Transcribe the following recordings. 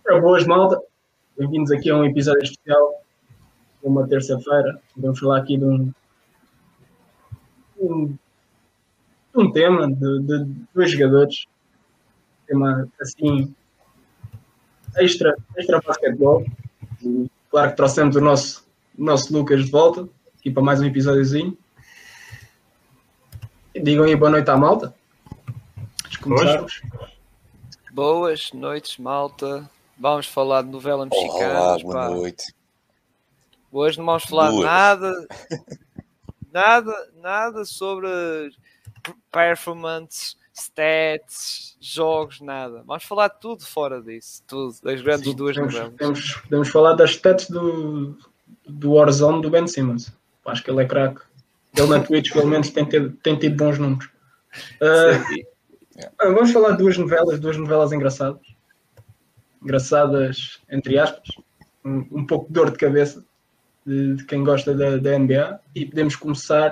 Boas, malta. Bem-vindos aqui a um episódio especial, uma terça-feira. Vamos falar aqui de um tema de dois jogadores. Tema assim, extra basquetebol. E, claro que trouxemos o nosso Lucas de volta aqui para mais um episódiozinho. E digam aí boa noite à malta. Antes de começarmos. Boas noites, malta. Vamos falar de novela mexicana. Olá, boa noite. Hoje não vamos falar nada sobre performance, stats, jogos, nada. Vamos falar tudo fora disso, tudo, das grandes duas novelas. Podemos falar das stats do Warzone do Ben Simmons. Acho que ele é craque. Ele na Twitch pelo menos tem tido bons números. Vamos falar de duas novelas engraçadas entre aspas, um pouco de dor de cabeça de quem gosta da NBA, e podemos começar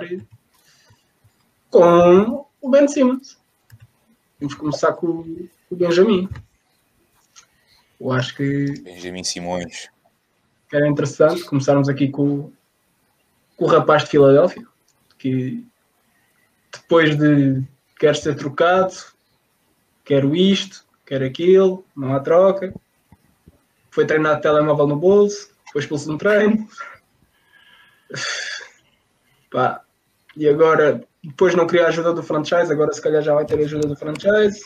com o Ben Simmons. Vamos começar com o Benjamin. Eu acho que Benjamin Simões. Que era interessante começarmos aqui com o rapaz de Filadélfia, que depois de quer ser trocado, quero isto, quero aquilo, não há troca. Foi treinado de telemóvel no bolso, foi expulso no treino. Pá. E agora, depois não queria a ajuda do franchise, agora se calhar já vai ter a ajuda do franchise.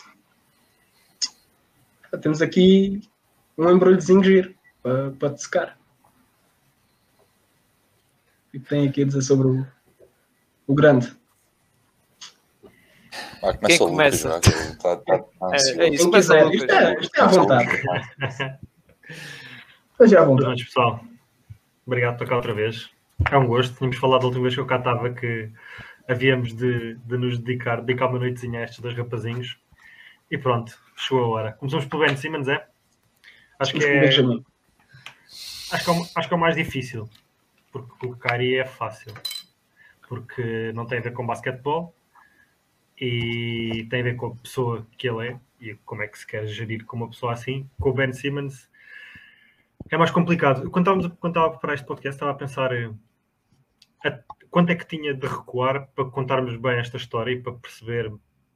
Temos aqui um embrulhozinho giro para te secar. O que tem aqui a dizer sobre o grande? Quem começa? É isso, mas isto é à vontade. Esteja à vontade. Boa noite, pessoal. Obrigado por estar cá outra vez. É um gosto. Tínhamos falado da última vez que eu cá estava que havíamos de nos dedicar uma noitezinha a estes dois rapazinhos. E pronto, chegou a hora. Começamos pelo Ben Simmons, é? Acho que é o mais difícil. Porque o Kyrie é fácil. Porque não tem a ver com basquetebol. E tem a ver com a pessoa que ele é. E como é que se quer gerir com uma pessoa assim. Com o Ben Simmons é mais complicado. Quando estava a preparar este podcast, estava a pensar quanto é que tinha de recuar para contarmos bem esta história e para perceber.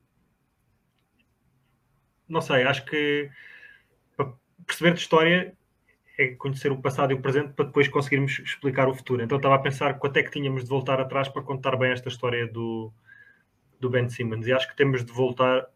Não sei, acho que para perceber de história é conhecer o passado e o presente para depois conseguirmos explicar o futuro. Então estava a pensar quanto é que tínhamos de voltar atrás para contar bem esta história do Ben Simmons. E acho que temos de voltar.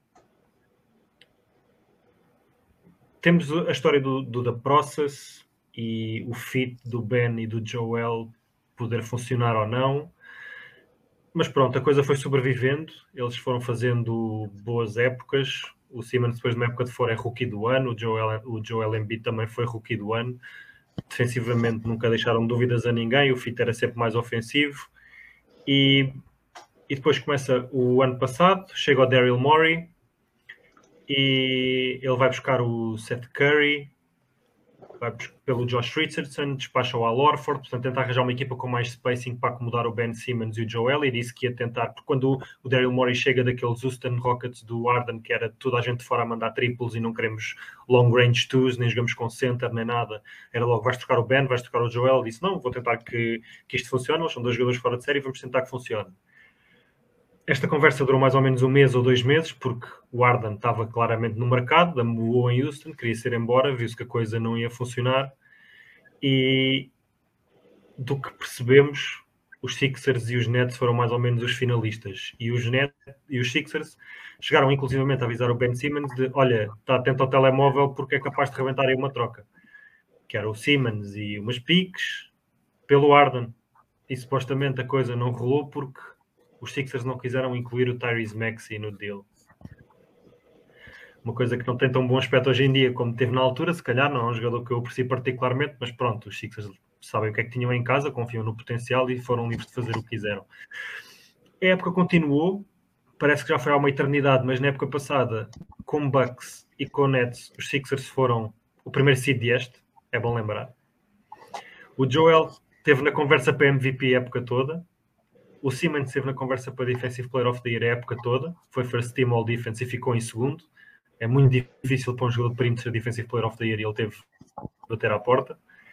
Temos a história do The Process e o fit do Ben e do Joel poder funcionar ou não. Mas pronto, a coisa foi sobrevivendo. Eles foram fazendo boas épocas. O Simmons, depois de uma época de fora, é rookie do ano. O Joel Embiid também foi rookie do ano. Defensivamente nunca deixaram dúvidas a ninguém. O fit era sempre mais ofensivo. E depois começa o ano passado. Chega o Daryl Morey. E ele vai buscar o Seth Curry, vai pelo Josh Richardson, despacha o Al Horford, portanto tenta arranjar uma equipa com mais spacing para acomodar o Ben Simmons e o Joel, e disse que ia tentar, porque quando o Daryl Morey chega daqueles Houston Rockets do Harden, que era toda a gente fora a mandar triplos e não queremos long range twos, nem jogamos com center, nem nada, era logo, vais trocar o Ben, vais trocar o Joel, disse não, vou tentar que isto funcione, eles são dois jogadores fora de série, vamos tentar que funcione. Esta conversa durou mais ou menos 1 mês ou 2 meses, porque o Harden estava claramente no mercado, amoou em Houston, queria ser embora, viu-se que a coisa não ia funcionar. E do que percebemos, os Sixers e os Nets foram mais ou menos os finalistas. E os Sixers chegaram inclusivamente a avisar o Ben Simmons de, olha, está atento ao telemóvel porque é capaz de rebentar aí uma troca. Que era o Simmons e umas piques pelo Harden. E supostamente a coisa não rolou porque os Sixers não quiseram incluir o Tyrese Maxey no deal. Uma coisa que não tem tão bom aspecto hoje em dia como teve na altura, se calhar não é um jogador que eu aprecio particularmente, mas pronto, os Sixers sabem o que é que tinham em casa, confiam no potencial e foram livres de fazer o que quiseram. A época continuou, parece que já foi há uma eternidade, mas na época passada, com Bucks e com Nets, os Sixers foram o primeiro seed deste, é bom lembrar. O Joel esteve na conversa para MVP a época toda. O Simmons esteve na conversa para Defensive Player of the Year a época toda. Foi First Team All Defense e ficou em segundo. É muito difícil para um jogador de perímetro ser Defensive Player of the Year e ele teve de bater à porta.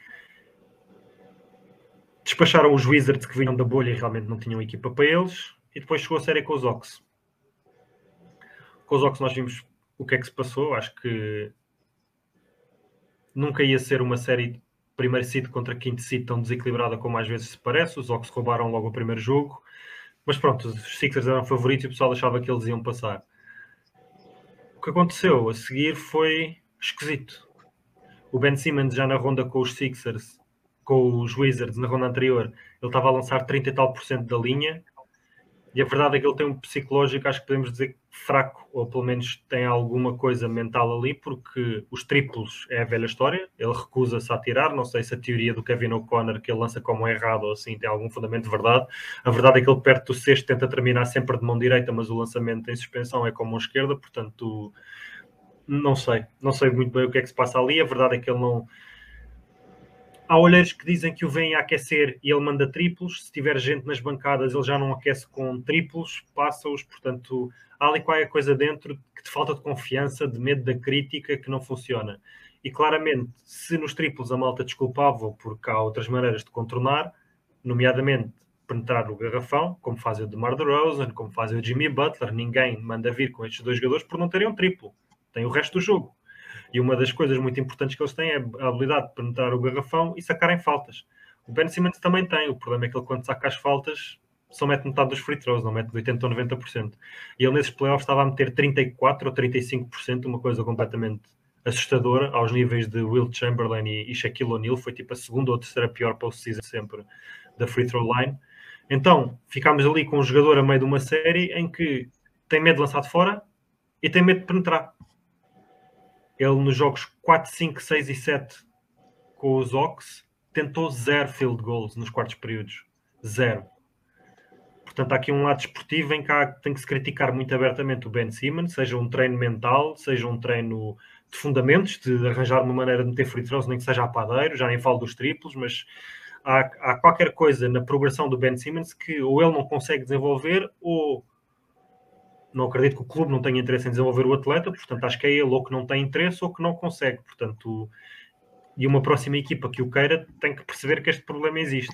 Despacharam os Wizards que vinham da bolha e realmente não tinham equipa para eles. E depois chegou a série com os Hawks. Com os Hawks nós vimos o que é que se passou. Acho que nunca ia ser uma série primeiro seed contra quinto seed tão desequilibrada como às vezes se parece. Os Hawks roubaram logo o primeiro jogo. Mas pronto, os Sixers eram favoritos e o pessoal achava que eles iam passar. O que aconteceu a seguir foi esquisito. O Ben Simmons já na ronda com os Sixers, com os Wizards, na ronda anterior, ele estava a lançar 30 e tal % da linha. E a verdade é que ele tem um psicológico, acho que podemos dizer, fraco, ou pelo menos tem alguma coisa mental ali, porque os triplos é a velha história, ele recusa-se a tirar, não sei se a teoria do Kevin O'Connor, que ele lança como errado ou assim, tem algum fundamento de verdade. A verdade é que ele perto do sexto tenta terminar sempre de mão direita, mas o lançamento em suspensão é com mão esquerda, portanto, não sei muito bem o que é que se passa ali. A verdade é que ele não... Há olheiros que dizem que o vem a aquecer e ele manda triplos. Se tiver gente nas bancadas, ele já não aquece com triplos, passa-os. Portanto, há ali qualquer coisa dentro que te falta de confiança, de medo da crítica, que não funciona. E claramente, se nos triplos a malta desculpava, porque há outras maneiras de contornar, nomeadamente penetrar o garrafão, como fazem o DeMar DeRozan, como fazem o Jimmy Butler, ninguém manda vir com estes dois jogadores por não terem um triplo. Tem o resto do jogo. E uma das coisas muito importantes que eles têm é a habilidade de penetrar o garrafão e sacarem faltas. O Ben Simmons também tem. O problema é que ele, quando saca as faltas, só mete metade dos free throws, não mete de 80% ou 90%. E ele, nesses playoffs, estava a meter 34% ou 35%, uma coisa completamente assustadora, aos níveis de Wilt Chamberlain e Shaquille O'Neal. Foi tipo a segunda ou terceira pior post-season sempre da free throw line. Então, ficámos ali com um jogador a meio de uma série em que tem medo de lançar de fora e tem medo de penetrar. Ele, nos jogos 4, 5, 6 e 7 com os Hawks, tentou 0 field goals nos quartos períodos. 0. Portanto, há aqui um lado desportivo em que tem que se criticar muito abertamente o Ben Simmons, seja um treino mental, seja um treino de fundamentos, de arranjar uma maneira de meter free throws, nem que seja a padeiro, já nem falo dos triplos, mas há qualquer coisa na progressão do Ben Simmons que ou ele não consegue desenvolver ou... Não acredito que o clube não tenha interesse em desenvolver o atleta, portanto acho que é ele ou que não tem interesse ou que não consegue. Portanto, e uma próxima equipa que o queira tem que perceber que este problema existe.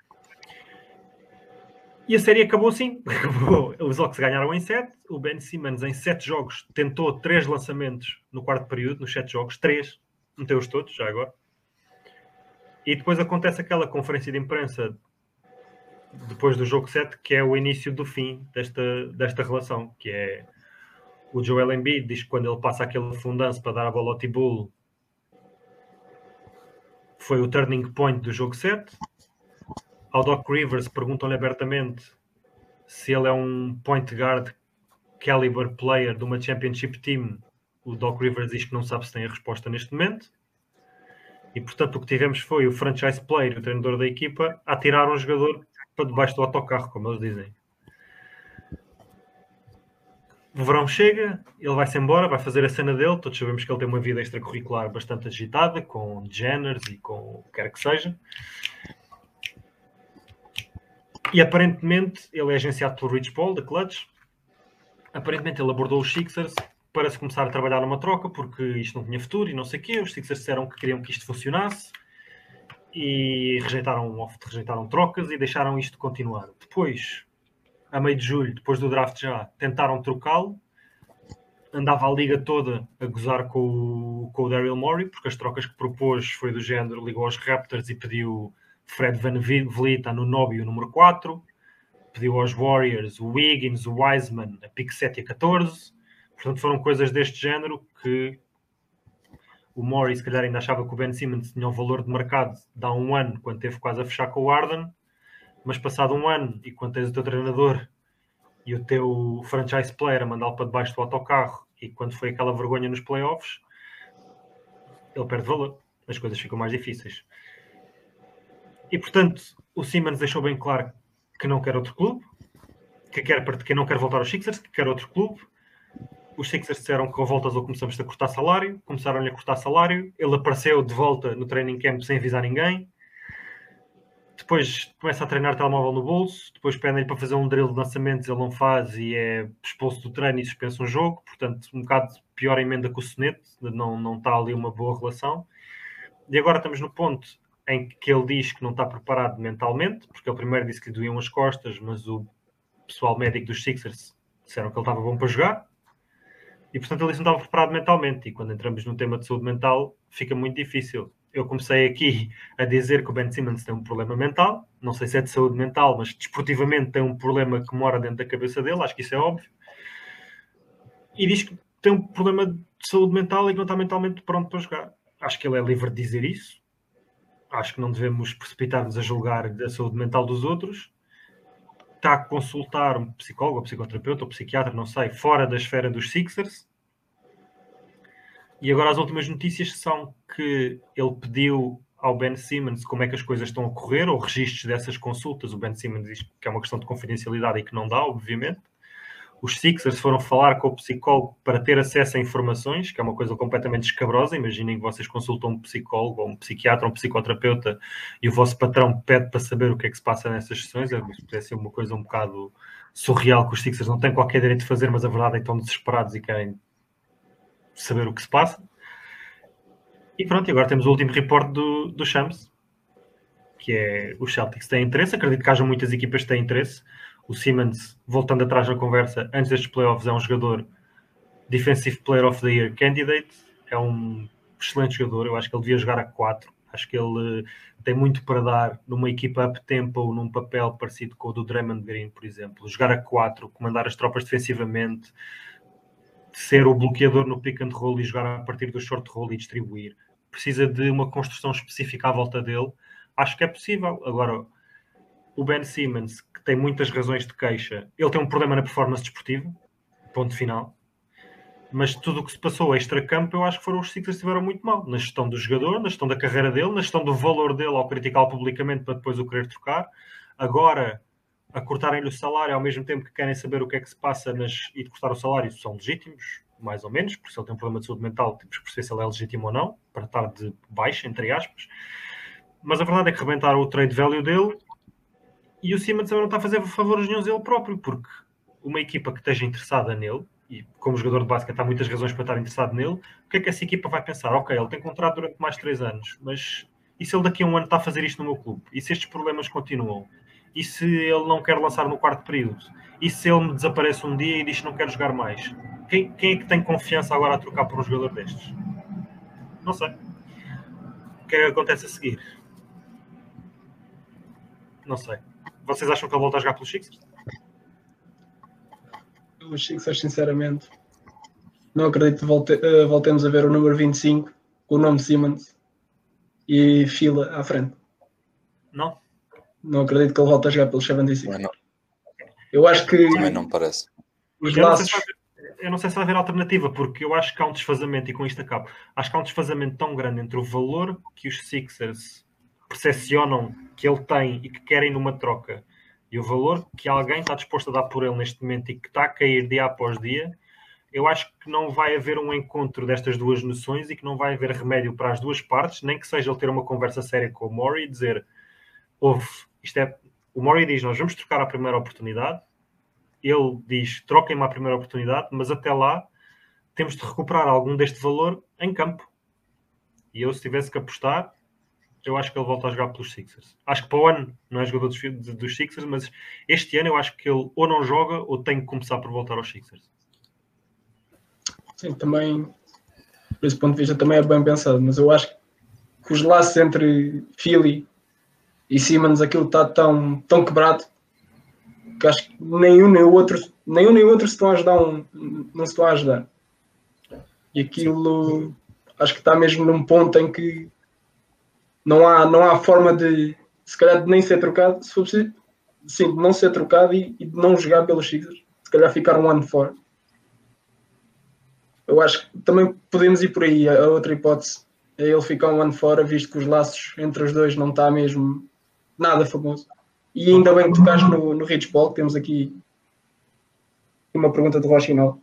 E a série acabou assim. Os Hawks ganharam em 7. O Ben Simmons em 7 jogos tentou 3 lançamentos no quarto período, nos 7 jogos. 3. Meteu-os todos, já agora. E depois acontece aquela conferência de imprensa depois do jogo 7, que é o início do fim desta relação, que é o Joel Embiid diz que quando ele passa aquele fundanço para dar a bola ao T-Bull foi o turning point do jogo 7. Ao Doc Rivers perguntam-lhe abertamente se ele é um point guard caliber player de uma championship team. O Doc Rivers diz que não sabe se tem a resposta neste momento. E portanto o que tivemos foi o franchise player, o treinador da equipa, a tirar um jogador para debaixo do autocarro, como eles dizem. O verão chega, ele vai-se embora, vai fazer a cena dele. Todos sabemos que ele tem uma vida extracurricular bastante agitada, com Jenners e com o que quer que seja. E aparentemente ele é agenciado pelo Rich Paul, da Clutch. Aparentemente ele abordou os Sixers para se começar a trabalhar numa troca, porque isto não tinha futuro e não sei o quê. Os Sixers disseram que queriam que isto funcionasse e rejeitaram trocas e deixaram isto continuar. Depois, a meio de julho, depois do draft já, tentaram trocá-lo. Andava a liga toda a gozar com o Daryl Morey, porque as trocas que propôs foi do género, ligou aos Raptors e pediu Fred VanVleet, Anunoby, o número 4. Pediu aos Warriors o Wiggins, o Wiseman, a pick 7 e a 14. Portanto, foram coisas deste género que o Morey, se calhar, ainda achava que o Ben Simmons tinha um valor de mercado de há um ano, quando teve quase a fechar com o Harden. Mas passado um ano, e quando tens o teu treinador e o teu franchise player a mandá-lo para debaixo do autocarro, e quando foi aquela vergonha nos playoffs, ele perde valor. As coisas ficam mais difíceis. E, portanto, o Simmons deixou bem claro que não quer outro clube, que não quer voltar aos Sixers, que quer outro clube. Os Sixers disseram que ou voltas ou começamos a cortar salário. Começaram-lhe a cortar salário. Ele apareceu de volta no training camp sem avisar ninguém. Depois começa a treinar telemóvel no bolso, depois pedem-lhe para fazer um drill de lançamentos, ele não faz e é expulso do treino e suspenso um jogo, portanto um bocado pior a emenda que o Sonete, não está ali uma boa relação. E agora estamos no ponto em que ele diz que não está preparado mentalmente, porque ele primeiro disse que lhe doíam as costas, mas o pessoal médico dos Sixers disseram que ele estava bom para jogar, e portanto ele disse que não estava preparado mentalmente, e quando entramos no tema de saúde mental fica muito difícil. Eu comecei aqui a dizer que o Ben Simmons tem um problema mental, não sei se é de saúde mental, mas desportivamente tem um problema que mora dentro da cabeça dele, acho que isso é óbvio, e diz que tem um problema de saúde mental e que não está mentalmente pronto para jogar. Acho que ele é livre de dizer isso, acho que não devemos precipitar-nos a julgar a saúde mental dos outros. Está a consultar um psicólogo, ou psicoterapeuta, ou psiquiatra, não sei, fora da esfera dos Sixers. E agora as últimas notícias são que ele pediu ao Ben Simmons como é que as coisas estão a correr, ou registros dessas consultas. O Ben Simmons diz que é uma questão de confidencialidade e que não dá, obviamente. Os Sixers foram falar com o psicólogo para ter acesso a informações, que é uma coisa completamente escabrosa. Imaginem que vocês consultam um psicólogo, ou um psiquiatra, ou um psicoterapeuta, e o vosso patrão pede para saber o que é que se passa nessas sessões. Parece ser uma coisa um bocado surreal que os Sixers não têm qualquer direito de fazer, mas a verdade é que estão desesperados e querem saber o que se passa. E pronto, e agora temos o último report do Shams, que é os Celtics têm interesse. Acredito que haja muitas equipas que têm interesse. O Simmons, voltando atrás na conversa, antes destes playoffs, é um jogador Defensive Player of the Year candidate. É um excelente jogador. Eu acho que ele devia jogar a 4. Acho que ele tem muito para dar numa equipa up-tempo ou num papel parecido com o do Draymond Green, por exemplo. Jogar a 4, comandar as tropas defensivamente, ser o bloqueador no pick and roll e jogar a partir do short roll e distribuir. Precisa de uma construção específica à volta dele. Acho que é possível. Agora, o Ben Simmons, que tem muitas razões de queixa, ele tem um problema na performance desportiva, ponto final. Mas tudo o que se passou extra-campo, eu acho que foram os Sixers que estiveram muito mal. Na gestão do jogador, na gestão da carreira dele, na gestão do valor dele ao criticá-lo publicamente para depois o querer trocar. Agora, a cortarem-lhe o salário ao mesmo tempo que querem saber o que é que se passa e de cortar o salário, são legítimos, mais ou menos, porque se ele tem um problema de saúde mental, temos que perceber se ele é legítimo ou não, para estar de baixa, entre aspas. Mas a verdade é que rebentaram o trade value dele e o Simmons também não está a fazer favores nenhum ele próprio, porque uma equipa que esteja interessada nele, e como jogador de basquete há muitas razões para estar interessado nele, o que é que essa equipa vai pensar? Ok, ele tem contrato durante mais 3 anos, mas e se ele daqui a um ano está a fazer isto no meu clube? E se estes problemas continuam? E se ele não quer lançar no quarto período? E se ele me desaparece um dia e diz que não quer jogar mais? Quem é que tem confiança agora a trocar por um jogador destes? Não sei. O que é que acontece a seguir? Não sei. Vocês acham que ele volta a jogar pelos Sixers? Os Sixers, sinceramente, não acredito que voltemos a ver o número 25, o nome Simmons e fila à frente. Não? Não acredito que ele volte a jogar pelos 76. Não. Eu acho que Também não parece. os Eu laços... não sei se vai haver alternativa, porque eu acho que há um desfazamento, e com isto acabo, acho que há um desfazamento tão grande entre o valor que os Sixers percepcionam que ele tem e que querem numa troca e o valor que alguém está disposto a dar por ele neste momento e que está a cair dia após dia. Eu acho que não vai haver um encontro destas duas noções e que não vai haver remédio para as duas partes, nem que seja ele ter uma conversa séria com o Morey e dizer, o Morey diz, nós vamos trocar a primeira oportunidade. Ele diz, troquem-me a primeira oportunidade, mas até lá temos de recuperar algum deste valor em campo. E eu, se tivesse que apostar, eu acho que ele volta a jogar pelos Sixers. Acho que para o ano não é jogador dos Sixers, mas este ano eu acho que ele ou não joga ou tem que começar por voltar aos Sixers. Sim, também, por esse ponto de vista, também é bem pensado, mas eu acho que os laços entre Philly e Simmons, aquilo está tão quebrado que acho que nenhum nem o outro se estão a ajudar, não se estão a ajudar. E aquilo acho que está mesmo num ponto em que não há forma de, se calhar, de nem ser trocado, se for preciso, sim, de não ser trocado e de não jogar pelos Sixers, se calhar ficar um ano fora. Eu acho que também podemos ir por aí. A outra hipótese é ele ficar um ano fora, visto que os laços entre os dois não está mesmo nada famoso. E ainda bem que tocaste no Rich Paul, temos aqui uma pergunta do Rochinol,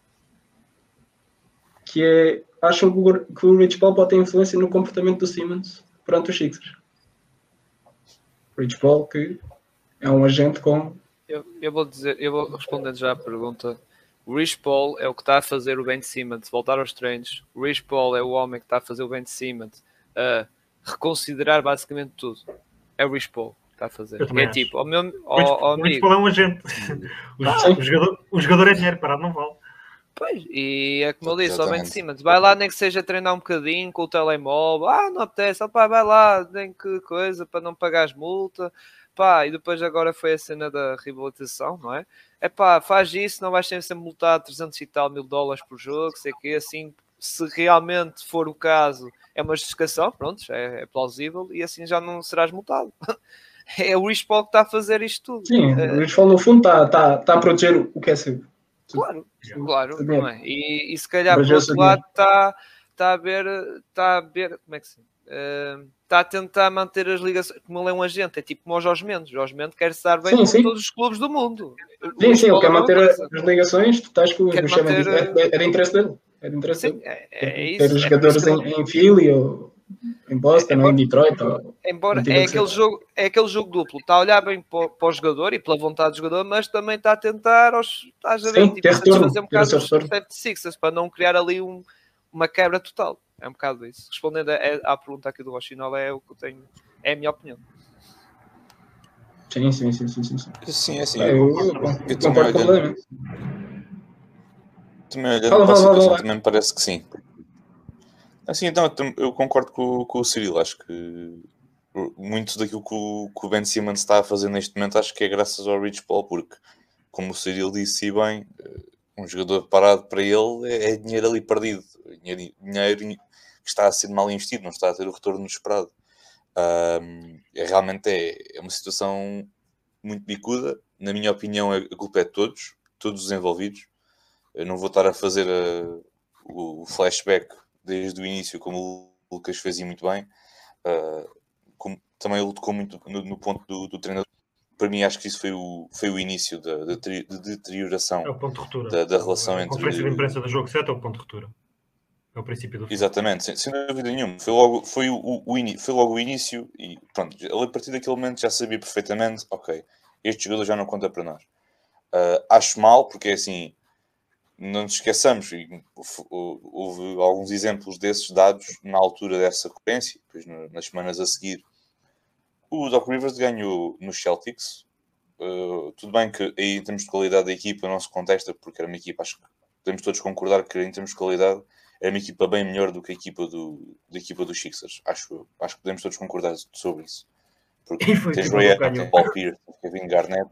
que é, acham que o Rich Paul pode ter influência no comportamento do Simmons perante os Sixers? Rich Paul, que é um agente com... Eu vou respondendo já à pergunta. O Rich Paul é o que está a fazer o Ben Simmons voltar aos treinos. O Rich Paul é o homem que está a fazer o Ben Simmons a reconsiderar basicamente tudo. É o Rich Paul que está a fazer. Eu também É acho. tipo, ao meu O Rich amigo. Paul é um agente. O jogador é dinheiro parado, não vale. Pois, e é como eu disse, ao Ben Exatamente. Simmons, vai lá nem que seja treinar um bocadinho com o telemóvel, não apetece, opá, vai lá, nem que coisa, para não pagar as multas, pá, e depois agora foi a cena da reabilitação, não é? É pá, faz isso, não vais ser multado 300 e tal mil dólares por jogo, sei que assim, se realmente for o caso, é uma justificação, pronto, é plausível, e assim já não serás multado. É o Rich Paul que está a fazer isto tudo. Sim, o Rich Paul no fundo está a proteger o que é seu. Claro, não é? E se calhar por outro Proteger lado está a ver, como é que se está a tentar manter as ligações, como ele é um agente, é tipo como o Jorge Mendes. O Jorge Mendes quer estar bem com todos os clubes do mundo. Sim, ele quer manter as ligações totais que o Xavier diz. É de interesse dele. É de interesse Sim, dele. é isso. Ter os jogadores em Philly ou em Boston ou em Detroit. Embora é aquele jogo duplo, está a olhar bem para o jogador e pela vontade do jogador, mas também está a tentar estás a ver, tipo, satisfazer um bocado os 76ers para não criar ali uma quebra total. É um bocado isso. Respondendo à pergunta aqui do Rochinol, é o que eu tenho, é a minha opinião. Sim. Sim, assim. Eu concordo completamente. Também olhando para a situação, também me parece que sim. Assim, então, eu concordo com o Cirilo. Acho que muito daquilo que o Ben Simmons está a fazer neste momento, acho que é graças ao Rich Paul, porque, como o Cirilo disse bem, um jogador parado para ele é dinheiro ali perdido. Dinheiro que está a ser mal investido, não está a ter o retorno esperado. Realmente é uma situação muito bicuda. Na minha opinião, a culpa é de todos os envolvidos. Eu não vou estar a fazer o flashback desde o início, como o Lucas fez muito bem. Também ele tocou muito no ponto do treinador. Para mim, acho que isso foi o início da deterioração da relação entre... A conferência de imprensa do jogo 7 é o ponto de ruptura. É o princípio do fim. Exatamente, sem dúvida nenhuma. Foi logo o início e pronto, ele a partir daquele momento já sabia perfeitamente, ok, este jogador já não conta para nós. Acho mal, porque assim, não nos esqueçamos, houve alguns exemplos desses dados na altura dessa conferência, depois nas semanas a seguir. O Doc Rivers ganhou nos Celtics. Tudo bem que aí em termos de qualidade da equipa não se contesta, porque era uma equipa, acho que podemos todos concordar que em termos de qualidade era uma equipa bem melhor do que a equipa dos Sixers. Acho que podemos todos concordar sobre isso. Porque tens Ray Allen, Paul Pierce, Kevin Garnett.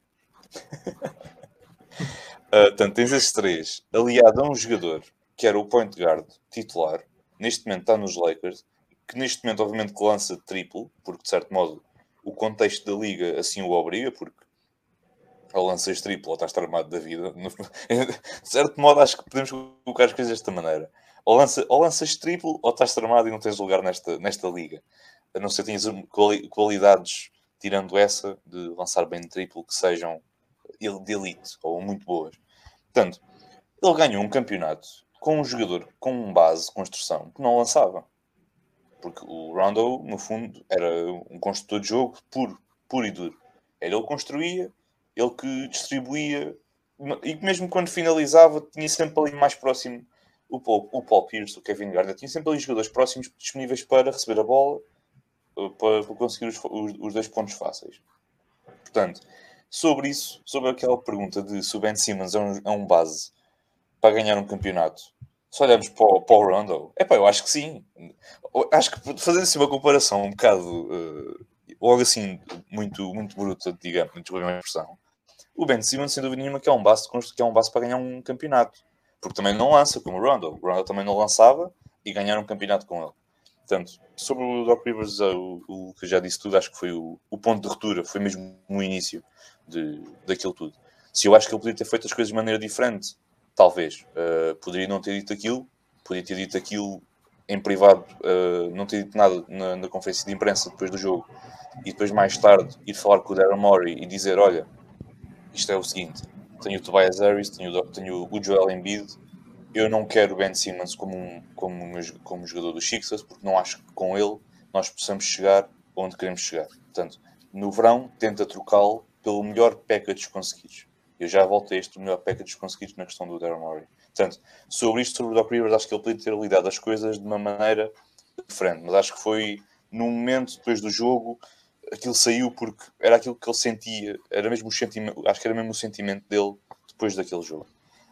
Portanto, tens esses três, aliado a um jogador que era o point guard titular, neste momento está nos Lakers, que neste momento obviamente que lança triplo, porque de certo modo o contexto da liga assim o obriga, porque ou lanças triplo ou estás tramado da vida. De certo modo acho que podemos colocar as coisas desta maneira. Ou lanças triplo ou estás tramado e não tens lugar nesta liga. A não ser que tenhas qualidades, tirando essa, de lançar bem triplo, que sejam de elite ou muito boas. Portanto, ele ganhou um campeonato com um jogador com um base de construção que não lançava. Porque o Rondo, no fundo, era um construtor de jogo puro e duro. Ele construía, ele que distribuía, e mesmo quando finalizava, tinha sempre ali mais próximo o Paul Pierce, o Kevin Garnett, tinha sempre ali jogadores próximos disponíveis para receber a bola, para conseguir os 2 pontos fáceis. Portanto, sobre aquela pergunta de se o Ben Simmons é um base para ganhar um campeonato, se olharmos para o Rondo, eu acho que sim. Acho que fazendo assim uma comparação um bocado, logo assim, muito, muito bruta, digamos, desculpem a expressão, o Ben Simmons, sem dúvida nenhuma, que é um base para ganhar um campeonato. Porque também não lança, como o Rondo. O Rondo também não lançava e ganharam um campeonato com ele. Portanto, sobre o Doc Rivers, o que eu já disse tudo, acho que foi o ponto de ruptura, foi mesmo no início daquilo tudo. Se eu acho que ele podia ter feito as coisas de maneira diferente, talvez. Poderia não ter dito aquilo, podia ter dito aquilo em privado, não ter dito nada na conferência de imprensa depois do jogo, e depois mais tarde ir falar com o Daryl Morey e dizer, olha, isto é o seguinte, tenho o Tobias Harris, tenho o Joel Embiid, eu não quero o Ben Simmons como jogador dos Sixers, porque não acho que com ele nós possamos chegar onde queremos chegar. Portanto, no verão tenta trocá-lo pelo melhor package conseguidos. Eu já volto a este melhor package conseguidos na questão do Daryl Morey. Portanto, sobre o Doc Rivers, acho que ele podia ter lidado as coisas de uma maneira diferente, mas acho que foi num momento depois do jogo, aquilo saiu porque era aquilo que ele sentia, era mesmo o sentimento, acho que era mesmo o sentimento dele depois daquele jogo.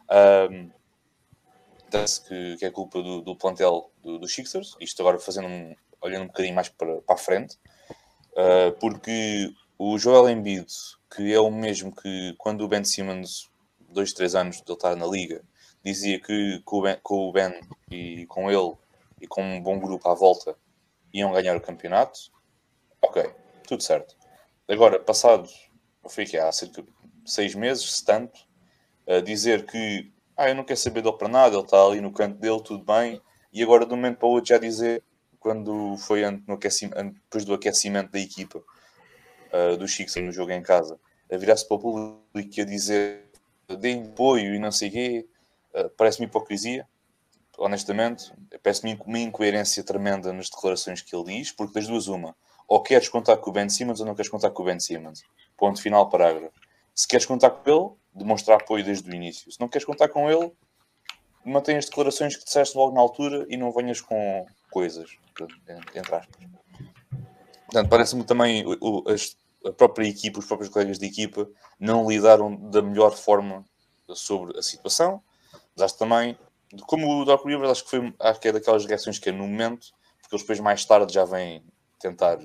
Parece que é culpa do plantel dos Sixers, isto agora olhando um bocadinho mais para a frente, porque o Joel Embiid, que é o mesmo que quando o Ben Simmons, 2, 3 anos de ele estar na liga, dizia que com o Ben e com ele e com um bom grupo à volta iam ganhar o campeonato, ok, tudo certo. Agora, passado, foi que há cerca de 6 meses, se tanto, a dizer que eu não quero saber dele para nada, ele está ali no canto dele, tudo bem, e agora de um momento para o outro já dizer, quando foi depois do aquecimento da equipa do Sixers no jogo em casa, a virar-se para o público e a dizer deem apoio e não sei o quê, parece-me hipocrisia, honestamente, parece-me uma incoerência tremenda nas declarações que ele diz, porque das duas uma, ou queres contar com o Ben Simmons ou não queres contar com o Ben Simmons. Ponto final, parágrafo. Se queres contar com ele, demonstra apoio desde o início. Se não queres contar com ele, mantém as declarações que disseste logo na altura e não venhas com coisas, entre aspas. Portanto, parece-me também a própria equipa, os próprios colegas de equipa não lidaram da melhor forma sobre a situação, mas acho também, como o Doc Rivers, acho que é daquelas reações que é no momento, porque eles depois mais tarde já vêm tentar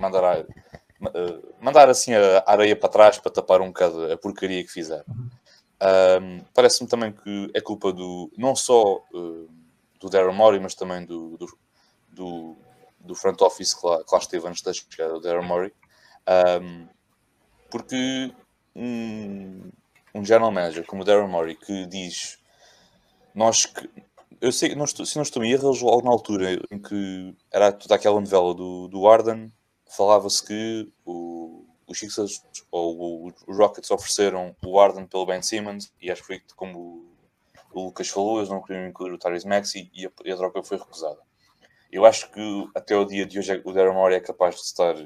mandar assim a areia para trás para tapar um bocado a porcaria que fizeram. Parece-me também que é culpa não só do Daryl Morey, mas também do front office que lá esteve antes da chegada do Daryl Morey, porque um general manager como o Daryl Morey que diz eu sei, se não estou em erro, eles logo na altura em que era toda aquela novela do Harden, falava-se que os Sixers ou os Rockets ofereceram o Harden pelo Ben Simmons, e acho que foi como o Lucas falou, eles não queriam incluir o Tyrese Maxey e a troca foi recusada. Eu acho que até o dia de hoje o Daryl Morey é capaz de estar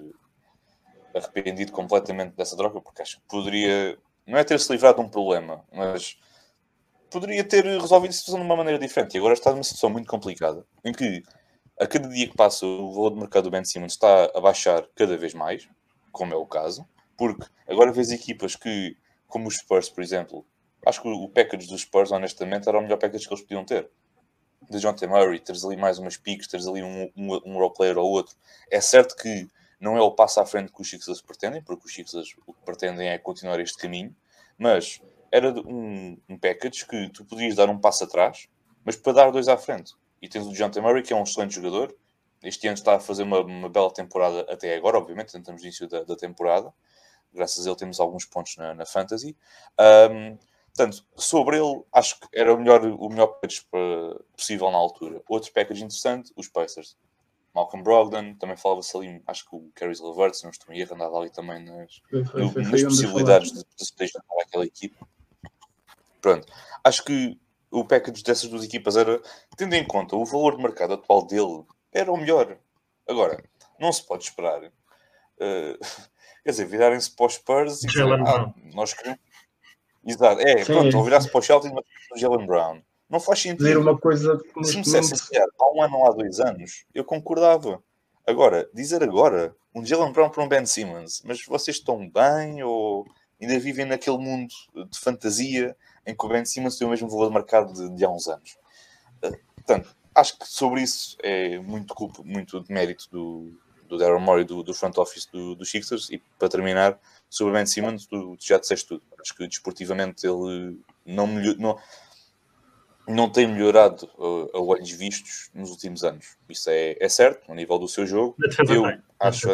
arrependido completamente dessa troca, porque acho que poderia, não é ter-se livrado de um problema, mas poderia ter resolvido a situação de uma maneira diferente. E agora está numa situação muito complicada, em que a cada dia que passa o valor de mercado do Ben Simmons está a baixar cada vez mais, como é o caso, porque agora vês equipas que, como os Spurs, por exemplo, acho que o package dos Spurs, honestamente, era o melhor package que eles podiam ter. De John T. Murray, teres ali mais umas picks, teres ali um role player ou outro. É certo que não é o passo à frente que os Sixers pretendem, porque os Sixers o que pretendem é continuar este caminho, mas era um package que tu podias dar um passo atrás, mas para dar 2 à frente. E tens o John T. Murray, que é um excelente jogador. Este ano está a fazer uma bela temporada até agora, obviamente, tentamos no início da temporada. Graças a ele temos alguns pontos na Fantasy. Portanto, sobre ele, acho que era o melhor package possível na altura. Outro package interessante, os Pacers. Malcolm Brogdon, também falava-se ali, acho que o Caris LeVert, se não estou em erro, andava ali também nas possibilidades de ajudar aquela equipa. Pronto, acho que o package dessas duas equipas era, tendo em conta o valor de mercado atual dele, era o melhor. Agora, não se pode esperar, quer dizer, virarem-se para os Spurs e dizer, nós queremos... Exato, pronto, ou virar-se para o Celtics e matar o Jaylen Brown. Não faz sentido. Dizer uma coisa se me dissessem há um ano ou há 2 anos, eu concordava. Agora, dizer agora, um Jaylen Brown para um Ben Simmons, mas vocês estão bem ou ainda vivem naquele mundo de fantasia em que o Ben Simmons tem o mesmo valor de mercado de há uns anos? Portanto, acho que sobre isso é muito de mérito do Daryl Morey, do front office dos Sixers. E para terminar, sobre o Ben Simmons, tu já disseste tudo. Acho que desportivamente ele não tem melhorado a olhos vistos nos últimos anos. Isso é certo, a nível do seu jogo. Na defesa eu tem. acho...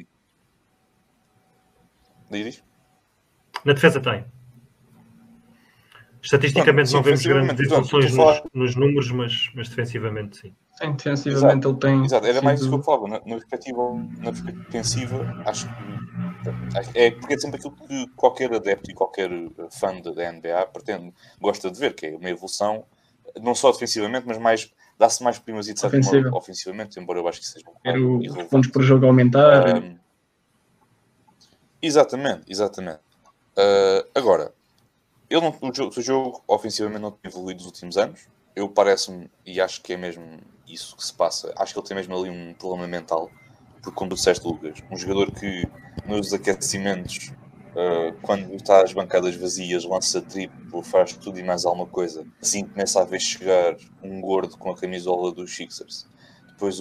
Na defesa tem. Estatisticamente não vemos grandes evoluções nos números, mas defensivamente sim. Sim, defensivamente ele tem... Exato, era mais isso que eu falava. Na perspectiva defensiva, acho que é porque é sempre aquilo que qualquer adepto e qualquer fã da NBA gosta de ver, que é uma evolução, não só defensivamente, mas dá-se mais primazia ofensivamente, embora eu acho que seja os pontos por jogo aumentar. Exatamente. Agora, o jogo ofensivamente não tem evoluído nos últimos anos. Eu parece-me, e acho que é mesmo isso que se passa, acho que ele tem mesmo ali um problema mental, porque como tu disseste, Lucas, um jogador que nos aquecimentos, quando está às bancadas vazias, lança triplo, faz tudo e mais alguma coisa, assim começa a ver chegar um gordo com a camisola dos Sixers, depois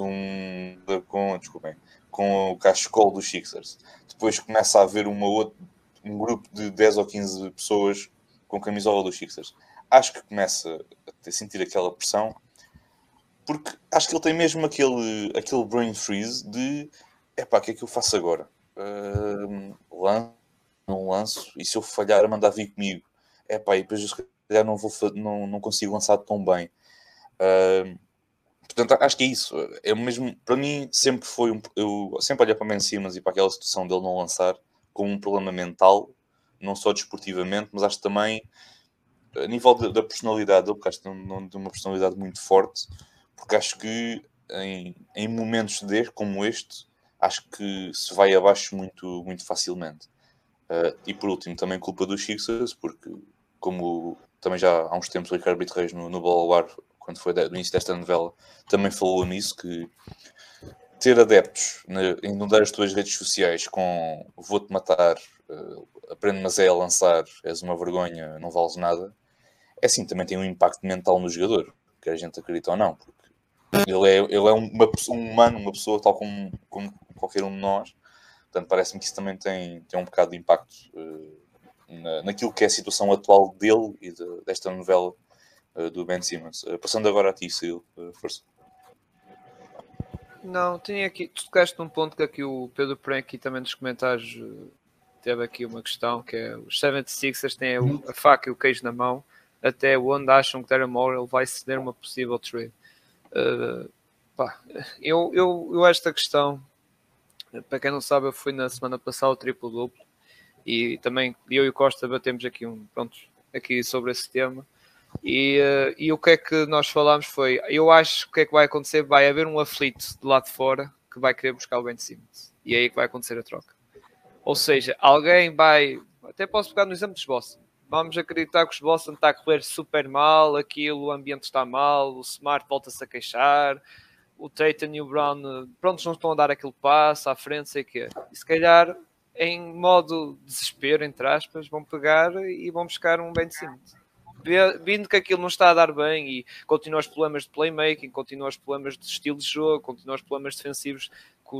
com o cachecol dos Sixers, depois começa a haver um grupo de 10 ou 15 pessoas com a camisola dos Sixers. Acho que começa a sentir aquela pressão, porque acho que ele tem mesmo aquele brain freeze de epá, o que é que eu faço agora? Lanço, não lanço, e se eu falhar a mandar vir comigo? Epá, e depois eu, se calhar não consigo lançar tão bem. Portanto, acho que é isso. É mesmo, para mim, sempre foi eu sempre olhei para o Ben Simmons e para aquela situação dele não lançar como um problema mental, não só desportivamente, mas acho também a nível da personalidade dele, porque acho que não tem uma personalidade muito forte, porque acho que em momentos como este, acho que se vai abaixo muito, muito facilmente. E por último, também culpa dos Sixers, porque como também já há uns tempos o Ricardo Brito Reis no Bola ao Bar, quando foi no início desta novela, também falou nisso, que ter adeptos em inundar as tuas redes sociais com vou-te matar, aprende mas é a lançar, és uma vergonha, não vales nada, é assim, também tem um impacto mental no jogador, quer a gente acredita ou não, porque ele é um humano, uma pessoa tal como qualquer um de nós, portanto parece-me que isso também tem um bocado de impacto naquilo que é a situação atual dele e desta novela do Ben Simmons. Passando agora a ti, Cyril, força. Não, tinha aqui, tu tocaste num ponto que aqui o Pedro Prank também nos comentários teve aqui uma questão, que é os 76ers têm a faca e o queijo na mão, até onde acham que Daryl Morey vai ceder uma possível trade. Eu esta questão, para quem não sabe, eu fui na semana passada o triplo-duplo e também eu e o Costa batemos aqui aqui sobre esse tema. E o que é que nós falámos foi, eu acho que o que é que vai acontecer, vai haver um aflito de lá de fora que vai querer buscar o Ben Simmons, e é aí que vai acontecer a troca. Ou seja, alguém vai, até posso pegar no exemplo dos Boston, vamos acreditar que os Boston está a correr super mal, o ambiente está mal, o Smart volta-se a queixar, o Tatum e o Brown prontos não estão a dar aquele passo à frente, sei o quê, e se calhar em modo desespero, entre aspas, vão pegar e vão buscar um Ben Simmons. Vindo que aquilo não está a dar bem e continua os problemas de playmaking, continua os problemas de estilo de jogo, continua os problemas defensivos que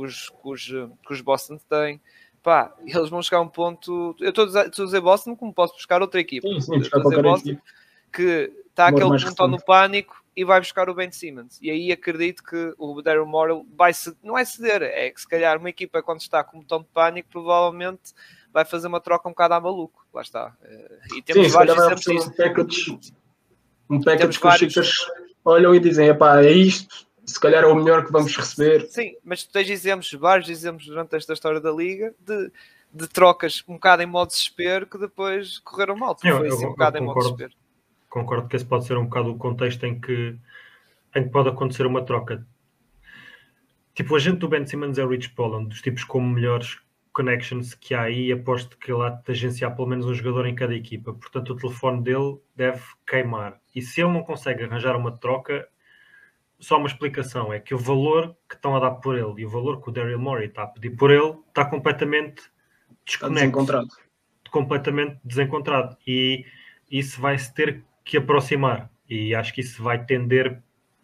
os Boston têm. Pá, eles vão chegar a um ponto. Eu estou a dizer Boston como posso buscar outra equipa. Sim, Estou a dizer Boston que está aquele pelotão no pânico e vai buscar o Ben Simmons. E aí acredito que o Daryl Morey não é ceder, é que se calhar uma equipa quando está com um pelotão de pânico provavelmente vai fazer uma troca um bocado a maluco. Lá está. E temos vários exemplos disso. Um package que os Sixers olham e dizem, epá, é isto, se calhar é o melhor que vamos receber. Sim, mas tu tens vários exemplos durante esta história da Liga de trocas um bocado em modo desespero que depois correram mal. Foi assim um bocado em modo desespero. Concordo que esse pode ser um bocado o contexto em que pode acontecer uma troca. Tipo, o agente do Ben Simmons é o Rich Paul, um dos tipos com melhores connections que há aí, aposto que ele há de agenciar pelo menos um jogador em cada equipa. Portanto, o telefone dele deve queimar. E se ele não consegue arranjar uma troca, só uma explicação, é que o valor que estão a dar por ele e o valor que o Daryl Morey está a pedir por ele está completamente desencontrado. Completamente desencontrado. E isso vai-se ter que aproximar. E acho que isso vai tender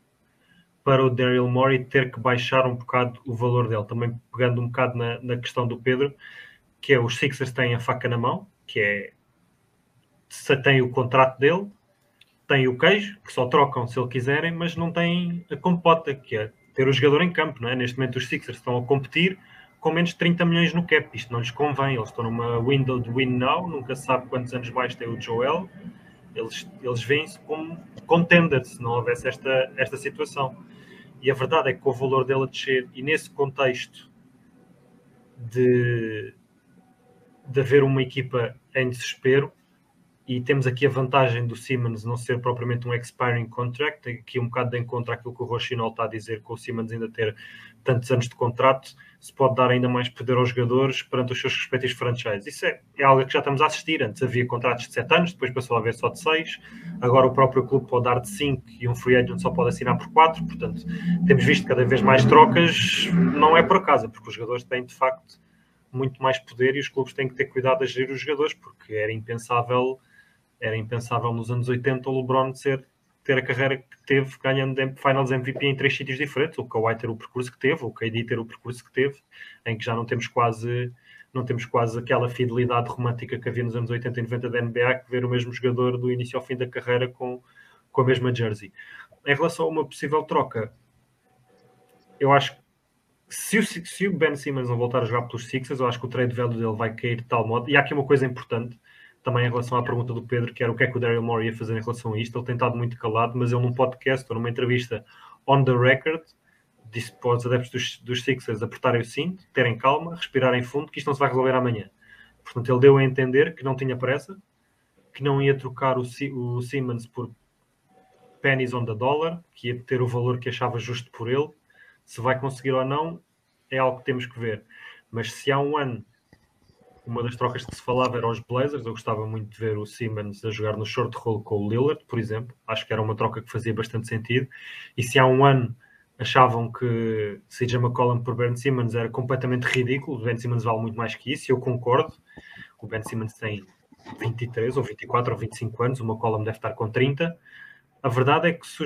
para o Daryl Morey ter que baixar um bocado o valor dele. Também pegando um bocado na questão do Pedro, que é os Sixers têm a faca na mão, que é se tem o contrato dele, tem o queijo, que só trocam se ele quiserem, mas não tem a compota, que é ter o jogador em campo. Não é? Neste momento os Sixers estão a competir com menos de 30 milhões no cap. Isto não lhes convém. Eles estão numa window de win now, nunca se sabe quantos anos mais tem o Joel. Eles veem-se como contenders se não houvesse esta situação. E a verdade é que com o valor dele a descer, e nesse contexto de haver uma equipa em desespero, e temos aqui a vantagem do Simmons não ser propriamente um expiring contract, aqui um bocado de encontro àquilo que o Rochinol está a dizer, com o Simmons ainda ter tantos anos de contrato, se pode dar ainda mais poder aos jogadores perante os seus respectivos franchises. Isso é algo que já estamos a assistir. Antes havia contratos de 7 anos, depois passou a haver só de 6. Agora o próprio clube pode dar de 5 e um free agent só pode assinar por 4. Portanto, temos visto cada vez mais trocas. Não é por acaso, porque os jogadores têm, de facto, muito mais poder e os clubes têm que ter cuidado a gerir os jogadores, porque era impensável nos anos 80 o LeBron ter a carreira que teve, ganhando Finals MVP em 3 sítios diferentes, o Kawhi ter o percurso que teve, o KD ter o percurso que teve, em que já não temos quase aquela fidelidade romântica que havia nos anos 80 e 90 da NBA, que ver o mesmo jogador do início ao fim da carreira com a mesma jersey. Em relação a uma possível troca, eu acho que se o Ben Simmons não voltar a jogar pelos Sixers, eu acho que o trade value dele vai cair de tal modo. E há aqui uma coisa importante, também em relação à pergunta do Pedro, que era o que é que o Daryl Morey ia fazer em relação a isto. Ele tem estado muito calado, mas ele num podcast ou numa entrevista on the record disse para os adeptos dos Sixers apertarem o cinto, terem calma, respirarem fundo, que isto não se vai resolver amanhã. Portanto, ele deu a entender que não tinha pressa, que não ia trocar o Simmons por pennies on the dollar, que ia ter o valor que achava justo por ele. Se vai conseguir ou não, é algo que temos que ver. Mas se há um ano uma das trocas que se falava era os Blazers, eu gostava muito de ver o Simmons a jogar no short roll com o Lillard, por exemplo. Acho que era uma troca que fazia bastante sentido. E se há um ano achavam que CJ McCollum por Ben Simmons era completamente ridículo, o Ben Simmons vale muito mais que isso, e eu concordo. O Ben Simmons tem 23 ou 24 ou 25 anos, o McCollum deve estar com 30. A verdade é que se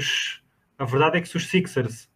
os Sixers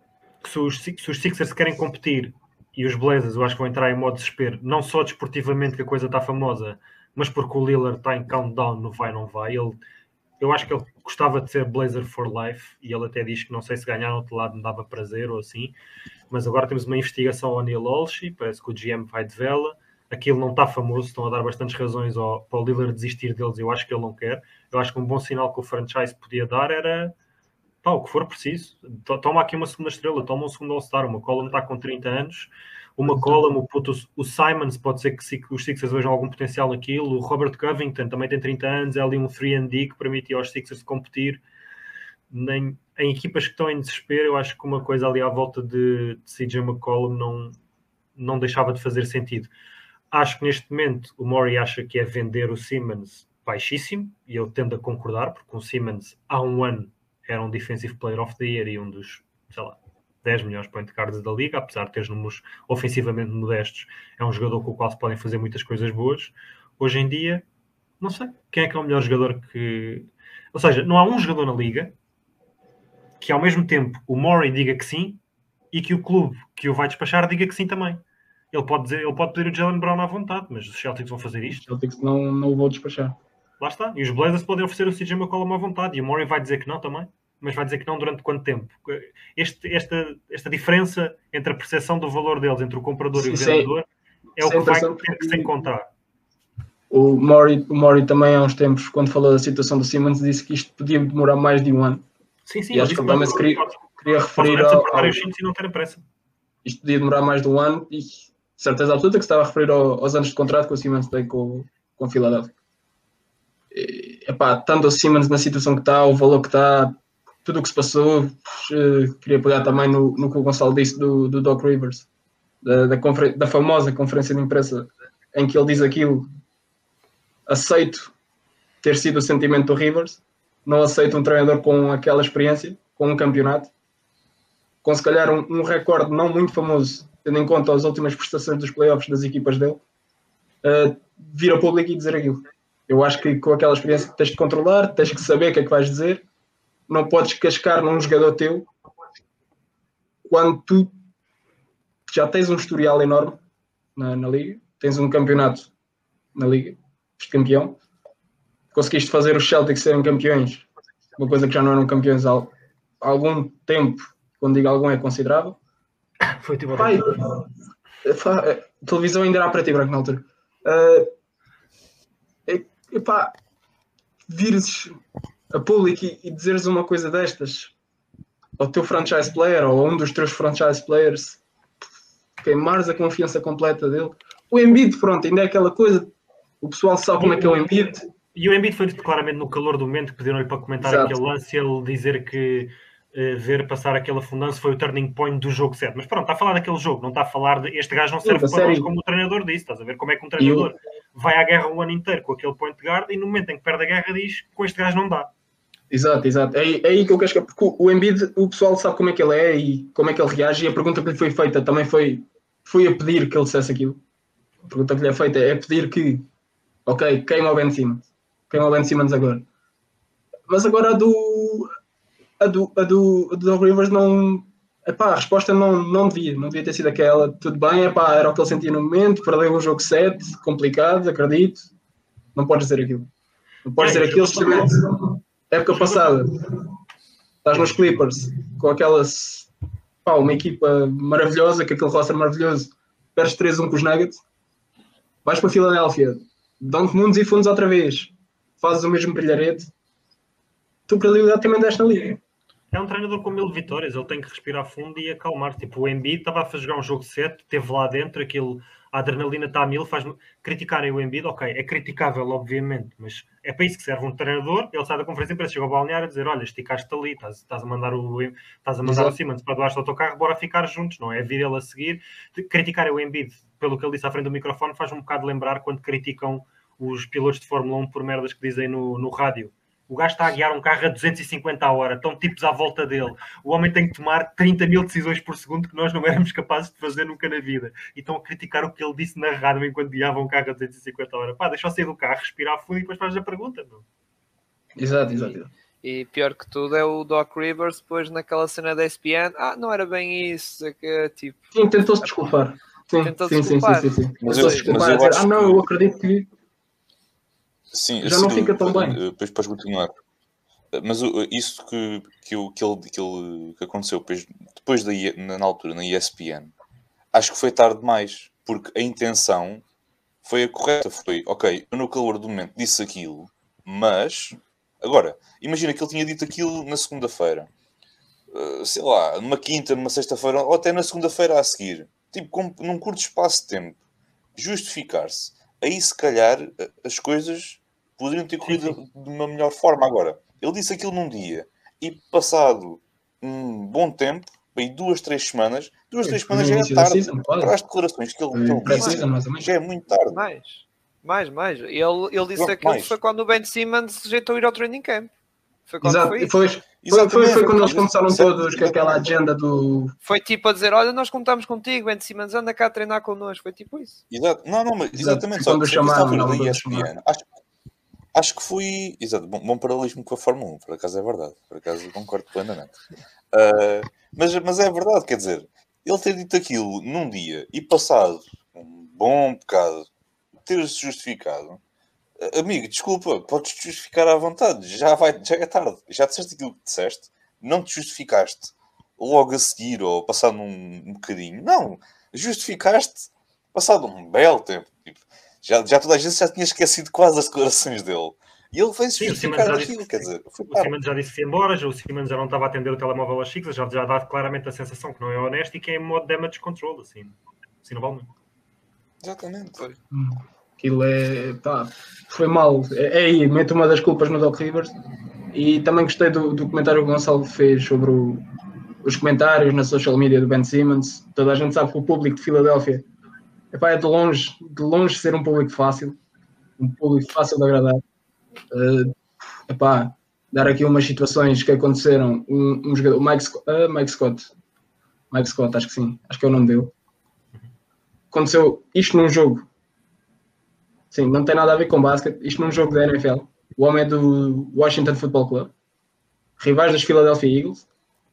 querem competir, e os Blazers eu acho que vão entrar em modo desespero, não só desportivamente que a coisa está famosa, mas porque o Lillard está em countdown no vai não vai. Eu acho que ele gostava de ser Blazer for life, e ele até diz que não sei se ganhar no outro lado me dava prazer ou assim, mas agora temos uma investigação ao Neil Olshey, parece que o GM vai de vela, aquilo não está famoso, estão a dar bastantes razões para o Lillard desistir deles, eu acho que ele não quer. Eu acho que um bom sinal que o franchise podia dar era o que for preciso, toma aqui uma segunda estrela, toma um segundo All-Star. O McCollum está com 30 anos, o McCollum, o Simons, pode ser que os Sixers vejam algum potencial naquilo, o Robert Covington também tem 30 anos, é ali um 3&D que permite aos Sixers competir. Em equipas que estão em desespero, eu acho que uma coisa ali à volta de CJ McCollum não deixava de fazer sentido. Acho que neste momento o Morey acha que é vender o Simmons baixíssimo, e eu tendo a concordar, porque o Simmons há um ano era um Defensive Player of the Year e um dos, 10 melhores point guards da liga, apesar de ter números ofensivamente modestos. É um jogador com o qual se podem fazer muitas coisas boas. Hoje em dia, não sei quem é que é o melhor jogador que... Ou seja, não há um jogador na liga que ao mesmo tempo o Morey diga que sim e que o clube que o vai despachar diga que sim também. Ele pode pedir o Jaylen Brown à vontade, mas os Celtics vão fazer isto. Os Celtics não o vão despachar. Lá está. E os Blazers podem oferecer o CJ McCollum à vontade. E o Morey vai dizer que não também. Mas vai dizer que não durante quanto tempo? Esta diferença entre a percepção do valor deles, entre o comprador e o vendedor, é o que vai ter que se encontrar. O Morey também há uns tempos, quando falou da situação do Simmons, disse que isto podia demorar mais de um ano. Sim. E acho que ele também se queria referir e não ter pressa. Isto podia demorar mais de um ano, e certeza absoluta que se estava a referir aos anos de contrato que o Simmons tem com o Philadelphia. Tanto o Simmons na situação que está, o valor que está, tudo o que se passou, queria pegar também no que o Gonçalo disse do Doc Rivers, da famosa conferência de imprensa, em que ele diz aquilo: aceito ter sido o sentimento do Rivers, não aceito um treinador com aquela experiência, com um campeonato, com se calhar um recorde não muito famoso, tendo em conta as últimas prestações dos playoffs das equipas dele, vir ao público e dizer aquilo. Eu acho que com aquela experiência tens de controlar, tens que saber o que é que vais dizer, não podes cascar num jogador teu quando tu já tens um historial enorme na liga, tens um campeonato na liga, foste campeão, conseguiste fazer os Celtics serem campeões, uma coisa que já não eram campeões há algum tempo, quando digo algum é considerável. Foi tipo a televisão ainda era preto e branco na altura. Vires a público e dizeres uma coisa destas ao teu franchise player ou a um dos teus franchise players, queimares a confiança completa dele. O Embiid, pronto, ainda é aquela coisa, o pessoal sabe como é que é o Embiid, E o Embiid foi claramente no calor do momento que pediram-lhe para comentar Exato. aquele lance e ele dizer que ver passar aquele afundanço foi o turning point do jogo 7. Mas pronto, está a falar daquele jogo, não está a falar de este gajo não serve da para nós série. como o treinador disse. Estás a ver como é que um E treinador vai à guerra o ano inteiro com aquele point guard e no momento em que perde a guerra diz com este gajo não dá. Exato. É aí que eu quero chegar, porque o Embiid, o pessoal sabe como é que ele é e como é que ele reage, e a pergunta que lhe foi feita também foi a pedir que ele dissesse aquilo. A pergunta que lhe é feita é pedir que, ok, queima o Ben Simmons agora. Mas agora a do Doc Rivers não... Epá, a resposta não devia ter sido aquela. Tudo bem, epá, era o que ele sentia no momento, perdeu o jogo 7, complicado, acredito. Não podes dizer aquilo. Não podes dizer aquilo, justamente. Época passada, estás nos Clippers, com aquelas... Pá, uma equipa maravilhosa, com aquele roster maravilhoso, perdes 3-1 com os Nuggets, vais para a Filadélfia, dão-te mundos e fundos outra vez, fazes o mesmo brilharete, tu credibilidade também deste na liga. É um treinador com 1000 vitórias, ele tem que respirar fundo e acalmar. Tipo, o Embiid estava a jogar um jogo 7, esteve lá dentro, a adrenalina está a 1000, criticarem o Embiid, ok, é criticável, obviamente, mas é para isso que serve um treinador. Ele sai da conferência de imprensa, chega ao balneário a dizer, olha, esticaste ali, estás a mandar o Simmons para debaixo do autocarro, bora ficar juntos, não é? Vir ele a seguir. Criticar o Embiid, pelo que ele disse à frente do microfone, faz um bocado lembrar quando criticam os pilotos de Fórmula 1 por merdas que dizem no rádio. O gajo está a guiar um carro a 250 a hora, estão tipos à volta dele. O homem tem que tomar 30 mil decisões por segundo que nós não éramos capazes de fazer nunca na vida. E estão a criticar o que ele disse na rádio enquanto guiava um carro a 250 a hora. Pá, deixa eu sair do carro, respirar fundo e depois fazes a pergunta. Não? Exato. E pior que tudo é o Doc Rivers, depois naquela cena da ESPN, não era bem isso, é que tipo... Sim, tentou-se desculpar. Sim. Mas eu acho não, eu acredito que... Sim, já não fica tão bem. Depois podes continuar. Mas isso que aconteceu depois na altura na ESPN, acho que foi tarde demais, porque a intenção foi a correta. Foi, ok, eu no calor do momento disse aquilo, mas agora, imagina que ele tinha dito aquilo na segunda-feira, sei lá, numa quinta, numa sexta-feira, ou até na segunda-feira a seguir, tipo, num curto espaço de tempo, justificar-se. Aí se calhar as coisas poderiam ter corrido de uma melhor forma. Agora, ele disse aquilo num dia e passado um bom tempo, aí 2-3 semanas já é tarde para as declarações que ele disse, já é muito tarde. Mais. Ele disse aquilo foi quando o Ben Simmons rejeitou ir ao training camp. Foi quando foi quando eles começaram todos com aquela agenda do... Foi tipo a dizer, olha, nós contamos contigo, Ben Simmons, anda cá a treinar connosco. Foi tipo isso. Exato. Mas exatamente. Só que da ESPN, acho que foi... Exato, bom paralelismo com a Fórmula 1, por acaso é verdade. Por acaso concordo plenamente. Mas é verdade, quer dizer, ele ter dito aquilo num dia e passado um bom bocado, ter-se justificado, amigo, desculpa, podes te justificar à vontade, já é tarde, já disseste aquilo que disseste, não te justificaste logo a seguir ou passado um bocadinho, não, justificaste passado um belo tempo, tipo, já toda a gente já tinha esquecido quase as declarações dele. E ele foi-se justificar aquilo, quer dizer... O Simmons já disse que ia embora, o Simmons já não estava a atender o telemóvel às chicas, já dá claramente a sensação que não é honesto e que é em modo damage control, assim não vale muito. Exatamente. Aquilo foi mal. É aí, meto uma das culpas no Doc Rivers. E também gostei do comentário que o Gonçalo fez sobre os comentários na social media do Ben Simmons. Toda a gente sabe que o público de Filadélfia é de longe ser um público fácil, de agradar. Dar aqui umas situações que aconteceram. Um jogador, Mike Scott, acho que sim, acho que é o nome dele. Aconteceu isto num jogo. Sim, não tem nada a ver com basquete. Isto num jogo da NFL. O homem é do Washington Football Club, rivais dos Philadelphia Eagles.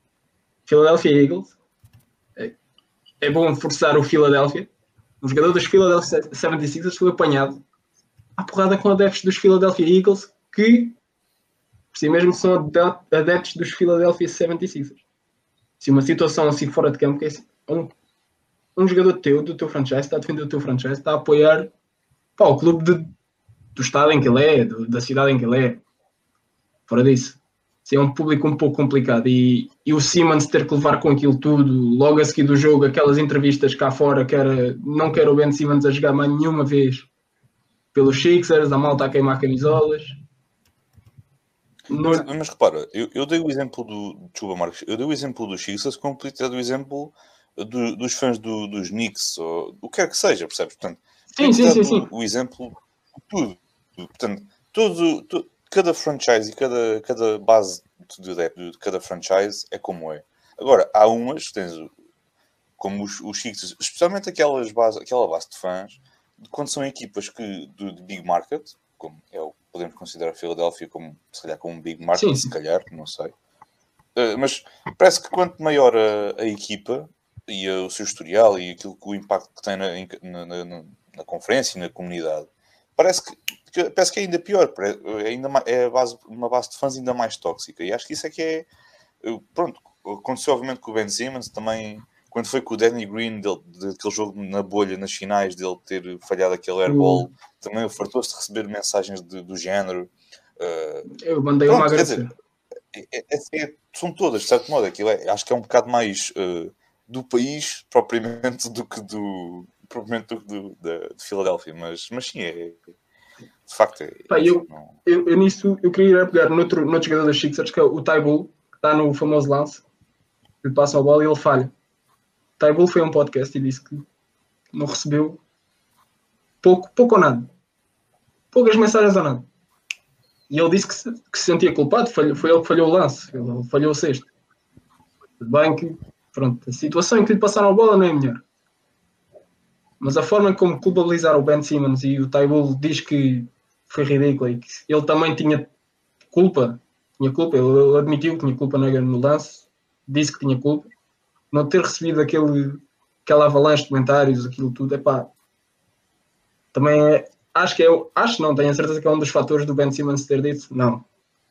É bom forçar o Philadelphia. Um jogador dos Philadelphia 76ers foi apanhado à porrada com adeptos dos Philadelphia Eagles, que por si mesmo são adeptos dos Philadelphia 76ers. Se uma situação assim fora de campo, que é um jogador do teu franchise, está a defender o teu franchise, está a apoiar o clube do estado em que ele é, da cidade em que ele é. Fora disso. É um público um pouco complicado. E o Simmons ter que levar com aquilo tudo, logo a seguir do jogo, aquelas entrevistas cá fora, não quero o Ben Simmons a jogar mais nenhuma vez. pelos Sixers, a malta a queimar camisolas. Mas repara, eu dei o exemplo Desculpa, Marcos. Eu dei o exemplo dos Sixers como podia ter dado o exemplo dos fãs dos Knicks, ou o que quer que seja, percebes? Portanto, Sim. o exemplo de tudo. Portanto, cada franchise e cada base de cada franchise é como é. Agora, há umas, como os Sixers, especialmente aquela base de fãs, quando são equipas de big market, como podemos considerar a Philadelphia como, se calhar, como um big market, Sim. se calhar, não sei. Mas parece que quanto maior a equipa e o seu historial e o impacto que tem na conferência e na comunidade, parece que é ainda pior. Uma base de fãs ainda mais tóxica. E acho que isso é que é... Pronto, aconteceu obviamente com o Ben Simmons também, quando foi com o Danny Green, daquele jogo na bolha, nas finais, dele ter falhado aquele airball, também fartou-se de receber mensagens do género. Eu mandei uma agradecer. São todas, de certo modo. Acho que é um bocado mais do país, propriamente, do que de Filadélfia. Mas sim, de facto. Eu nisso eu queria pegar noutro jogador das Sixers, que é o Ty Bull, que está no famoso lance. Ele passa a bola e ele falha. O Ty Bull foi a um podcast e disse que não recebeu pouco ou nada. Poucas mensagens ou nada. E ele disse que se sentia culpado, foi ele que falhou o lance, ele falhou o sexto. Tudo bem que, pronto, a situação em que lhe passaram a bola não é melhor. Mas a forma como culpabilizaram o Ben Simmons e o Ty Bull diz que foi ridículo e que ele também tinha culpa, ele admitiu que tinha culpa no lance, disse que tinha culpa, não ter recebido aquela avalanche de comentários, aquilo tudo, também é. Acho não, tenho a certeza que é um dos fatores do Ben Simmons ter dito não,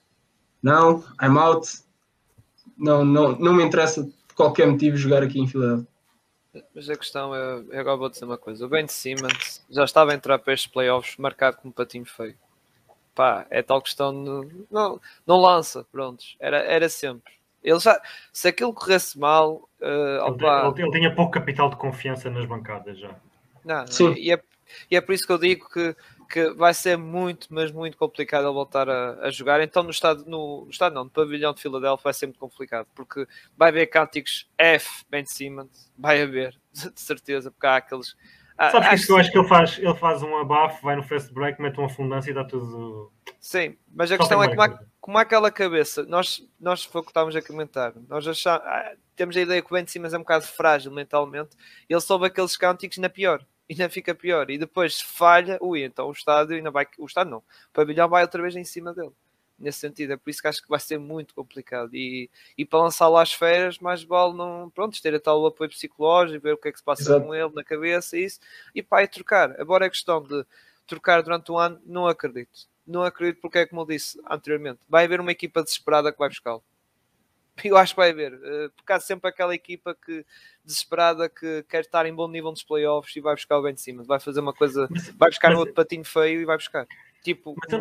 I'm out, não me interessa por qualquer motivo jogar aqui em Filadélfia. Mas a questão é, agora vou dizer uma coisa, o Ben Simmons já estava a entrar para estes playoffs marcado como patinho feio. Pá, é tal questão de não lança, prontos, era sempre. Ele já, se aquilo corresse mal, ele tinha pouco capital de confiança nas bancadas já. Não, e é por isso que eu digo que vai ser muito, mas muito complicado ele voltar a jogar. Então no pavilhão de Filadélfia vai ser muito complicado, porque vai haver cânticos F, Ben Simmons, vai haver, de certeza, porque há aqueles... Sabes que eu acho que ele faz um abafo, vai no fast break, mete uma afundância e dá tudo... Sim, mas a questão é como aquela cabeça, nós foi o que estávamos a comentar, nós temos a ideia que o Ben Simmons é um bocado frágil mentalmente, ele soube aqueles cânticos na pior. Ainda fica pior, e depois falha, então o estádio o pavilhão vai outra vez em cima dele, nesse sentido, é por isso que acho que vai ser muito complicado, e para lançar lá as feras, mais vale ter a tal apoio psicológico, ver o que é que se passa com ele na cabeça, e trocar. Agora é questão de trocar durante um ano, não acredito porque é como eu disse anteriormente, vai haver uma equipa desesperada que vai buscá-lo. Eu acho que vai haver, porque há sempre aquela equipa desesperada que quer estar em bom nível nos playoffs e vai buscar o Ben Simmons, vai fazer uma coisa, vai buscar outro patinho feio e vai buscar. Tipo, mas eu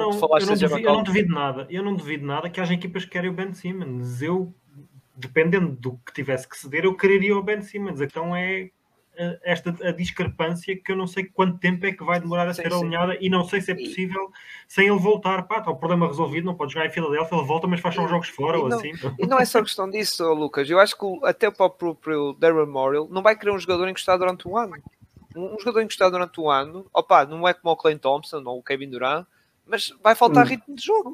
não duvido nada que haja equipas que querem o Ben Simmons. Dependendo do que tivesse que ceder, eu quereria o Ben Simmons. Então é a discrepância que eu não sei quanto tempo é que vai demorar a ser alinhada e não sei se é possível sem ele voltar. Pá, está o problema resolvido, não pode jogar em Filadélfia, ele volta, mas faz só os jogos fora ou assim. E não é só questão disso, Lucas. Eu acho que até o próprio Daryl Morey não vai querer um jogador encostado durante um ano. Um jogador encostado durante um ano, não é como o Klay Thompson ou o Kevin Durant, mas vai faltar ritmo de jogo.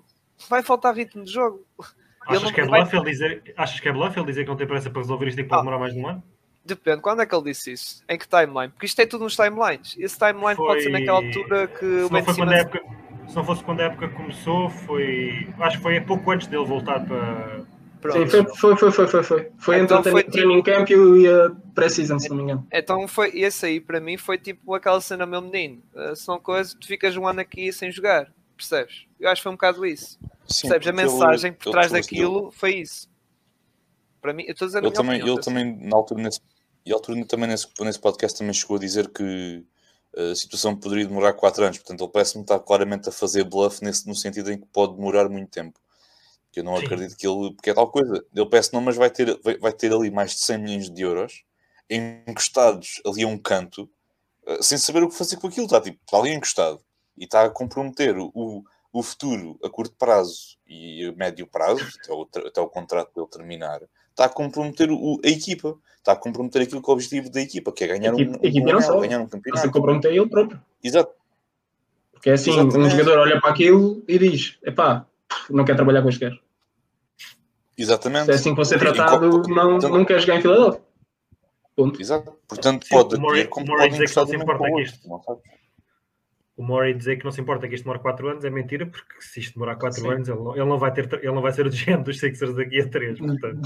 Achas que é bluff ele dizer que não tem pressa para resolver isto e que pode demorar mais de um ano? Depende, quando é que ele disse isso? Em que timeline? Porque isto é tudo nos timelines. Esse timeline pode ser naquela altura que o Ben Simmons... Se não fosse quando a época começou, acho que foi pouco antes dele voltar para... Sim, foi então entre o training camp e a pré-season, se não me engano. Então esse aí para mim foi tipo aquela cena, meu menino, são coisas, tu ficas um ano aqui sem jogar, percebes? Eu acho que foi um bocado isso. Sim, percebes? A mensagem por trás daquilo foi isso. Para mim, eu estou dizendo ele também, na altura, nesse podcast também chegou a dizer que a situação poderia demorar 4 anos, portanto ele parece-me estar claramente a fazer bluff no sentido em que pode demorar muito tempo. Que eu não acredito que ele... Porque é tal coisa. Ele parece não, mas vai ter ali mais de 100 milhões de euros encostados ali a um canto, sem saber o que fazer com aquilo. Está ali encostado. e está a comprometer o futuro a curto prazo e a médio prazo, até o contrato dele terminar, está a comprometer a equipa, está a comprometer aquilo que é o objetivo da equipa, que é ganhar A equipa não só, ganhar um você campeonato. comprometer ele próprio. Exato. Porque é assim, um Exatamente. jogador olha para aquilo e diz, epá, não quer trabalhar com este gajo. Exatamente. Se é assim que você tratado, não quer jogar em Filadélfia. Ponto. Exato. Portanto, Sim, pode o Murray ter, como dizer pode que encostar não se de um momento importa para o que outro, isto- não sabes? O Murray dizer que não se importa que isto demore 4 anos é mentira, porque se isto demorar 4 Sim. anos, ele não vai ser o GM dos Sixers daqui a 3. Portanto,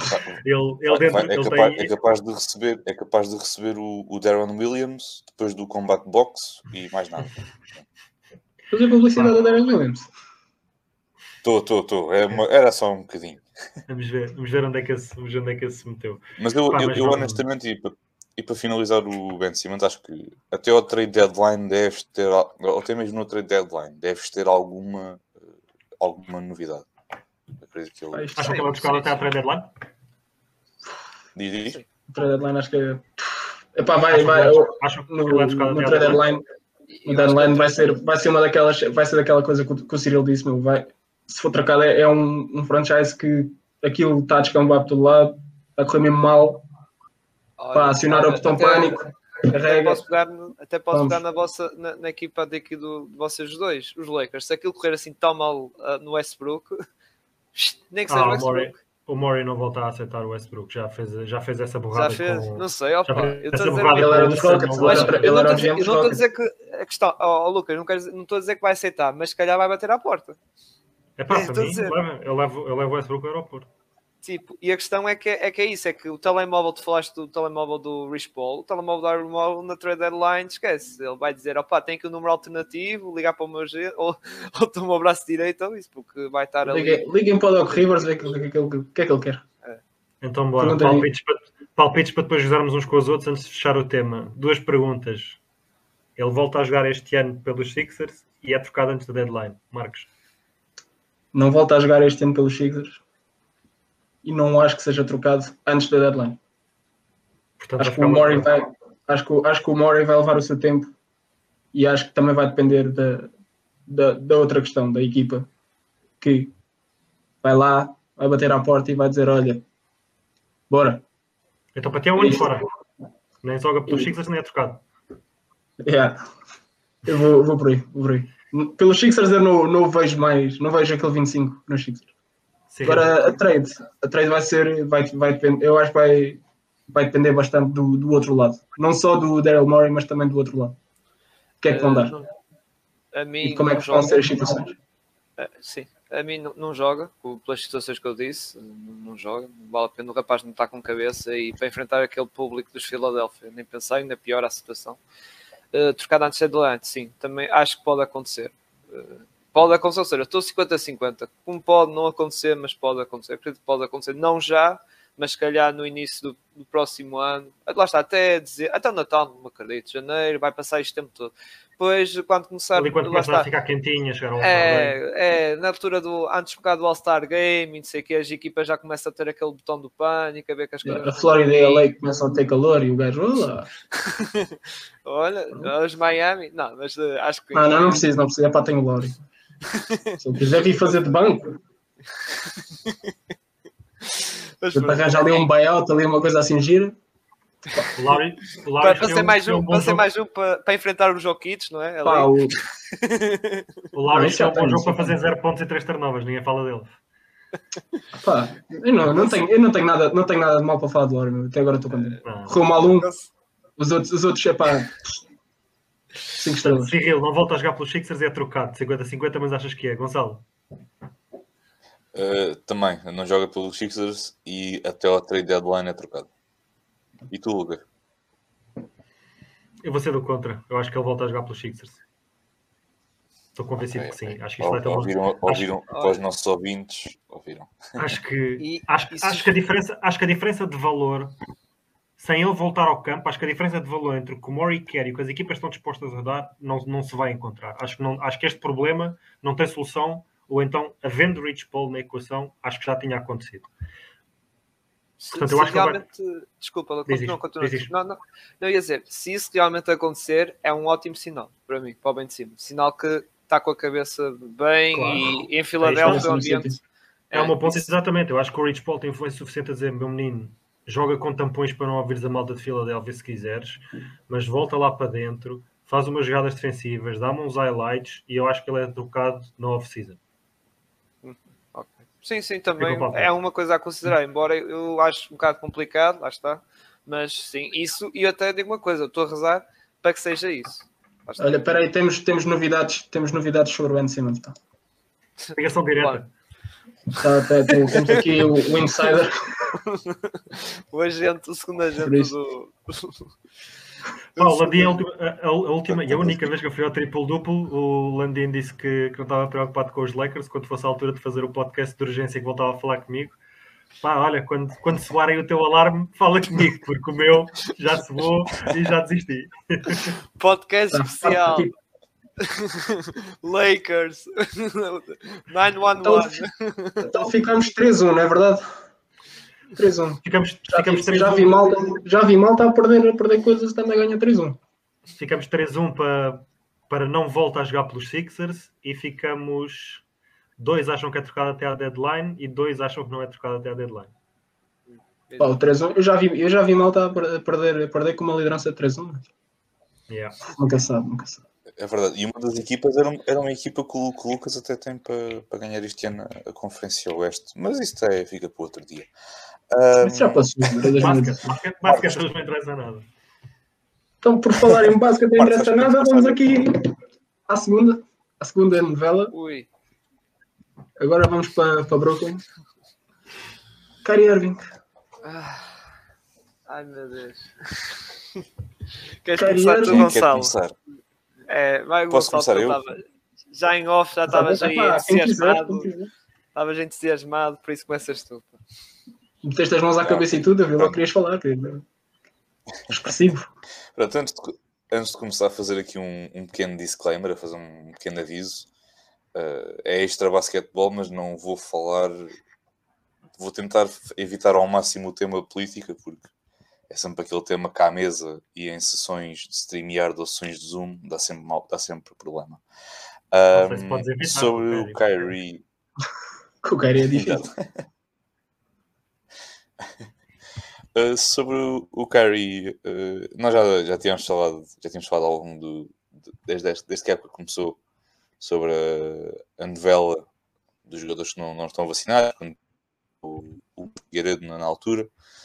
É capaz de receber o Darren Williams depois do Combat Box e mais nada. Fazer publicidade da Darren Williams. Estou. Era só um bocadinho. Vamos ver onde é que esse se meteu. Mas eu honestamente, e para finalizar o Ben Simmons, acho que até ao trade deadline deves ter, ou até mesmo no trade deadline, deves ter alguma novidade. Acredito que ele... Acham que ele vai buscar até à trade deadline? Diz? O trade deadline acho que é... Epá, Acho que no ele vai buscar trade até à deadline, o deadline vai ser uma daquelas, vai ser daquela coisa que o Cyril disse, meu, se for trocado é um franchise que aquilo está a descambar por todo lado, está a correr mesmo mal, para acionar o botão pânico, carrega. Até posso pegar na equipa daqui de vocês dois, os Lakers. Se aquilo correr assim tão mal no Westbrook, nem que seja o Westbrook. O Murray não volta a aceitar o Westbrook, já fez essa borrada. Já fez? Não sei, opa. Eu estou a dizer ele era dos Rockets, eu não estou a dizer que a questão, Lucas, não estou a dizer que vai aceitar, mas se calhar vai bater à porta. É pá, para mim, eu levo o Westbrook ao aeroporto. Tipo, e a questão é que é isso, é que o telemóvel, tu falaste do telemóvel do Rich Paul, o telemóvel do Aaron Paul na trade deadline, esquece, ele vai dizer, opá, tem aqui um número alternativo, ligar para o meu G, ou toma o meu braço direito, ou isso, porque vai estar ali. Liguem para o Doc Rivers, ver o que é que ele quer. Então bora, palpites para depois usarmos uns com os outros antes de fechar o tema. 2 perguntas. Ele volta a jogar este ano pelos Sixers e é trocado antes da deadline. Marcos? Não volta a jogar este ano pelos Sixers. E não acho que seja trocado antes da deadline. Portanto, acho que o Murray vai levar o seu tempo e acho que também vai depender da outra questão, da equipa, que vai lá, vai bater à porta e vai dizer, olha, bora. Então para ti é um ano fora. Nem joga pelos Sixers nem é trocado. Yeah. Eu vou por aí. Pelos Sixers eu não vejo mais, não vejo aquele 25 nos Sixers. Sim. Agora a trade vai depender, eu acho que vai depender bastante do outro lado. Não só do Daryl Morey, mas também do outro lado. O que é que vão dar? A mim e como é que vão ser as situações? Sim, a mim não joga, pelas situações que eu disse, não joga, não vale a pena, o rapaz não está com cabeça e para enfrentar aquele público dos Philadelphia, nem pensar, ainda pior a situação. Trocado antes de deadline, sim, também acho que pode acontecer. Pode acontecer, ou seja, eu estou 50-50. Como pode não acontecer, mas pode acontecer. Acredito que pode acontecer, não já, mas se calhar no início do próximo ano. Lá está, até o Natal, não me acredito. Janeiro, vai passar este tempo todo. Depois, quando começar... Ali quando começar a ficar quentinha, chegar ao na altura antes do All-Star Game, não sei o que, as equipas já começam a ter aquele botão do pânico, a ver que as coisas... A Florida e a LA começam a ter calor e o gajo, olá! Olha, os Miami... Não, mas acho que... Não precisa, é para ter glória. Se eu quiser vir fazer de banco... para arranjar ali um buyout, ali uma coisa assim gira... Para ser mais um para enfrentar os Jokic, não é? O Larry é um bom jogo para fazer 0 pontos e 3 turnovers, ninguém fala dele. Eu não tenho nada de mal para falar do Larry, até agora estou contente. Correu mal os outros é pá, 5 estrelas. Cyril, não volta a jogar pelos Sixers e é trocado 50-50, mas achas que é? Gonçalo? Também, não joga pelos Sixers e até ao trade deadline é trocado. E tu, Lucas? Eu vou ser do contra. Eu acho que ele volta a jogar pelos Sixers. Estou convencido que sim. Acho que isto vai ter ouviram para os nossos ouvintes. Ouviram. Acho que a diferença de valor, sem ele voltar ao campo, acho que a diferença de valor entre o que o Murray quer e o que as equipas estão dispostas a dar não se vai encontrar. Acho que este problema não tem solução, ou então, havendo Rich Paul na equação, acho que já tinha acontecido. Portanto, eu acho realmente... Desculpa, continua. Não ia dizer, se isso realmente acontecer, é um ótimo sinal para mim, para o bem de cima. Sinal que está com a cabeça bem, Claro. e em Filadélfia o Está no ambiente... É uma ponta, exatamente. Eu acho que o Rich Paul tem influência suficiente a dizer, meu menino, joga com tampões para não ouvires a malta de Filadélfia se quiseres, mas volta lá para dentro, faz umas jogadas defensivas, dá-me uns highlights, e eu acho que ele é trocado na off-season. Okay. Sim, também Fica é uma coisa a considerar, embora eu acho um bocado complicado, lá está, mas sim, isso, e eu até digo uma coisa, eu estou a rezar para que seja isso. Olha, espera aí, temos novidades sobre o Ben Simmons. Tá? Ligação direta. Temos aqui o insider. O segundo agente do... O Landim, a última e a única vez que eu fui ao triplo-duplo, o Landim disse que não estava preocupado com os Lakers quando fosse a altura de fazer o podcast de urgência que voltava a falar comigo. Pá, olha, quando soarem o teu alarme, fala comigo, porque o meu já soou e já desisti. Podcast especial. Lakers 911. Então ficamos 3-1, não é verdade? 3-1. Ficamos 3-1. Já vi malta a perder coisas, estando a ganhar 3-1. Ficamos 3-1 para não voltar a jogar pelos Sixers, e ficamos 2 acham que é trocado até à deadline e 2 acham que não é trocado até à deadline. Pá, o 3-1, eu já vi malta a perder com uma liderança de 3-1. Yeah. Nunca sabe. É verdade. E uma das equipas era uma equipa que o Lucas até tem para ganhar este ano a Conferência Oeste. Mas isso fica para outro dia. Isso já passou. Basquete não interessa nada. Então, por falar em basquete não interessa nada, vamos aqui à segunda novela. Ui. Agora vamos para Brooklyn. Kyrie Irving. Ai, meu Deus. Queres Kyrie começar tu, Irving? Gonçalo? Vai, Posso Gonçalo, começar eu? Já em off, já estavas aí entusiasmado. Quiser. Estavas entusiasmado, por isso começas tu. Meteste as mãos à cabeça e tudo, eu vi logo que querias falar. Expressivo. Pronto, antes de começar a fazer aqui um pequeno disclaimer, a fazer um pequeno aviso, é extra basquetebol, mas não vou falar... Vou tentar evitar ao máximo o tema política, porque é sempre aquele tema cá à mesa e em sessões de StreamYard ou sessões de Zoom dá sempre problema. Sobre o Kyrie... Com o Kyrie é difícil. Sobre o Kyrie, nós já tínhamos falado ao longo desde que a época começou, sobre a novela dos jogadores que não estão vacinados, o Figueiredo na altura,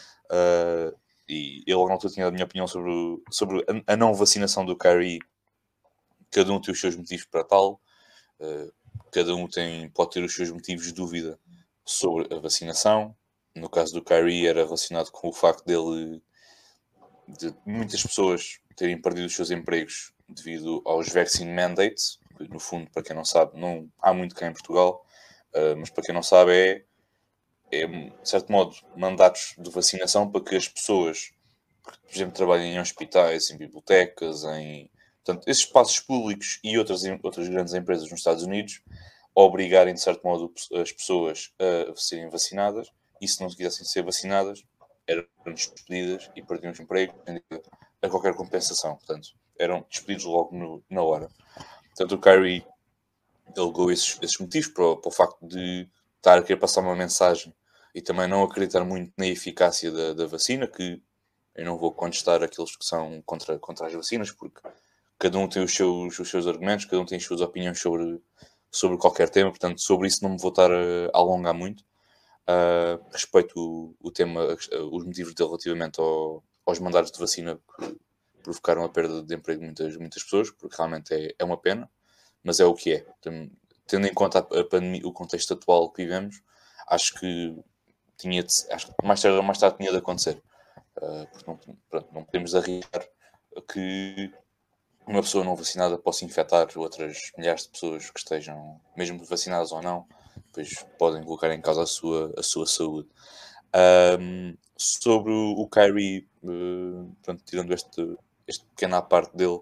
e ele na altura tinha a minha opinião sobre a não vacinação do Kyrie. Cada um tem os seus motivos para tal, cada um pode ter os seus motivos de dúvida sobre a vacinação. No caso do Kyrie era relacionado com o facto de muitas pessoas terem perdido os seus empregos devido aos vaccine mandates, que no fundo, para quem não sabe, não há muito cá em Portugal, mas para quem não sabe de certo modo, mandatos de vacinação para que as pessoas, por exemplo, trabalhem em hospitais, em bibliotecas, portanto, esses espaços públicos e outras grandes empresas nos Estados Unidos, obrigarem, de certo modo, as pessoas a serem vacinadas, e se não quisessem ser vacinadas, eram despedidas e perdiam os empregos a qualquer compensação. Portanto, eram despedidos logo na hora. Portanto, o Kyrie alegou esses motivos para o facto de estar a querer passar uma mensagem e também não acreditar muito na eficácia da vacina, que eu não vou contestar aqueles que são contra as vacinas, porque cada um tem os seus argumentos, cada um tem as suas opiniões sobre qualquer tema, portanto, sobre isso não me vou estar a alongar muito. Respeito o tema, os motivos relativamente aos mandados de vacina que provocaram a perda de emprego de muitas pessoas, porque realmente é uma pena, mas é o que é. Tendo em conta a pandemia, o contexto atual que vivemos, acho que mais tarde tinha de acontecer. Porque não podemos arriscar que uma pessoa não vacinada possa infectar outras milhares de pessoas que estejam, mesmo vacinadas ou não, depois podem colocar em causa a sua saúde. Sobre o Kyrie, tirando este pequeno à parte dele,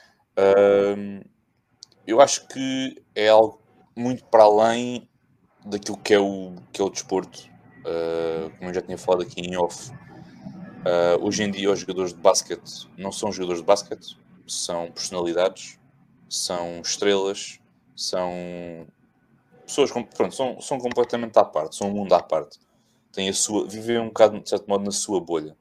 eu acho que é algo muito para além daquilo que é o desporto. Como eu já tinha falado aqui em off, hoje em dia os jogadores de basquete não são jogadores de basquete, são personalidades, são estrelas são pessoas são completamente à parte, são um mundo à parte. Vivem um bocado, de certo modo, na sua bolha.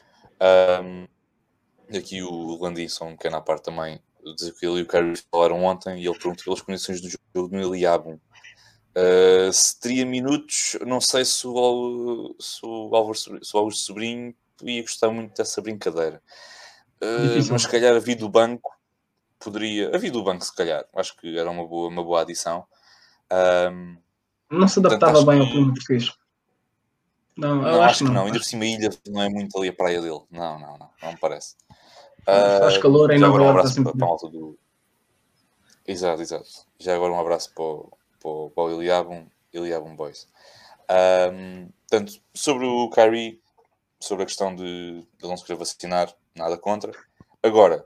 E aqui o Landinson, um pequeno à parte também, dizer que ele e o Kyrie falaram ontem e ele perguntou pelas condições do jogo no Eliabum. Se teria minutos, não sei se o Augusto Sobrinho ia gostar muito dessa brincadeira. Mas se calhar a vida do banco poderia. A vida do banco, se calhar, acho que era uma boa adição. Não se adaptava bem ao clima português. Não, eu acho que não. Ainda por cima a ilha não é muito ali a praia dele. Não me parece. Faz calor em já Nova agora um Iorque. abraço para a malta do. Exato. Já agora um abraço para o Eliabum Boys. Portanto, sobre o Kyrie, sobre a questão de ele não se querer vacinar, nada contra. Agora,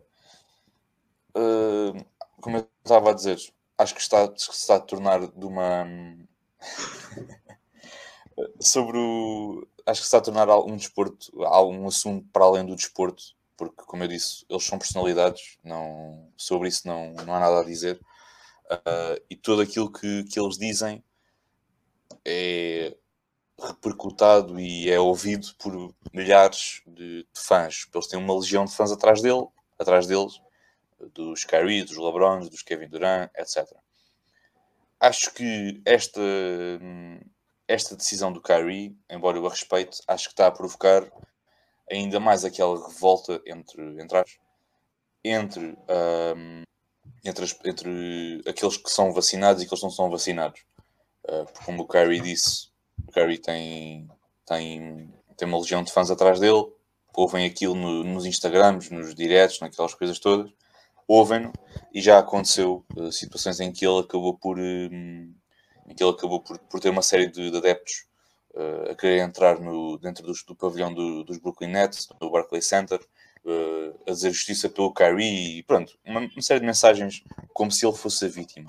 como eu estava a dizer, acho que se está a tornar de uma. Acho que se está a tornar um desporto, um assunto para além do desporto, porque, como eu disse, eles são personalidades, sobre isso não há nada a dizer. E tudo aquilo que eles dizem é repercutado e é ouvido por milhares de fãs. Eles têm uma legião de fãs atrás deles, dos Kyrie, dos LeBron, dos Kevin Durant, etc. Acho que esta decisão do Kyrie, embora eu a respeite, acho que está a provocar ainda mais aquela revolta entre aqueles que são vacinados e aqueles que não são vacinados. Porque, como o Kyrie disse, o Kyrie tem uma legião de fãs atrás dele, ouvem aquilo nos Instagrams, nos directs, naquelas coisas todas, ouvem-no, e já aconteceu situações em que ele acabou por ter uma série de adeptos a querer entrar dentro do pavilhão dos Brooklyn Nets, do Barclays Center, a dizer justiça pelo Kyrie, e pronto, uma série de mensagens como se ele fosse a vítima.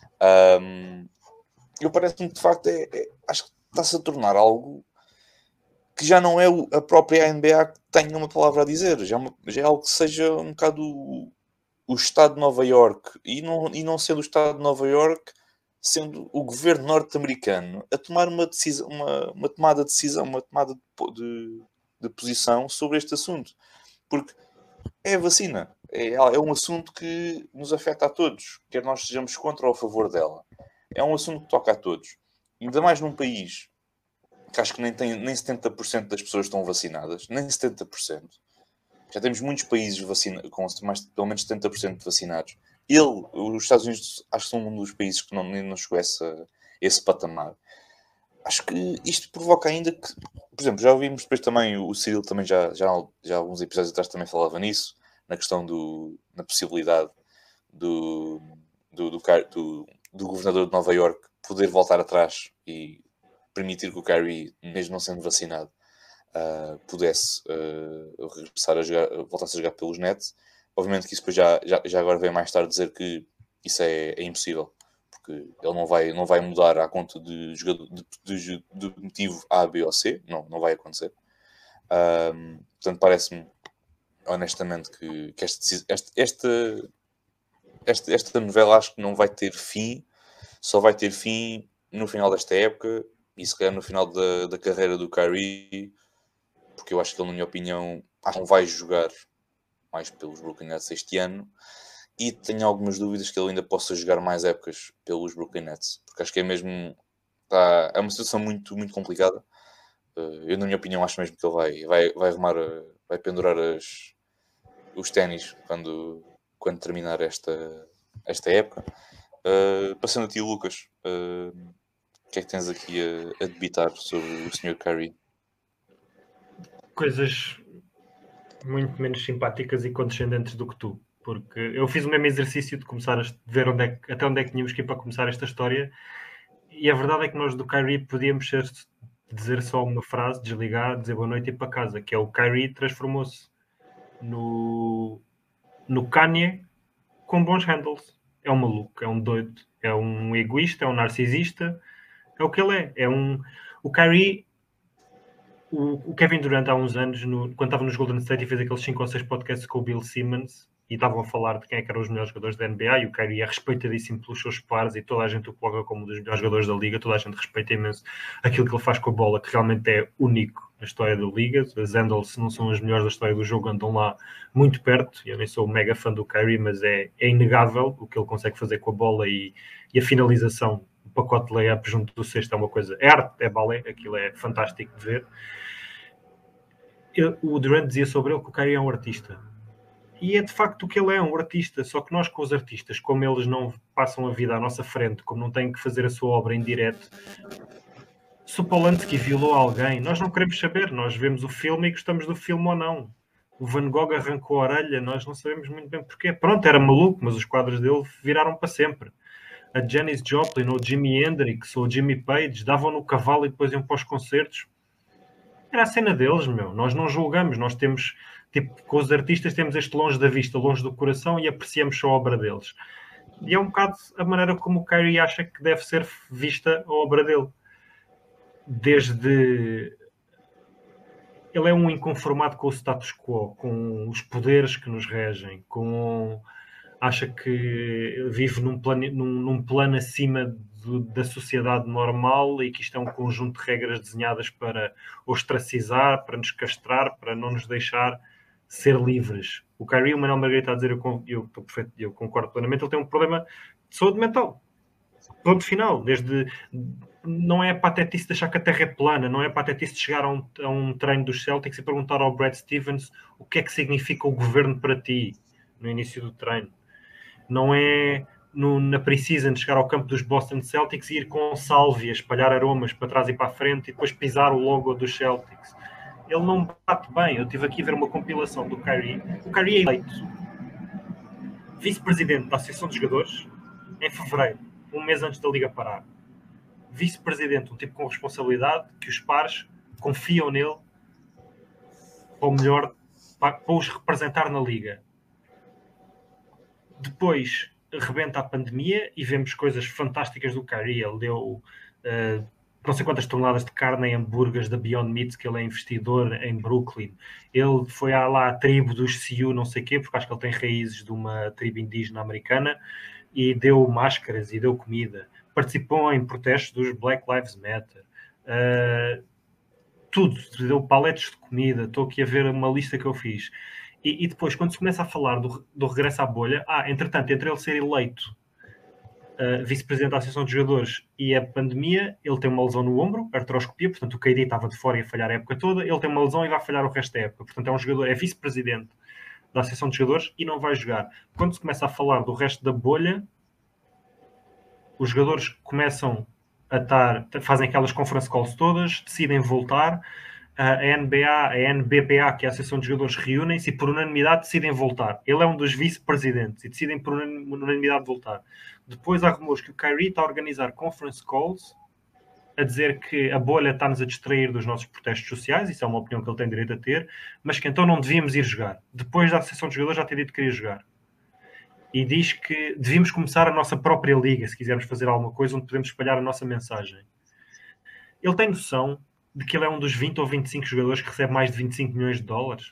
Eu parece-me que, de facto, acho que está-se a tornar algo que já não é a própria NBA que tenha uma palavra a dizer, já é algo que seja um bocado o Estado de Nova Iorque, e não sendo o Estado de Nova Iorque, sendo o governo norte-americano a tomar uma decisão, uma tomada de decisão, uma tomada de posição sobre este assunto. Porque é a vacina. É um assunto que nos afeta a todos, quer nós sejamos contra ou a favor dela. É um assunto que toca a todos. Ainda mais num país que acho que nem 70% das pessoas estão vacinadas. Nem 70%. Já temos muitos países com pelo menos 70% vacinados. Os Estados Unidos, acho que são um dos países que não chegou a esse patamar. Acho que isto provoca ainda que... Por exemplo, já ouvimos depois também, o Cyril também já alguns episódios atrás também falava nisso, na questão na possibilidade do governador de Nova Iorque poder voltar atrás e permitir que o Kyrie, mesmo não sendo vacinado, pudesse voltasse a jogar pelos Nets. Obviamente que isso depois já agora vem mais tarde dizer que isso é impossível, porque ele não vai mudar à conta de motivo A, B ou C, não vai acontecer. Portanto, parece-me honestamente que esta novela acho que não vai ter fim, só vai ter fim no final desta época e se calhar no final da carreira do Kyrie, porque eu acho que ele, na minha opinião, não vai jogar mais pelos Brooklyn Nets este ano, e tenho algumas dúvidas que ele ainda possa jogar mais épocas pelos Brooklyn Nets, porque acho que é uma situação muito, muito complicada. Eu, na minha opinião, acho mesmo que ele vai pendurar os ténis quando terminar esta época. Passando a ti, Lucas, o que é que tens aqui a debitar sobre o Sr. Kyrie? Coisas muito menos simpáticas e condescendentes do que tu, porque eu fiz o mesmo exercício de começar a ver até onde é que tínhamos que ir para começar esta história, e a verdade é que nós do Kyrie podíamos dizer só uma frase, desligar, dizer boa noite e ir para casa, que é o Kyrie transformou-se no Kanye com bons handles. É um maluco, é um doido, é um egoísta, é um narcisista, é o que ele é. O Kyrie, o Kevin Durant há uns anos, quando estava nos Golden State e fez aqueles 5 ou 6 podcasts com o Bill Simmons, e estavam a falar de quem é que eram os melhores jogadores da NBA, e o Kyrie é respeitadíssimo pelos seus pares e toda a gente o coloca como um dos melhores jogadores da liga, toda a gente respeita imenso aquilo que ele faz com a bola, que realmente é único na história da liga. As handles não são as melhores da história do jogo, andam lá muito perto. Eu nem sou um mega fã do Kyrie, mas é inegável o que ele consegue fazer com a bola e a finalização, o pacote de layup junto do cesto é uma coisa, é arte, é balé, aquilo é fantástico de ver. O Durant dizia sobre ele que o Kyrie é um artista. E é de facto o que ele é, um artista. Só que nós com os artistas, como eles não passam a vida à nossa frente, como não têm que fazer a sua obra em direto, se o Polanski violou alguém, nós não queremos saber. Nós vemos o filme e gostamos do filme ou não. O Van Gogh arrancou a orelha, nós não sabemos muito bem porquê. Pronto, era maluco, mas os quadros dele viraram para sempre. A Janis Joplin, ou o Jimi Hendrix, ou o Jimmy Page, davam no cavalo e depois iam para os concertos. Era a cena deles, meu. Nós não julgamos, nós temos, tipo, com os artistas temos este longe da vista, longe do coração e apreciamos só a obra deles. E é um bocado a maneira como o Kyrie acha que deve ser vista a obra dele. Desde... Ele é um inconformado com o status quo, com os poderes que nos regem, com... Acha que vive num plano acima da sociedade normal e que isto é um conjunto de regras desenhadas para ostracizar, para nos castrar, para não nos deixar ser livres. O Kyrie, o Manuel Margarida está a dizer, eu concordo plenamente, ele tem um problema de saúde mental. Ponto final. Não é patetice de achar que a Terra é plana, não é patetice de chegar a um treino dos Celtics e perguntar ao Brad Stevens o que é que significa o governo para ti no início do treino. Não é na pre-season chegar ao campo dos Boston Celtics e ir com sálvia, espalhar aromas para trás e para a frente e depois pisar o logo dos Celtics. Ele não bate bem. Eu estive aqui a ver uma compilação do Kyrie. O Kyrie é eleito vice-presidente da Associação de Jogadores em fevereiro, um mês antes da Liga parar. Vice-presidente, um tipo com responsabilidade, que os pares confiam nele para o melhor, para os representar na Liga. Depois rebenta a pandemia e vemos coisas fantásticas do Kyrie. Ele deu não sei quantas toneladas de carne em hambúrgueres da Beyond Meat, que ele é investidor em Brooklyn. Ele foi lá à tribo dos Sioux, não sei o quê, porque acho que ele tem raízes de uma tribo indígena americana, e deu máscaras e deu comida. Participou em protestos dos Black Lives Matter. Tudo. Deu paletes de comida. Estou aqui a ver uma lista que eu fiz. E depois, quando se começa a falar do regresso à bolha, entretanto, entre ele ser eleito vice-presidente da Associação de Jogadores e a pandemia, ele tem uma lesão no ombro, artroscopia, portanto o KD estava de fora e ia falhar a época toda, ele tem uma lesão e vai falhar o resto da época. Portanto, é um jogador, é vice-presidente da Associação de Jogadores e não vai jogar. Quando se começa a falar do resto da bolha, os jogadores começam a fazem aquelas conference calls todas, decidem voltar. A NBA, a NBPA, que é a Associação de Jogadores, reúnem-se e por unanimidade decidem voltar. Ele é um dos vice-presidentes e decidem por unanimidade voltar. Depois há rumores que o Kyrie está a organizar conference calls a dizer que a bolha está-nos a distrair dos nossos protestos sociais, isso é uma opinião que ele tem direito a ter, mas que então não devíamos ir jogar. Depois da Associação de Jogadores já ter dito que queria jogar. E diz que devíamos começar a nossa própria liga, se quisermos fazer alguma coisa onde podemos espalhar a nossa mensagem. Ele tem noção de que ele é um dos 20 ou 25 jogadores que recebe mais de 25 milhões de dólares?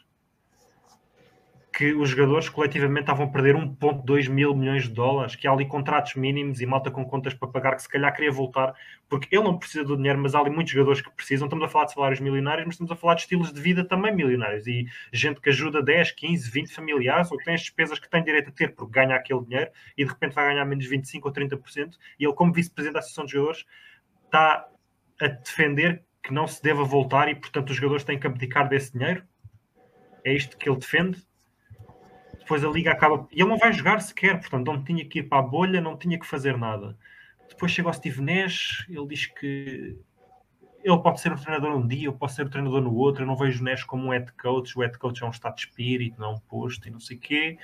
Que os jogadores coletivamente estavam a perder 1,2 mil milhões de dólares, que há ali contratos mínimos e malta com contas para pagar, que se calhar queria voltar, porque ele não precisa do dinheiro, mas há ali muitos jogadores que precisam. Estamos a falar de salários milionários, mas estamos a falar de estilos de vida também milionários, e gente que ajuda 10, 15, 20 familiares, ou que tem as despesas que tem direito a ter, porque ganha aquele dinheiro, e de repente vai ganhar menos 25% ou 30%, e ele, como vice-presidente da Associação de Jogadores, está a defender que não se deva voltar e, portanto, os jogadores têm que abdicar desse dinheiro. É isto que ele defende. Depois a liga acaba... E ele não vai jogar sequer, portanto, não tinha que ir para a bolha, não tinha que fazer nada. Depois chega ao Steve Nash, ele diz que ele pode ser o treinador um dia, eu posso ser o treinador no outro, eu não vejo o Nash como um head coach, o head coach é um estado de espírito, não é um posto, e não sei o quê.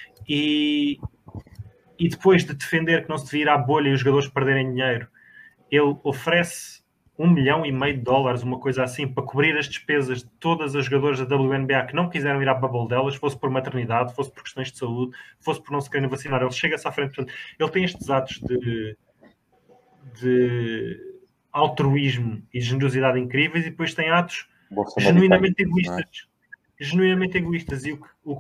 E depois de defender que não se devia ir à bolha e os jogadores perderem dinheiro, ele oferece $1,5 milhão, uma coisa assim, para cobrir as despesas de todas as jogadoras da WNBA que não quiseram ir à bubble delas, fosse por maternidade, fosse por questões de saúde, fosse por não se querem vacinar. Ele chega-se à frente. Portanto, ele tem estes atos de altruísmo e generosidade incríveis, e depois tem atos genuinamente egoístas. Genuinamente egoístas. E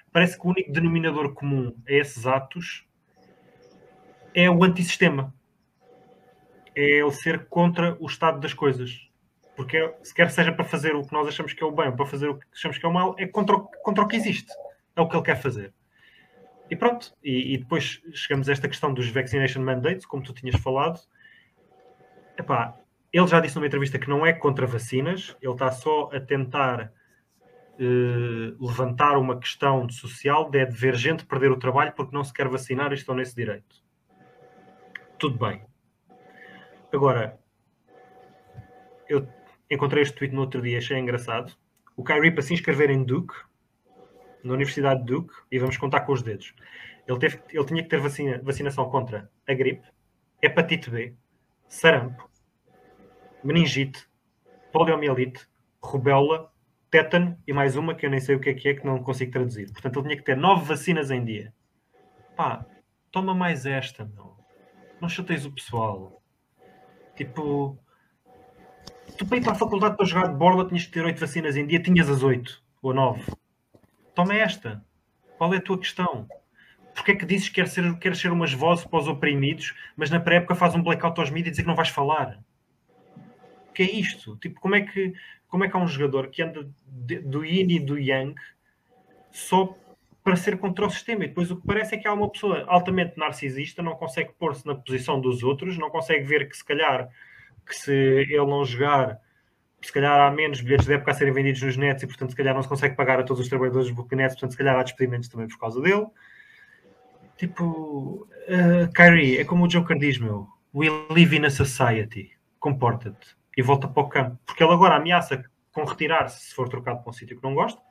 parece que o único denominador comum a esses atos é o antissistema. É ele ser contra o estado das coisas. Porque se quer seja para fazer o que nós achamos que é o bem ou para fazer o que achamos que é o mal, é contra o que existe. É o que ele quer fazer. E pronto. E depois chegamos a esta questão dos vaccination mandates, como tu tinhas falado. Epá, ele já disse numa entrevista que não é contra vacinas, ele está só a tentar levantar uma questão social de ver gente perder o trabalho porque não se quer vacinar e estão nesse direito. Tudo bem. Agora, eu encontrei este tweet no outro dia, achei engraçado. O Kyrie, para se inscrever em Duke, na Universidade de Duke, e vamos contar com os dedos, ele tinha que ter vacinação contra a gripe, hepatite B, sarampo, meningite, poliomielite, rubéola, tétano e mais uma que eu nem sei o que é, que não consigo traduzir. Portanto, ele tinha que ter 9 vacinas em dia. Pá, toma mais esta, meu. Não chateias o pessoal. Tipo, tu para ir para a faculdade para jogar de borla tinhas que ter 8 vacinas em dia, tinhas as 8 ou 9. Toma esta. Qual é a tua questão? Porquê é que dizes que queres ser umas vozes para os oprimidos, mas na pré-época faz um blackout aos mídias e dizer que não vais falar? O que é isto? Tipo, como é que há um jogador que anda do yin e do yang só para ser contra o sistema? E depois o que parece é que há uma pessoa altamente narcisista, não consegue pôr-se na posição dos outros, não consegue ver que se calhar que se ele não jogar, se calhar há menos bilhetes de época a serem vendidos nos nets e portanto se calhar não se consegue pagar a todos os trabalhadores dos Buccaneers, portanto se calhar há despedimentos também por causa dele. Tipo, Kyrie, é como o Joker diz, meu, we live in a society, comporta-te e volta para o campo, porque ele agora ameaça com retirar-se se for trocado para um sítio que não gosta.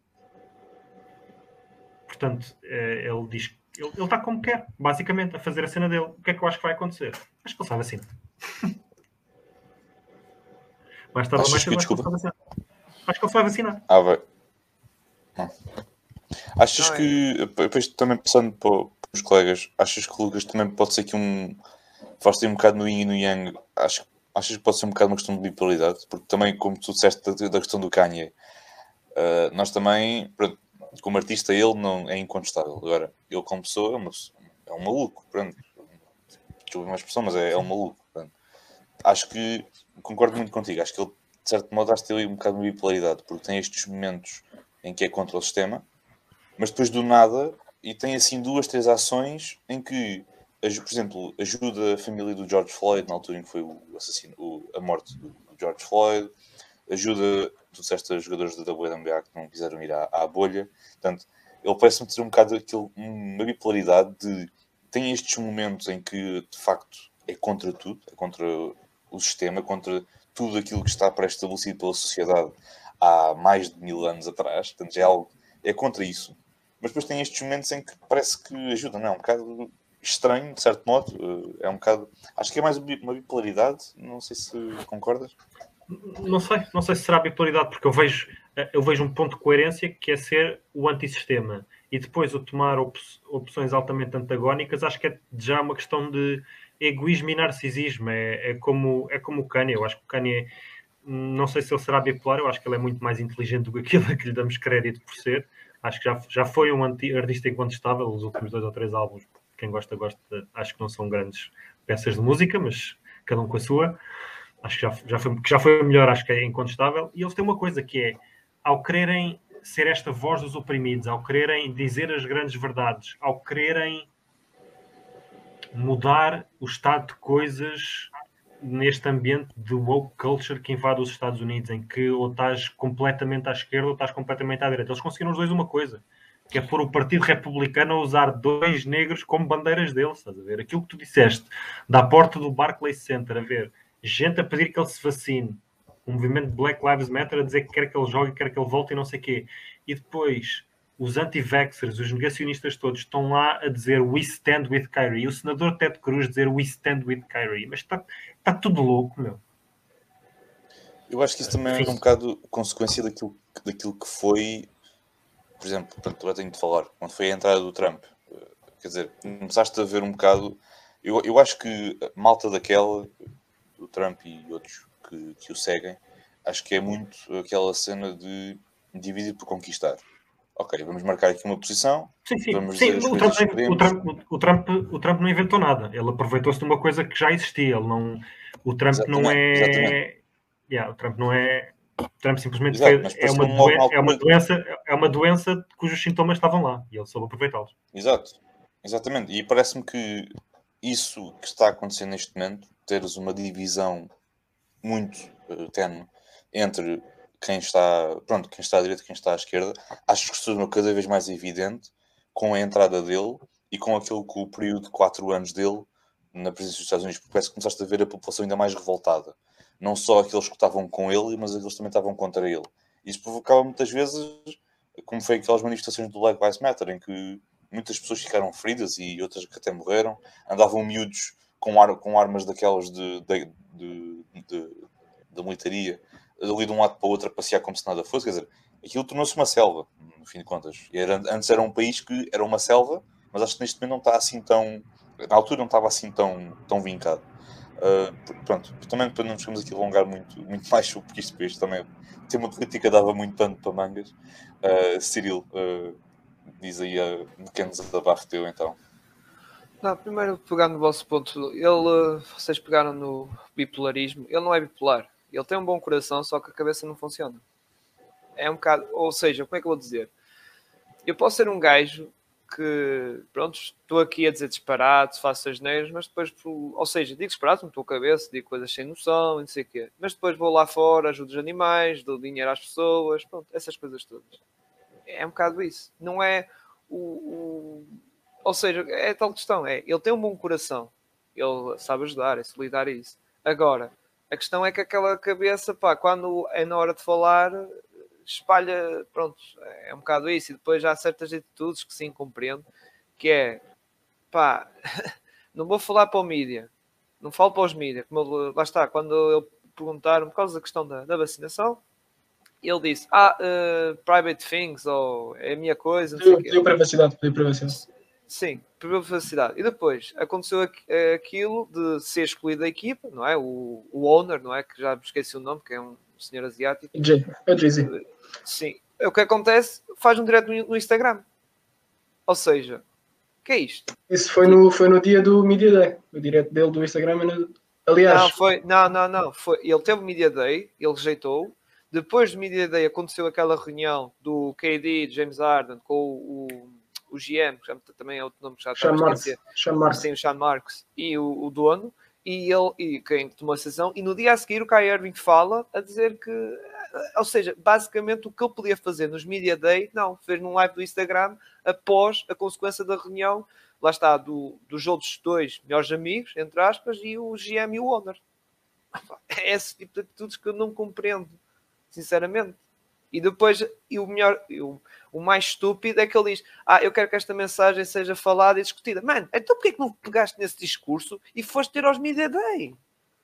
Portanto, ele diz que ele está como quer, basicamente, a fazer a cena dele. O que é que eu acho que vai acontecer? Acho que ele sabe assim. Mais tarde ou mais cedo, acho que ele vai vacinar. Acho que ele se vai vacinar. Vai. Não. Achas que, depois também passando para os colegas, achas que o Lucas também pode ser aqui faz-te um bocado no yin e no yang? Achas que pode ser um bocado uma questão de bipolaridade? Porque também, como tu disseste da questão do Kanye, nós também, como artista, ele não é incontestável. Agora, ele como pessoa é um maluco. Pronto. Desculpa uma expressão, mas é um maluco. Pronto. Acho que concordo muito contigo. Acho que ele, de certo modo, acho que tem ali um bocado de bipolaridade, porque tem estes momentos em que é contra o sistema, mas depois do nada, e tem assim 2, 3 ações em que, por exemplo, ajuda a família do George Floyd, na altura em que foi a morte do George Floyd, ajuda todos estes jogadores da WNBA que não quiseram ir à bolha. Portanto, ele parece-me ter um bocado uma bipolaridade de tem estes momentos em que, de facto, é contra tudo, é contra o sistema, contra tudo aquilo que está pré-estabelecido pela sociedade há mais de 1000 anos atrás. Portanto, é contra isso. Mas depois tem estes momentos em que parece que ajuda, não é? Um bocado estranho, de certo modo. É um bocado... Acho que é mais uma bipolaridade. Não sei se concordas. Não sei se será bipolaridade, porque eu vejo um ponto de coerência que é ser o antissistema. E depois o tomar opções altamente antagónicas, acho que é já uma questão de egoísmo e narcisismo. É como o Kanye. Eu acho que o Kanye, não sei se ele será bipolar, eu acho que ele é muito mais inteligente do que aquilo a que lhe damos crédito por ser. Acho que já foi um artista incontestável, os últimos 2 ou 3 álbuns. Quem gosta, acho que não são grandes peças de música, mas cada um com a sua. Acho que já foi melhor, acho que é incontestável. E eles têm uma coisa que é, ao quererem ser esta voz dos oprimidos, ao quererem dizer as grandes verdades, ao quererem mudar o estado de coisas neste ambiente de woke culture que invade os Estados Unidos, em que ou estás completamente à esquerda ou estás completamente à direita. Eles conseguiram os dois uma coisa, que é pôr o Partido Republicano a usar 2 negros como bandeiras deles, estás a ver? Aquilo que tu disseste, da porta do Barclays Center, a ver gente a pedir que ele se vacine, um movimento de Black Lives Matter a dizer que quer que ele jogue, quer que ele volte e não sei o quê. E depois os anti-vaxxers, os negacionistas todos estão lá a dizer we stand with Kyrie. E o senador Ted Cruz dizer we stand with Kyrie. Mas está tudo louco, meu. Eu acho que isso também é um bocado consequência daquilo que foi, por exemplo, agora tenho de falar, quando foi a entrada do Trump. Quer dizer, começaste a ver um bocado... Eu acho que a malta daquela, do Trump e outros que o seguem, acho que é muito aquela cena de dividir por conquistar. ok, vamos marcar aqui uma posição, Sim. vamos dizer as O coisas que Trump, queremos. o Trump não inventou nada. Ele aproveitou-se de uma coisa que já existia. O Trump não Exatamente. é... O Trump não é... O Trump simplesmente Exato, mas é uma, pareceu-me logo na é uma doença cujos sintomas estavam lá. E ele soube aproveitá-los. Exato, exatamente. E parece-me que isso que está a acontecer neste momento, teres uma divisão muito tenue entre quem está à direita e quem está à esquerda, acho que se tornou cada vez mais evidente com a entrada dele e com o período de 4 anos dele na presidência dos Estados Unidos, porque parece que começaste a ver a população ainda mais revoltada. Não só aqueles que estavam com ele, mas aqueles que também estavam contra ele. Isso provocava muitas vezes, como foi aquelas manifestações do Black Lives Matter, em que muitas pessoas ficaram feridas e outras que até morreram, andavam miúdos com armas daquelas da militaria, ali de um lado para o outro a passear como se nada fosse. Quer dizer, aquilo tornou-se uma selva, no fim de contas. Antes era um país que era uma selva, mas acho que neste momento não está assim tão... Na altura não estava assim tão vincado. Pronto, também para não nos vamos aqui alongar muito mais sobre isto, porque isto também tem uma política dava muito pano para mangas. Cyril, diz aí um pequeno desabafo teu então. Não, primeiro pegar no vosso ponto, vocês pegaram no bipolarismo, ele não é bipolar, ele tem um bom coração, só que a cabeça não funciona. É um bocado, ou seja, como é que eu vou dizer? Eu posso ser um gajo que, pronto, estou aqui a dizer disparates, faço asneiros, mas depois, ou seja, digo disparates na tua cabeça, digo coisas sem noção, não sei o quê, mas depois vou lá fora, ajudo os animais, dou dinheiro às pessoas, pronto, essas coisas todas. É um bocado isso. Não é ou seja, é tal questão, ele tem um bom coração, ele sabe ajudar, é solidário a isso. Agora, a questão é que aquela cabeça, pá, quando é na hora de falar, espalha, pronto, é um bocado isso. E depois há certas atitudes que sim compreendo, que é, pá, não vou falar para o mídia, não falo para os mídia, lá está, quando eu perguntaram por causa da questão da vacinação, ele disse, private things, ou é a minha coisa, não sei o quê. Pediu privacidade. Sim, privacidade. E depois aconteceu aquilo de ser escolhido da equipa, não é? O owner, não é? Que já me esqueci o nome, que é um senhor asiático. É o Jay-Z. Sim. O que acontece? Faz um direto no Instagram. Ou seja, o que é isto? Isso foi no dia do Media Day. O direto dele do Instagram. Aliás... Não. Ele teve o Media Day, ele rejeitou. Depois do Media Day aconteceu aquela reunião do KD, James Harden, com o GM, que também é outro nome que já estava a esquecer. Sim, o Sean Marks e o dono, e quem tomou a decisão. E no dia a seguir o Kyrie Irving fala a dizer que, ou seja, basicamente o que ele podia fazer nos Media Day, não, fez num live do Instagram após a consequência da reunião, lá está, dos outros dois melhores amigos, entre aspas, e o GM e o owner. É esse tipo de atitudes que eu não compreendo, sinceramente. E depois, o mais estúpido é que ele diz, eu quero que esta mensagem seja falada e discutida. Mano, então porquê que não pegaste nesse discurso e foste ter aos Media Day?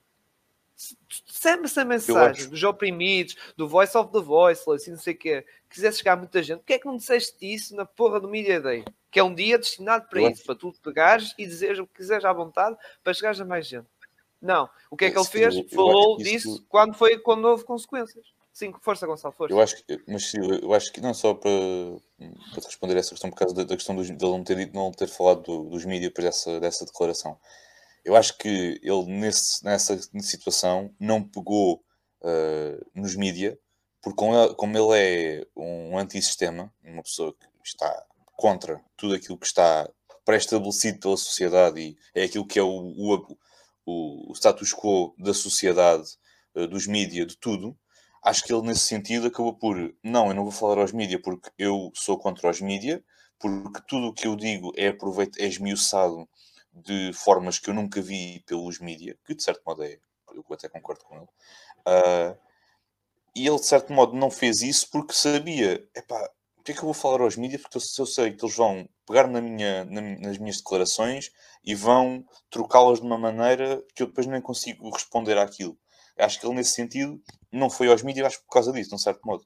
Sempre essa mensagem dos oprimidos, do Voice of the Voiceless e não sei o quê, quisesse chegar a muita gente, porquê é que não disseste isso na porra do Media Day? Que é um dia destinado para isso, para tu pegares e dizeres o que quiseres à vontade para chegares a mais gente. Não. O que é que ele fez? Falou disso quando houve consequências. Sim, força, Gonçalo, força. Eu acho que não só para te responder essa questão, por causa da questão dele não ter falado dos mídias depois dessa declaração. Eu acho que ele, nessa situação, não pegou nos mídias, porque como ele é um antissistema, uma pessoa que está contra tudo aquilo que está pré-estabelecido pela sociedade e é aquilo que é o status quo da sociedade, dos mídias, de tudo. Acho que ele, nesse sentido, acabou por... Não, eu não vou falar aos mídias porque eu sou contra os mídias, porque tudo o que eu digo é esmiuçado de formas que eu nunca vi pelos mídias, que de certo modo eu até concordo com ele. E ele, de certo modo, não fez isso porque sabia... o que é que eu vou falar aos mídias? Porque eu sei que eles vão pegar nas minhas declarações e vão trocá-las de uma maneira que eu depois nem consigo responder àquilo. Acho que ele, nesse sentido, não foi aos mídias, acho que por causa disso, de um certo modo.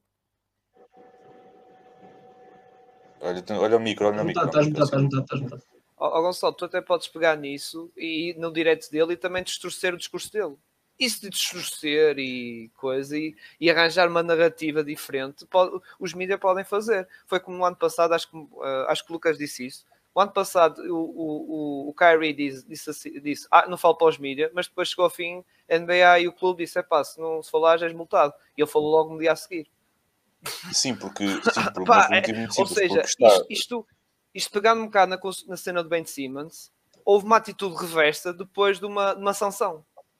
Olha o micro, olha o micro. Estás mutado. Gonçalo, tu até podes pegar nisso e no direct dele e também distorcer o discurso dele. isso de distorcer e coisa e arranjar uma narrativa diferente, os mídias podem fazer. Foi como no ano passado, acho que o Lucas disse isso. O ano passado o Kyrie disse não falo para os mídias, mas depois chegou ao fim, a NBA e o clube disse, se não se falares és multado. E ele falou logo no dia a seguir. Sim, porque Pá, um motivo muito ou simples, seja, porque isto pegando um bocado na cena do Ben Simmons, houve uma atitude reversa depois de uma sanção.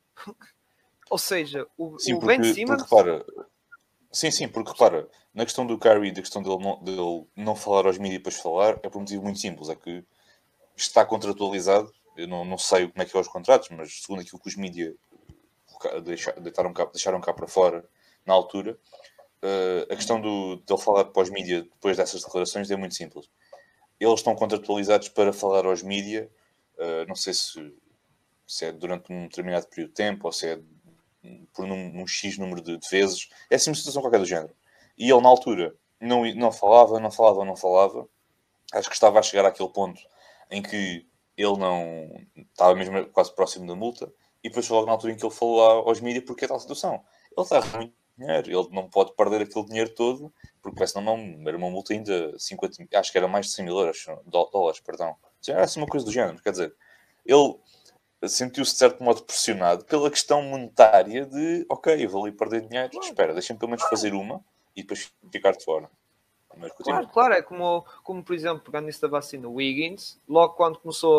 Ou seja, o Ben Simmons... Porque repara, na questão do Kyrie, da questão dele não falar aos mídias e depois falar, é por um motivo muito simples, é que está contratualizado. Eu não sei como é que é os contratos, mas segundo aquilo que os mídias deixaram cá para fora na altura, a questão dele falar para os mídias depois dessas declarações é muito simples. Eles estão contratualizados para falar aos mídias, não sei se é durante um determinado período de tempo ou se é por um X número de vezes. É assim uma situação qualquer do género. E ele, na altura, não falava. Acho que estava a chegar àquele ponto em que ele não... Estava mesmo quase próximo da multa. E depois foi logo na altura em que ele falou aos mídias porque é tal situação. Ele está a muito dinheiro. Ele não pode perder aquele dinheiro todo, porque parece não era uma multa ainda 50... Acho que era mais de 100 mil euros, dólares, perdão. Era assim uma coisa do género. Quer dizer, ele sentiu-se de certo modo pressionado pela questão monetária de ok, eu vou ali perder dinheiro, espera, deixa-me pelo menos fazer uma e depois ficar de fora. Mas claro, é como por exemplo, pegando nisso da vacina, o Wiggins, logo quando começou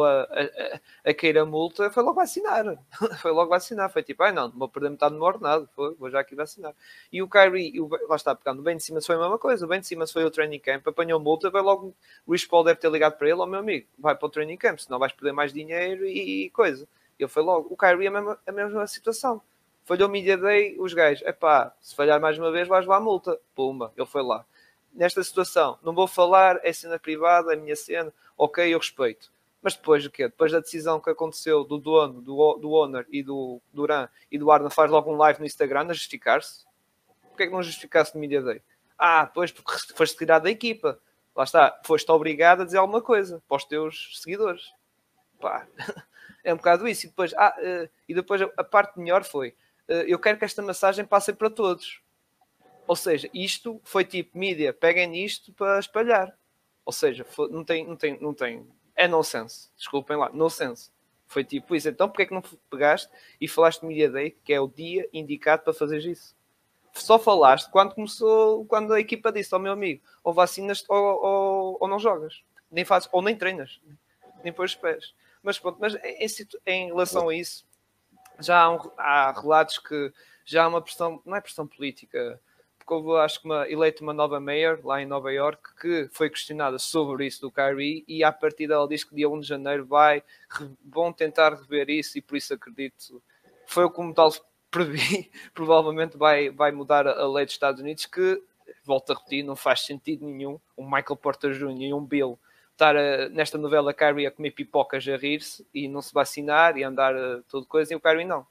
a cair a multa, foi logo vacinar. Foi tipo, não vou perder metade do meu ordenado, vou já aqui vacinar. E o Kyrie, lá está, pegando o Ben Simmons foi a mesma coisa. O Ben Simmons foi ao training camp, apanhou multa, vai logo, o Chris Paul deve ter ligado para ele, meu amigo, vai para o training camp, senão vais perder mais dinheiro e coisa. Ele foi logo. O Kyrie a mesma situação. Falhou Media Day, os gajos, se falhar mais uma vez vais levar a multa. Pumba, ele foi lá. Nesta situação, não vou falar, é cena privada, é a minha cena, ok, eu respeito. Mas depois do quê? Depois da decisão que aconteceu do dono, do owner e do Duran e do Arna faz logo um live no Instagram a justificar-se. Porquê é que não justificasse no Media Day? Pois porque foste tirado da equipa. Lá está, foste obrigado a dizer alguma coisa para os teus seguidores. Pá, é um bocado isso. E depois a parte melhor foi, eu quero que esta mensagem passe para todos. Ou seja, isto foi tipo mídia, peguem nisto para espalhar. Ou seja, não tem. É nonsense. Desculpem lá, nonsense. Foi tipo isso. Então, porque é que não pegaste e falaste de Media Day, que é o dia indicado para fazer isso? Só falaste quando a equipa disse ao meu amigo, ou vacinas ou não jogas. Nem fazes, ou nem treinas. Nem pões os pés. Mas pronto, em relação a isso, já há relatos que já há uma pressão, não é pressão política, porque houve, acho que eleita uma nova mayor lá em Nova York que foi questionada sobre isso do Kyrie e à partida ela diz que dia 1 de janeiro vão tentar rever isso e por isso acredito, foi como tal previ, provavelmente vai mudar a lei dos Estados Unidos que, volto a repetir, não faz sentido nenhum um Michael Porter Jr. e um Bill estar nesta novela Kyrie a comer pipocas a rir-se e não se vacinar e andar tudo coisa e o Kyrie não.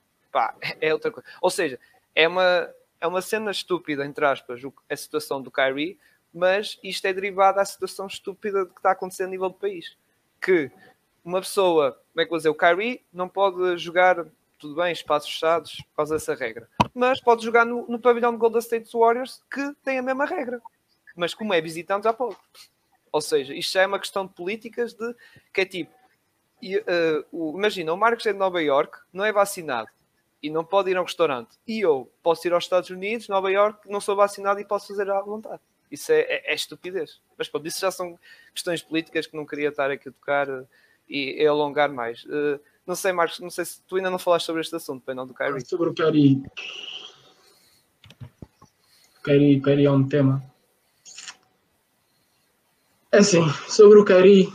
É outra coisa. Ou seja, é uma cena estúpida, entre aspas, a situação do Kyrie, mas isto é derivado da situação estúpida que está a acontecer a nível do país. Que uma pessoa, como é que vou dizer, o Kyrie não pode jogar, tudo bem, espaços fechados, por causa dessa regra, mas pode jogar no pavilhão de Golden State Warriors, que tem a mesma regra. Mas como é visitante, já pode. Ou seja, isto já é uma questão de políticas que é tipo, imagina, o Marcos é de Nova York, não é vacinado e não pode ir a um restaurante. E eu posso ir aos Estados Unidos, Nova York, não sou vacinado e posso fazer à vontade. Isso é estupidez. Mas pronto, isso já são questões políticas que não queria estar aqui a tocar e alongar mais. Não sei, Marcos, não sei se tu ainda não falaste sobre este assunto, bem não, do Kyrie. Sobre o Kyrie. Kyrie é um tema. É assim, sobre o Kyrie,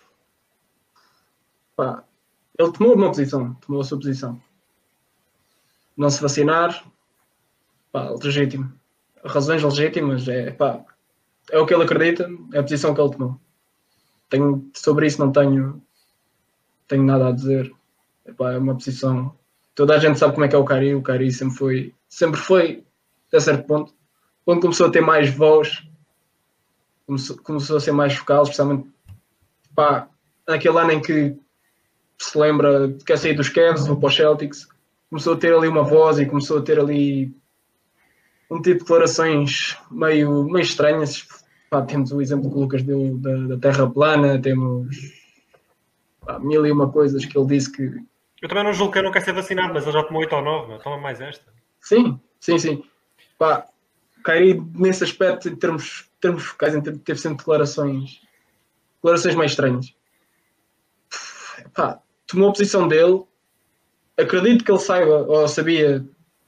ele tomou a sua posição. Não se vacinar, legítimo. Razões legítimas, é o que ele acredita, é a posição que ele tomou. Sobre isso não tenho nada a dizer. É uma posição... Toda a gente sabe como é que é o Kyrie sempre foi, até certo ponto, quando começou a ter mais voz, começou a ser mais focal, especialmente naquele ano em que se lembra que quer sair dos Cavs, vou para os Celtics, começou a ter ali uma voz e começou a ter ali um tipo de declarações meio estranhas. Pá, temos o exemplo que o Lucas deu da Terra plana, temos mil e uma coisas que ele disse que... Eu também não julgo que eu não quero ser vacinado, mas ele já tomou 8 ou 9, meu. Toma mais esta. Sim. Pá, Kyrie, nesse aspecto, em termos focais, teve sempre declarações meio estranhas. Pá, tomou a posição dele. Acredito que ele saiba ou sabia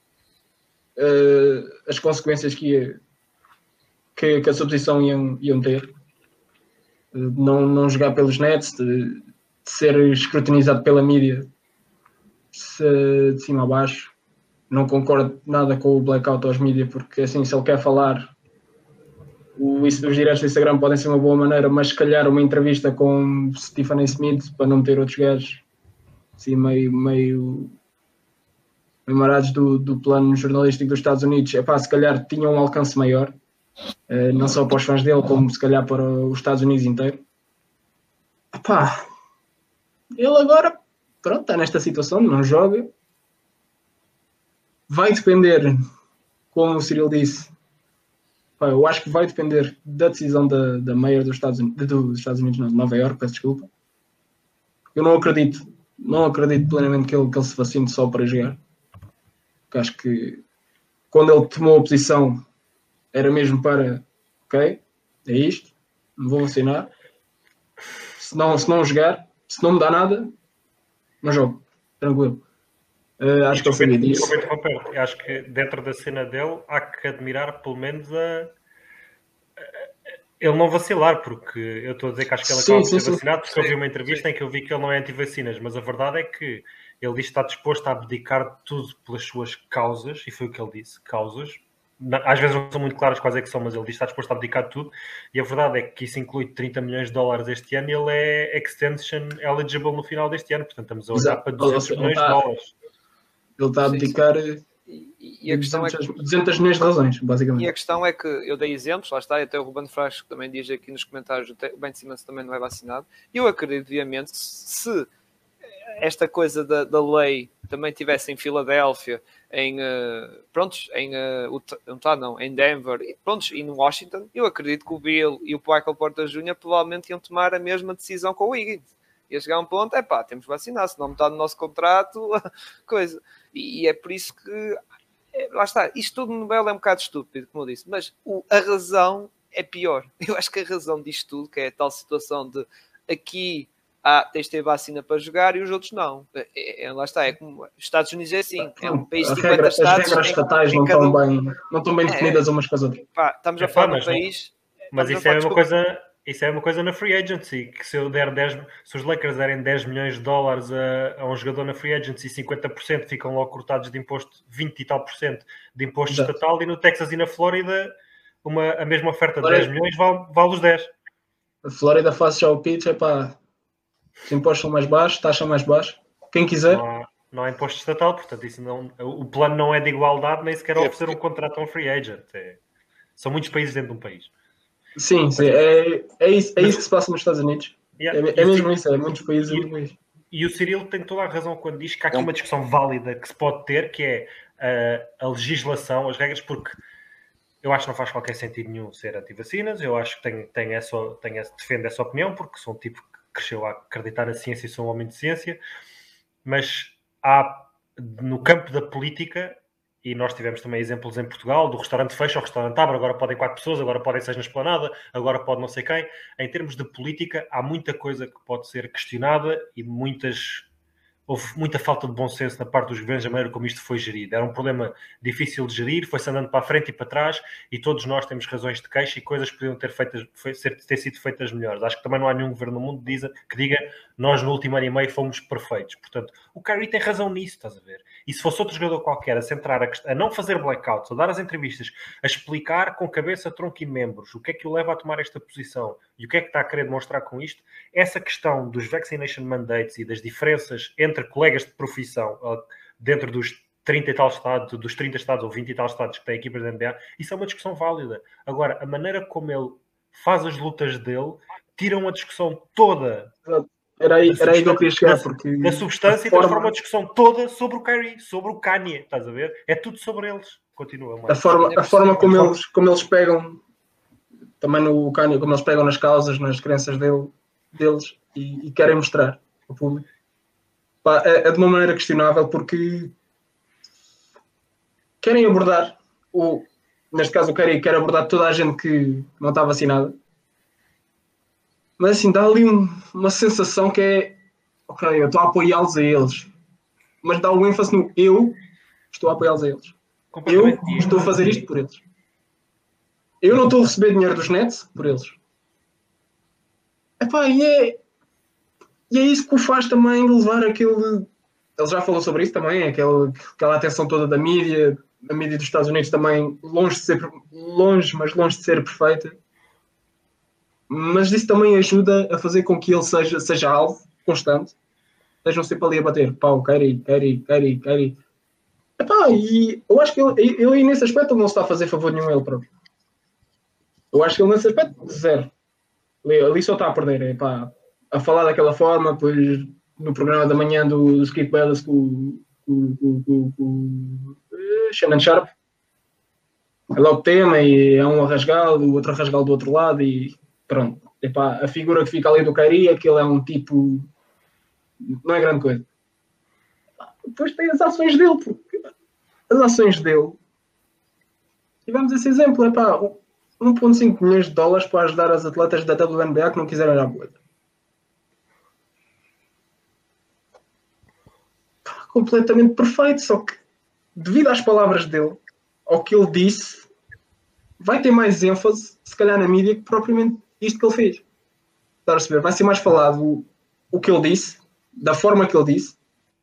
as consequências que a sua posição iam ter. Não jogar pelos nets, de ser escrutinizado pela mídia de cima a baixo. Não concordo nada com o blackout aos mídia, porque assim, se ele quer falar, os diretos do Instagram podem ser uma boa maneira, mas se calhar uma entrevista com Stephen A. Smith, para não ter outros gajos assim, meio marados do plano jornalístico dos Estados Unidos, se calhar tinha um alcance maior, não só para os fãs dele, como se calhar para os Estados Unidos inteiro. Ele agora, pronto, está nesta situação, não joga. Vai depender, como o Cyril disse, eu acho que vai depender da decisão da Mayor dos Estados Unidos, não, de Nova Iorque, peço desculpa. Eu não acredito plenamente que ele se vacine só para jogar. Porque acho que quando ele tomou a posição era mesmo para, ok, é isto, não vou vacinar. Se não jogar, se não me dá nada, não jogo, tranquilo. Acho que ele sabia disso. Eu acho que dentro da cena dele há que admirar pelo menos ele não vacilar, porque eu estou a dizer que acho que ele acaba de ser vacinado, porque eu vi uma entrevista em que eu vi que ele não é anti-vacinas, mas a verdade é que ele diz que está disposto a abdicar tudo pelas suas causas, e foi o que ele disse, causas. Às vezes não são muito claras quais é que são, mas ele diz que está disposto a abdicar tudo, e a verdade é que isso inclui $30 milhões este ano, e ele é extension eligible no final deste ano, portanto estamos a olhar para $200 milhões. Ele está a abdicar e a questão 200 milhões de razões, basicamente. E a questão é que eu dei exemplos, lá está, e até o Ruben Frasco também diz aqui nos comentários, o Ben Simmons também não é vacinado, e eu acredito, obviamente, se esta coisa da lei também tivesse em Filadélfia, em Denver, e no Washington, eu acredito que o Bill e o Michael Porter Jr. provavelmente iam tomar a mesma decisão com o Higgins. Ia chegar a um ponto, temos que vacinar, se não está no nosso contrato, coisa. E é por isso que, lá está, isto tudo no Belo é um bocado estúpido, como eu disse, mas a razão é pior. Eu acho que a razão disto tudo, que é a tal situação de aqui tens de ter vacina para jogar e os outros não. Lá está, é como os Estados Unidos é assim, é um país de 50 estados. As regras estatais não estão bem definidas umas com as outras. Estamos a falar de um país... Mas isso é a mesma coisa... Isso é uma coisa na free agency, que se os Lakers derem $10 milhões a um jogador na free agency, 50% ficam logo cortados de imposto, 20 e tal por cento de imposto estatal, e no Texas e na Flórida a mesma oferta de 10 milhões vale os 10. A Flórida faz já o pitch, os impostos são mais baixos, taxa mais baixa, quem quiser. Não há imposto estatal, portanto o plano não é de igualdade, nem sequer oferecer um contrato a um free agent. São muitos países dentro de um país. Sim, é isso que se passa nos Estados Unidos. É mesmo isso, é muitos países do país. E o Cyril tem toda a razão quando diz que há aqui uma discussão válida que se pode ter, que é a legislação, as regras, porque eu acho que não faz qualquer sentido nenhum ser anti-vacinas, eu acho que defendo essa opinião, porque sou um tipo que cresceu a acreditar na ciência e sou um homem de ciência, mas há, no campo da política... E nós tivemos também exemplos em Portugal, do restaurante fecha, o restaurante abre, agora podem 4 pessoas, agora podem 6 na esplanada, agora pode não sei quem. Em termos de política, há muita coisa que pode ser questionada e houve muita falta de bom senso da parte dos governos, a maneira como isto foi gerido. Era um problema difícil de gerir, foi-se andando para a frente e para trás, e todos nós temos razões de queixa e coisas que podiam ter sido feitas melhores. Acho que também não há nenhum governo no mundo que diga nós no último ano e meio fomos perfeitos. Portanto, o Kyrie tem razão nisso, estás a ver? E se fosse outro jogador qualquer a centrar a não fazer blackouts, a dar as entrevistas, a explicar com cabeça, tronco e membros o que é que o leva a tomar esta posição e o que é que está a querer demonstrar com isto, essa questão dos vaccination mandates e das diferenças entre colegas de profissão dentro dos 30 e tal estados, dos 30 estados ou 20 e tal estados que têm equipas da NBA, isso é uma discussão válida. Agora, a maneira como ele faz as lutas dele tiram a discussão toda Era aí que eu queria chegar, porque na substância transforma a discussão toda sobre o Kyrie, sobre o Kanye, estás a ver? É tudo sobre eles. Continua, mano. A forma como eles pegam também no Kanye, como eles pegam nas causas, nas crenças deles e querem mostrar ao público. Pá, é de uma maneira questionável, porque querem abordar, neste caso o Kyrie quer abordar toda a gente que não está vacinada, mas assim, dá ali uma sensação que é ok, eu estou a apoiá-los a eles, mas dá o ênfase no eu estou a apoiá-los a eles. Eu estou a fazer isto por eles. Eu não estou a receber dinheiro dos Nets por eles. Epá, e é isso que o faz também levar aquele... Ele já falou sobre isso também, aquela atenção toda da mídia, a mídia dos Estados Unidos também longe de ser perfeita. Mas isso também ajuda a fazer com que ele seja alvo constante. Estejam sempre ali a bater. Pau, Kyrie. Epá, e eu acho que ele nesse aspecto não está a fazer favor nenhum a ele próprio. Eu acho que ele nesse aspecto, zero. Ali só está a perder. Epá, a falar daquela forma, depois no programa da manhã do Skip Bayless com o Shannon Sharp. É logo tema e é um a rasgá-lo, o outro a rasgá-lo do outro lado e pronto. Epá, a figura que fica ali do Kyrie é que ele é um tipo... Não é grande coisa. Depois tem as ações dele, porque as ações dele... Tivemos esse exemplo, é pá, 1,5 milhões de dólares para ajudar as atletas da WNBA que não quiseram ir à bolha. Completamente perfeito, só que devido às palavras dele, ao que ele disse, vai ter mais ênfase, se calhar na mídia, que propriamente isto que ele fez. Está a perceber? Vai ser mais falado o que ele disse, da forma que ele disse,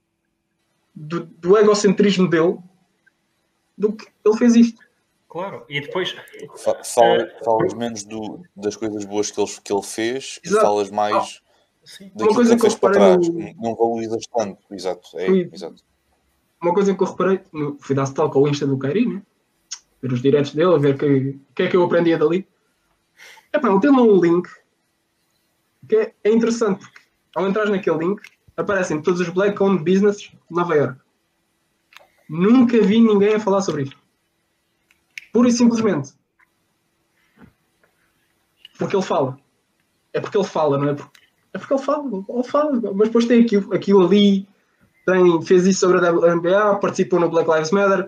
do egocentrismo dele, do que ele fez isto. Claro, e depois... Falas menos das coisas boas que ele fez. Exato. E falas mais daquilo coisa que ele fez para trás. Não valorizas tanto. Exato. Exato. Uma coisa que eu reparei, fui dar stalk ao Insta do Kyrie, né? Ver os diretos dele, a ver o que é que eu aprendia dali. Ele tem lá um link que é interessante, porque ao entrar naquele link aparecem todos os Black-owned businesses de Nova York. Nunca vi ninguém a falar sobre isto. Pura e simplesmente. Porque ele fala. É porque ele fala, não é? É porque ele fala. Mas depois tem aquilo ali, fez isso sobre a WNBA, participou no Black Lives Matter.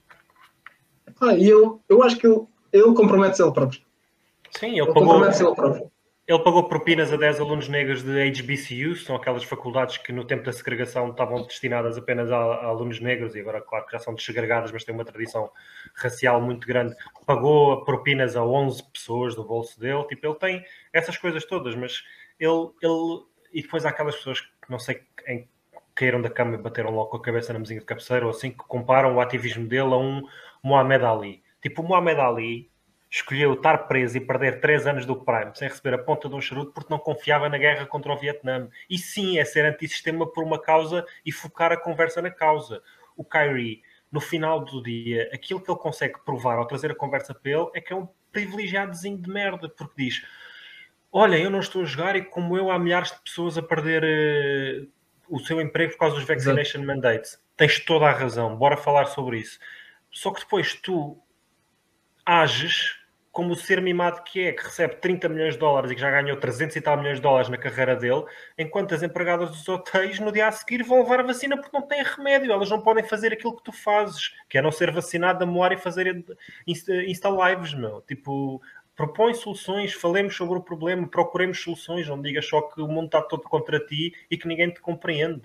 E eu acho que ele compromete-se ele próprio. Sim, ele pagou propinas a 10 alunos negros de HBCUs, são aquelas faculdades que no tempo da segregação estavam destinadas apenas a alunos negros e agora, claro, que já são desegregadas, mas têm uma tradição racial muito grande. Pagou propinas a 11 pessoas do bolso dele. Tipo, ele tem essas coisas todas, mas ele... E depois há aquelas pessoas que, não sei, caíram da cama e bateram logo com a cabeça na mesinha de cabeceira, ou assim, que comparam o ativismo dele a um Muhammad Ali. Tipo, o Muhammad Ali escolheu estar preso e perder 3 anos do Prime sem receber a ponta de um charuto porque não confiava na guerra contra o Vietnã. E sim, é ser antissistema por uma causa e focar a conversa na causa. O Kyrie, no final do dia, aquilo que ele consegue provar ao trazer a conversa para ele é que é um privilegiadozinho de merda, porque diz: olha, eu não estou a jogar e como eu há milhares de pessoas a perder o seu emprego por causa dos vaccination mandates. Tens toda a razão, bora falar sobre isso. Só que depois tu ages como o ser mimado que é, que recebe 30 milhões de dólares e que já ganhou 300 e tal milhões de dólares na carreira dele, enquanto as empregadas dos hotéis no dia a seguir vão levar a vacina porque não têm remédio. Elas não podem fazer aquilo que tu fazes, que é não ser vacinado da moar e fazer Insta Lives, meu. Tipo, propõe soluções, falemos sobre o problema, procuremos soluções, não digas só que o mundo está todo contra ti e que ninguém te compreende.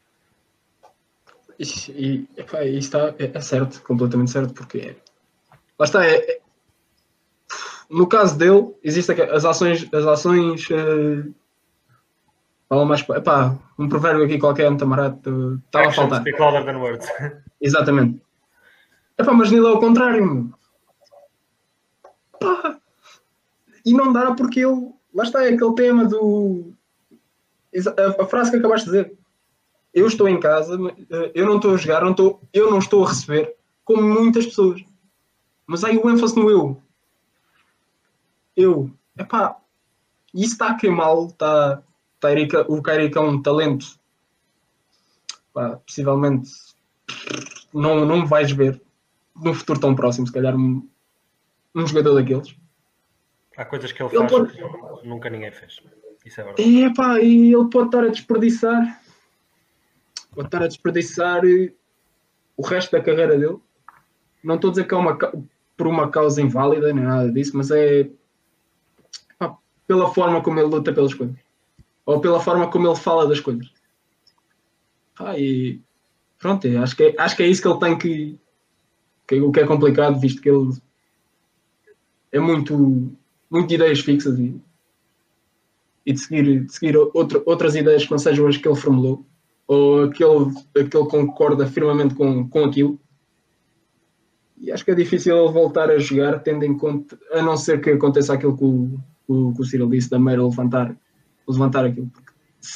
E isso é certo, completamente certo, porque lá está, no caso dele, existem as ações falam mais, um provérbio aqui qualquer, muito barato, estava a faltar. Speak louder than words. Exatamente. Mas nele é o contrário. E não dá porque ele, lá está, é aquele tema a frase que acabaste de dizer. Eu estou em casa, eu não estou a jogar, eu não estou a receber, como muitas pessoas. Mas aí o ênfase no eu. Isso está a queimá-lo, está O Kyrie é um talento, pá, possivelmente não vais ver num futuro tão próximo, se calhar um jogador daqueles. Há coisas que ele Ele faz pode- que nunca ninguém fez. Isso é verdade. E ele pode estar a desperdiçar o resto da carreira dele. Não estou a dizer que é por uma causa inválida, nem nada disso, mas é pela forma como ele luta pelas coisas. Ou pela forma como ele fala das coisas. E pronto, acho que é isso que ele tem o que é complicado, visto que ele é muito de ideias fixas e de seguir outras ideias que não sejam as que ele formulou, ou que ele concorda firmemente com aquilo. E acho que é difícil ele voltar a jogar, tendo em conta, a não ser que aconteça aquilo que o Cyril disse, da Meira levantar aquilo. Porque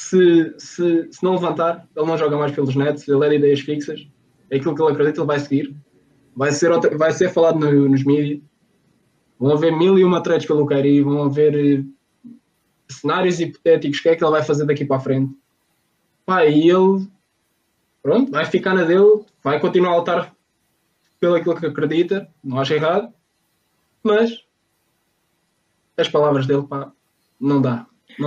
se não levantar, ele não joga mais pelos Nets, ele é de ideias fixas, é aquilo que ele acredita, ele vai seguir. Vai ser falado nos mídias. Vão haver 1001 trades pelo Kyrie, vão haver cenários hipotéticos, o que é que ele vai fazer daqui para a frente. E ele, pronto, vai ficar na dele, vai continuar a lutar pelo aquilo que acredita, não acho errado, mas as palavras dele, não dá.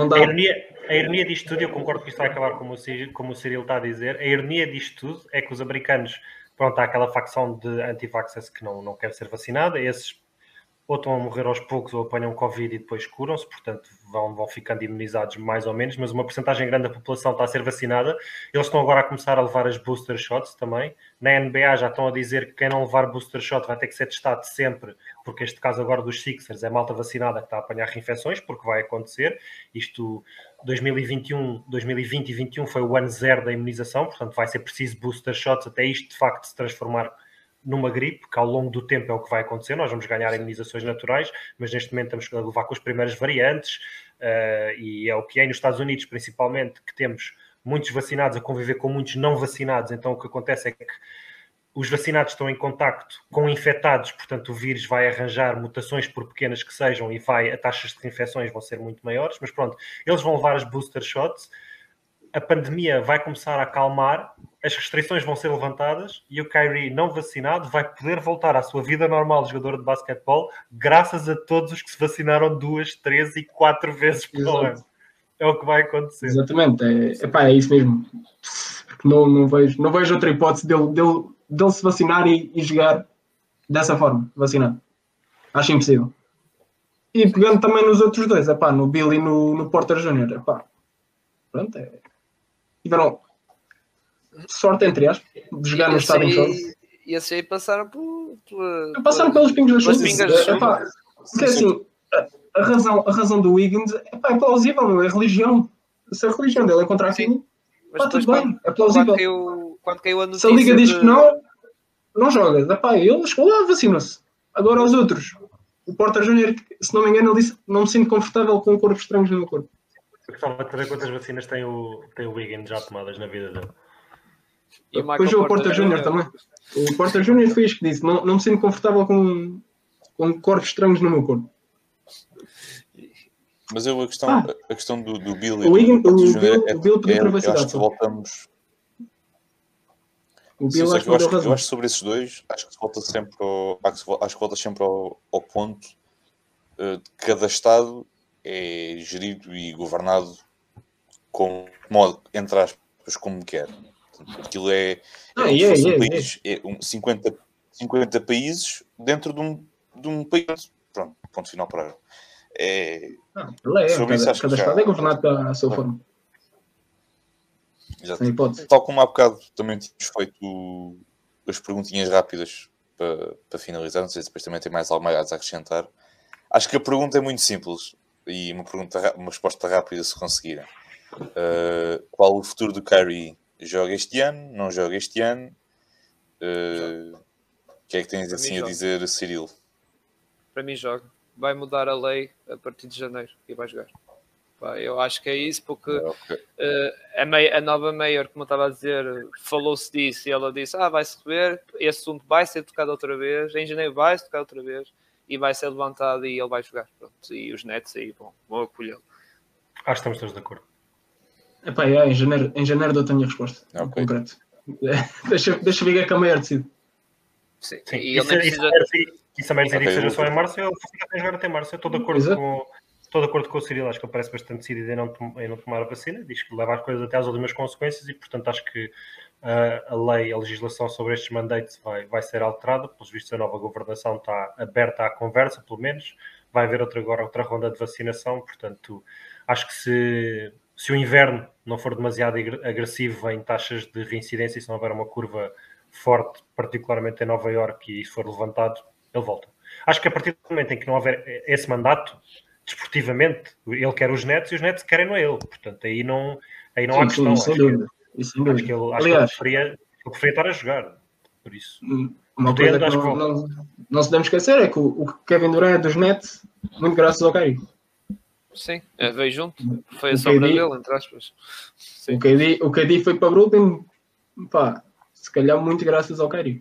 A ironia disto tudo, eu concordo que isto vai acabar como o Cyril está a dizer, a ironia disto tudo é que os americanos, pronto, há aquela facção de anti-vaxxers que não quer ser vacinada, esses ou estão a morrer aos poucos ou apanham Covid e depois curam-se, portanto vão ficando imunizados mais ou menos, mas uma porcentagem grande da população está a ser vacinada. Eles estão agora a começar a levar as booster shots também. Na NBA já estão a dizer que quem não levar booster shot vai ter que ser testado sempre, porque este caso agora dos Sixers é malta vacinada que está a apanhar reinfecções, porque vai acontecer. Isto 2020 e 21 foi o ano zero da imunização, portanto vai ser preciso booster shots até isto de facto se transformar numa gripe, que ao longo do tempo é o que vai acontecer, nós vamos ganhar imunizações naturais, mas neste momento estamos a levar com as primeiras variantes, e é o que é nos Estados Unidos, principalmente, que temos muitos vacinados a conviver com muitos não vacinados, então o que acontece é que os vacinados estão em contacto com infectados, portanto o vírus vai arranjar mutações, por pequenas que sejam, e as taxas de reinfecções vão ser muito maiores, mas pronto, eles vão levar as booster shots, a pandemia vai começar a acalmar, as restrições vão ser levantadas e o Kyrie não vacinado vai poder voltar à sua vida normal de jogador de basquetebol graças a todos os que se vacinaram 2, 3 e 4 vezes por ano. É o que vai acontecer. Exatamente, é isso mesmo. Não vejo outra hipótese dele se vacinar e jogar dessa forma, vacinado. Acho impossível. E pegando também nos outros dois, no Bill e no Porter Jr., pronto, tiveram sorte, entre aspas, de jogar no estado em choque. E esses aí passaram passaram pelos pingos da chuva. Porque assim, a razão do Wiggins é plausível, é religião. Se a religião dele é contra aquilo, está tudo bem, é plausível. Quando caiu a notícia, se a Liga diz que não jogas. Ele chegou lá, vacinou-se. Agora os outros, o Porter Jr., se não me engano, ele disse: não me sinto confortável com corpos estranhos no meu corpo. Eu gostava de saber quantas vacinas tem o Wiggins já tomadas na vida dele. E depois o Porter Jr. também. O Porter Jr. foi isto que disse: não me sinto confortável com corpos estranhos no meu corpo. Mas a questão do Bill e o Bill pediu privacidade. Eu acho que voltamos. O Bill eu acho que sobre esses dois, acho que se volta sempre ao ponto de que cada Estado é gerido e governado entre aspas, como quer. Aquilo é 50 países dentro de um país. Pronto, ponto final para sobre isso, cada Estado é governado à sua forma. Exato. Tal como há bocado também tínhamos feito as perguntinhas rápidas para finalizar, não sei se depois também tem mais algo mais a acrescentar. Acho que a pergunta é muito simples e uma resposta rápida se conseguirem. Qual o futuro do Kyrie? Joga este ano? Não joga este ano? O que é que tens assim a dizer, Cyril? Para mim joga. Vai mudar a lei a partir de janeiro e vai jogar. Eu acho que é isso, porque a nova Mayor, como eu estava a dizer, falou-se disso e ela disse, vai-se ver, esse assunto vai ser tocado outra vez, em janeiro vai-se tocar outra vez e vai ser levantado e ele vai jogar. Pronto. E os Nets aí vão acolhê-lo. Acho que estamos todos de acordo. Epá, em janeiro dou-te a minha resposta. Ok. Concreto. Deixa ver que é a maior decide. Sim. Sim, E ele nem precisa... Isso a Mercedes Ok, que seja eu só vou- em março, ele fica a jogar até março. Eu estou de acordo Exato. com o Cyril, acho que ele parece bastante decidido em não tomar a vacina, diz que leva as coisas até às últimas consequências e, portanto, acho que a legislação sobre estes mandates vai ser alterada. Pelos vistos, a nova governação está aberta à conversa, pelo menos. Vai haver agora outra ronda de vacinação, portanto, acho que se o inverno não for demasiado agressivo em taxas de reincidência e se não houver uma curva forte, particularmente em Nova Iorque, e isso for levantado, ele volta. Acho que a partir do momento em que não houver esse mandato, desportivamente, ele quer os Nets e os Nets querem a ele. Portanto, aí não há questão. Isso sem dúvida. Isso sem Acho que dúvida. ele Aliás, preferia estar a jogar. Por isso. uma coisa que acho que não se deve esquecer é que o Kevin Durant é dos Nets, muito graças ao Kyrie. Sim, veio junto. Foi a O sombra KD dele, entre aspas. Sim. O KD foi para Brooklyn, pá, se calhar muito graças ao Kyrie.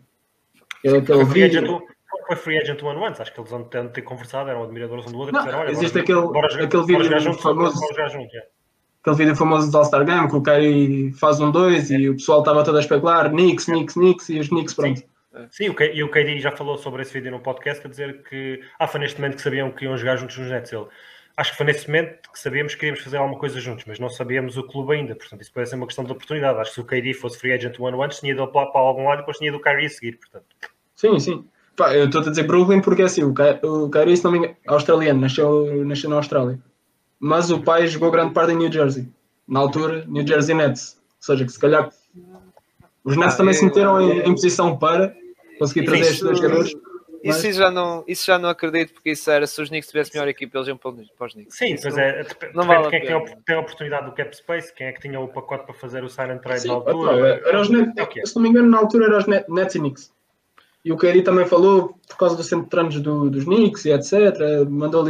Foi free agent um ano antes, acho que eles vão ter conversado, eram admiradores um do outro e Não, disseram, olha, existe bora aquele vídeo famoso, jogar junto. aquele vídeo famoso do All-Star Game, que o Kyrie faz 2 e o pessoal estava todo a especular, Knicks, e os Knicks, pronto. Sim, e o KD já falou sobre esse vídeo no podcast, a dizer que foi neste momento que sabiam que iam jogar juntos nos Nets. Acho que foi nesse momento que sabíamos que queríamos fazer alguma coisa juntos, mas não sabíamos o clube ainda, portanto isso pode ser uma questão de oportunidade. Acho que se o KD fosse free agent um ano antes, tinha ido para algum lado e depois tinha ido o Kyrie a seguir, portanto. Sim. Pá, eu estou a dizer Brooklyn porque assim, o Kyrie, se não me engano, australiano, nasceu na Austrália. Mas o pai jogou grande parte em New Jersey. Na altura, New Jersey Nets. Ou seja, que se calhar os Nets também se meteram em posição para conseguir trazer estes dois jogadores. Isso já não acredito, porque isso era, se os Knicks tivessem melhor equipe, eles iam para os Knicks. Sim, pois é. Depende de quem é que tem a oportunidade do cap space, quem é que tinha o pacote para fazer o sign and trade na altura. Era os Nets, se não me engano, na altura eram os Nets e Knicks. E o Kyrie também falou, por causa do centro de treinos dos Knicks e etc., mandou-lhe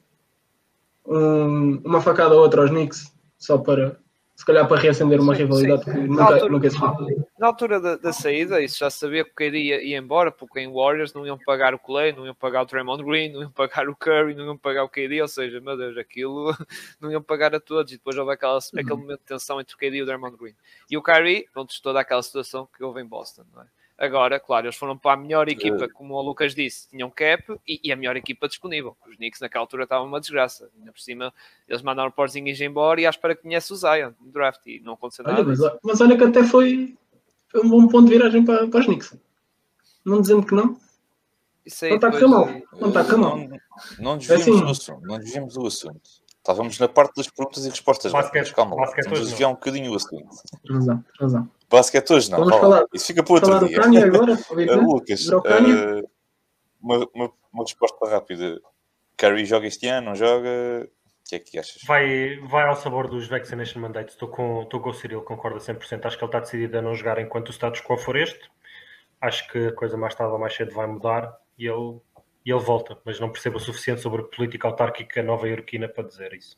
uma facada ou outra aos Knicks, só para, se calhar, para reacender uma rivalidade que nunca existiu. Na altura da saída, isso já sabia que o Kyrie ia embora, porque em Warriors não iam pagar o Clay, não iam pagar o Draymond Green, não iam pagar o Curry, não iam pagar o KD, ou seja, meu Deus, aquilo não iam pagar a todos, e depois houve aquele momento de tensão entre o KD e o Draymond Green. E o Kyrie, pronto, toda aquela situação que houve em Boston, não é? Agora, claro, eles foram para a melhor equipa, como o Lucas disse, tinham cap e a melhor equipa disponível. Os Knicks naquela altura estavam uma desgraça. Ainda por cima, eles mandaram o Porzingis embora e à espera que conhece o Zion no draft e não aconteceu nada. Mas olha que até foi um bom ponto de viragem para os Knicks. Não dizendo que não. Isso aí não está a correr mal. Não está a correr mal. Não desviamos o assunto. Estávamos na parte das perguntas e respostas rápidas. Calma lá. Vamos desviar um bocadinho o assunto. Razão. Basquete hoje não. Isso fica para outro dia. Falar do Kanye agora? Lucas, uma resposta rápida. Kyrie joga este ano? Não joga? O que é que achas? Vai ao sabor dos vaccination mandates. Estou com o Cyril, concorda 100%. Acho que ele está decidido a não jogar enquanto o status quo for este. Acho que a coisa mais tarde ou mais cedo vai mudar e ele volta. Mas não percebo o suficiente sobre a política autárquica nova-iorquina para dizer isso.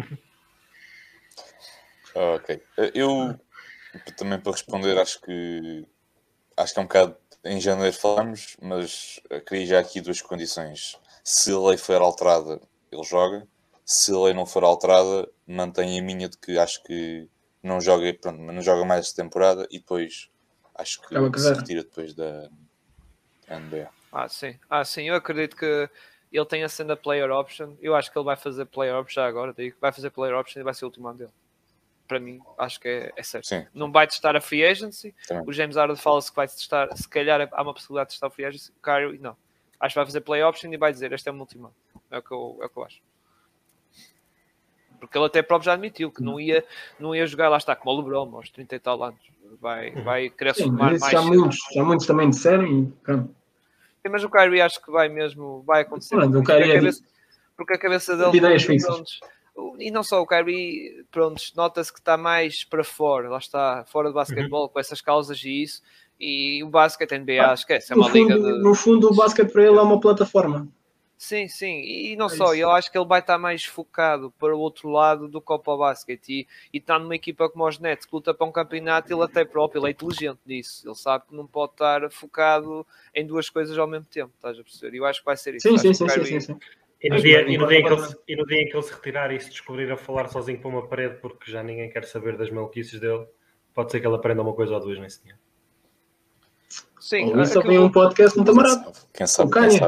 Ok. Eu... Também para responder, acho que é um bocado em janeiro falamos, mas queria já aqui duas condições. Se a lei for alterada, ele joga. Se a lei não for alterada, mantém a minha de que acho que não joga, mas não joga mais esta temporada e depois acho que se retira depois da NBA. Sim, eu acredito que ele tem a cena player option. Eu acho que ele vai fazer player option já agora, vai fazer player option e vai ser o último ano dele. Para mim, acho que é certo. Sim. Não vai testar a free agency. Também. O James Harden fala-se que vai testar, se calhar há uma possibilidade de testar a free agency. O Kyrie, não. Acho que vai fazer play option e vai dizer, este é o meu último ano. É o que eu acho. Porque ele até próprio já admitiu que não ia jogar, lá está, como o LeBron, aos 30 e tal anos. Vai querer somar mais. Já muitos também disseram e pronto. Sim, mas o Kyrie acho que vai acontecer. Porque a cabeça dele... Ideias fixas. E não só o Kyrie, pronto, nota-se que está mais para fora, lá está, fora do basquetebol, com essas causas e isso, e o basquete NBA, esquece, é uma liga de... No fundo, o basquete para ele é uma plataforma. Sim, e não só, eu acho que ele vai estar mais focado para o outro lado do que para o basquete, e está numa equipa como os Nets, que luta para um campeonato, ele até próprio, ele é inteligente nisso, ele sabe que não pode estar focado em duas coisas ao mesmo tempo, estás a perceber? Eu acho que vai ser isso. Sim. E no dia em que ele se retirar e se descobrir a falar sozinho para uma parede porque já ninguém quer saber das maluquices dele, pode ser que ele aprenda uma coisa ou duas nesse dia. Sim, Ou isso também é um podcast muito amarado. Quem sabe, O Kanye.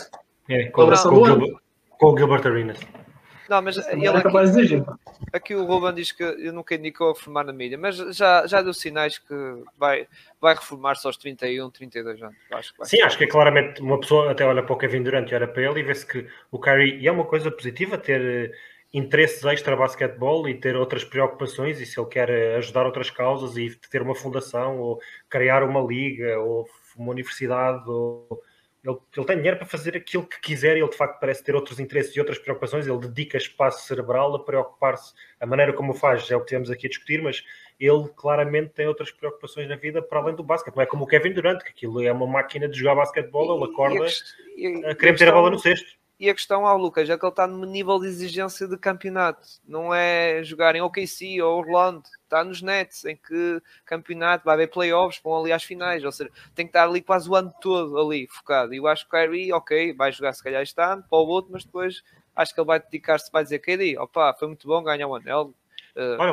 Com o Gilbert Arenas. Não, mas Ele é capaz de dizer, aqui o Ruben diz que eu nunca indicou a reformar na mídia, mas já deu sinais que vai reformar-se aos 31, 32 anos. Sim, acho que é claramente uma pessoa até olha para o Kevin Durant e olha para ele e vê-se que o Kyrie, e é uma coisa positiva ter interesses extra basquetebol e ter outras preocupações, e se ele quer ajudar outras causas e ter uma fundação ou criar uma liga ou uma universidade ou... Ele tem dinheiro para fazer aquilo que quiser e ele de facto parece ter outros interesses e outras preocupações. Ele dedica espaço cerebral a preocupar-se. A maneira como o faz é o que temos aqui a discutir, mas ele claramente tem outras preocupações na vida para além do basquete. Não é como o Kevin Durant, que aquilo é uma máquina de jogar basquetebol, ele acorda a querer meter a bola no cesto. E a questão ao Lucas é que ele está no nível de exigência de campeonato. Não é jogar em OKC ou Orlando. Está nos Nets, em que campeonato vai haver playoffs, vão ali às finais. Ou seja, tem que estar ali quase o ano todo ali, focado. E eu acho que o Kyrie, ok, vai jogar se calhar este ano, para o outro, mas depois acho que ele vai dedicar-se, vai dizer, KD, opa, foi muito bom ganhar o anel. Olha,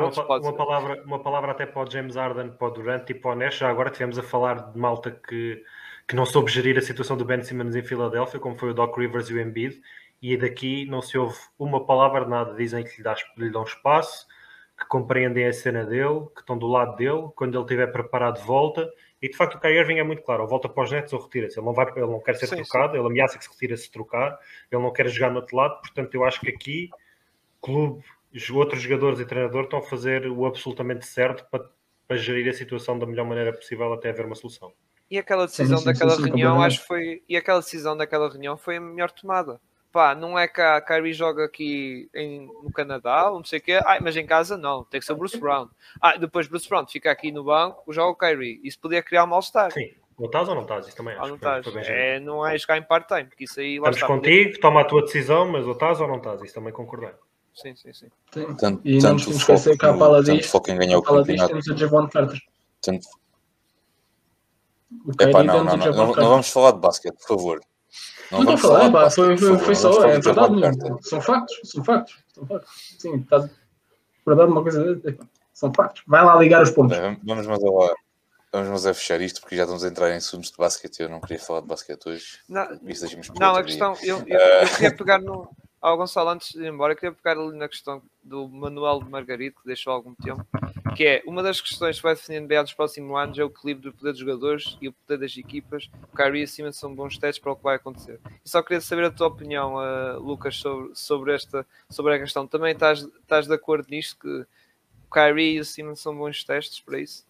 uma palavra até para o James Harden, para o Durant e para o Nash. Já agora tivemos a falar de malta que não soube gerir a situação do Ben Simmons em Filadélfia, como foi o Doc Rivers e o Embiid, e daqui não se ouve uma palavra de nada. Dizem que lhe dão espaço, que compreendem a cena dele, que estão do lado dele, quando ele estiver preparado volta. E de facto o Kyrie Irving é muito claro, ou volta para os Nets ou retira-se. Ele não quer ser trocado, ele ameaça que se retira se trocar, ele não quer jogar no outro lado. Portanto, eu acho que aqui clube, outros jogadores e treinador estão a fazer o absolutamente certo para gerir a situação da melhor maneira possível até haver uma solução. E aquela decisão daquela reunião, acho que foi. E aquela decisão daquela reunião foi a melhor tomada. Pá, não é que a Kyrie joga aqui no Canadá, ou não sei o quê. Mas em casa não, tem que ser o Bruce Brown. Depois Bruce Brown fica aqui no banco, joga o Kyrie. Isso podia criar um mal-estar. Sim, ou estás ou não estás, isso também acho. Não estás. Não é jogar em part-time, porque isso aí... Estamos contigo, toma a tua decisão, mas ou estás ou não estás, isso também concordei. Sim. E não nos esquecer que a pala disto, foco em ganhar o campeonato. Temos a Javon Carter. Não vamos falar de basquete, por favor. Não estou a falar, foi só, é verdade. São factos. Sim, estás verdade uma coisa, são factos. Vai lá ligar os pontos. Vamos a fechar isto, porque já estamos a entrar em assuntos de basquete e eu não queria falar de basquete hoje. A questão, eu queria pegar no... Gonçalo, antes de ir embora, eu queria pegar ali na questão do Manuel de Margarito, que deixou há algum tempo, que é uma das questões que vai definir a NBA nos próximos anos é o equilíbrio do poder dos jogadores e o poder das equipas. O Kyrie e Simmons são bons testes para o que vai acontecer. E só queria saber a tua opinião, Lucas, sobre a questão. Também estás de acordo nisto, que o Kyrie e o Simmons são bons testes para isso?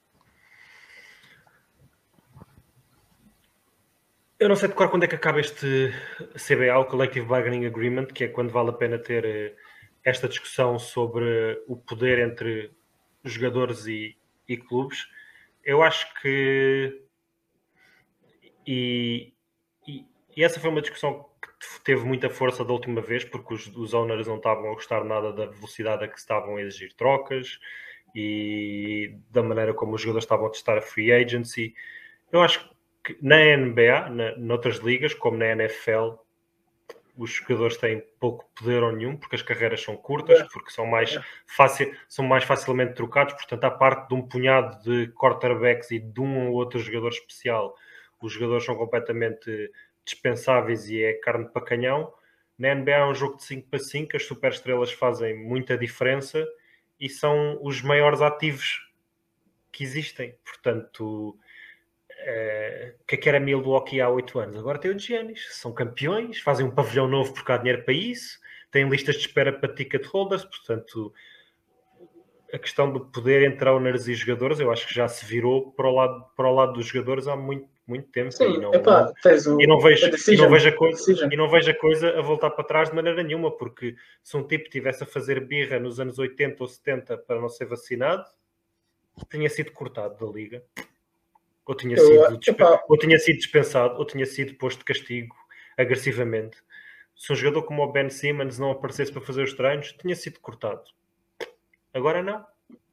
Eu não sei de cor quando é que acaba este CBA, o Collective Bargaining Agreement, que é quando vale a pena ter esta discussão sobre o poder entre jogadores e clubes. Eu acho que... E essa foi uma discussão que teve muita força da última vez, porque os owners não estavam a gostar nada da velocidade a que estavam a exigir trocas e da maneira como os jogadores estavam a testar a free agency. Eu acho que na NBA, noutras ligas, como na NFL, os jogadores têm pouco poder ou nenhum, porque as carreiras são curtas, porque são mais facilmente trocados. Portanto, à parte de um punhado de quarterbacks e de um ou outro jogador especial, os jogadores são completamente dispensáveis e é carne para canhão. Na NBA é um jogo de 5 para 5, as superestrelas fazem muita diferença e são os maiores ativos que existem. Portanto... que é que era Milwaukee há 8 anos? Agora tem o Giannis, são campeões, fazem um pavilhão novo porque há dinheiro para isso, têm listas de espera para ticket holders. Portanto, a questão do poder entre owners e jogadores, eu acho que já se virou para o lado dos jogadores há muito tempo. Sim, e não vejo a coisa a voltar para trás de maneira nenhuma, porque se um tipo estivesse a fazer birra nos anos 80 ou 70 para não ser vacinado, tinha sido cortado da liga. Ou tinha sido dispensado, ou tinha sido posto de castigo agressivamente. Se um jogador como o Ben Simmons não aparecesse para fazer os treinos, tinha sido cortado. Agora não.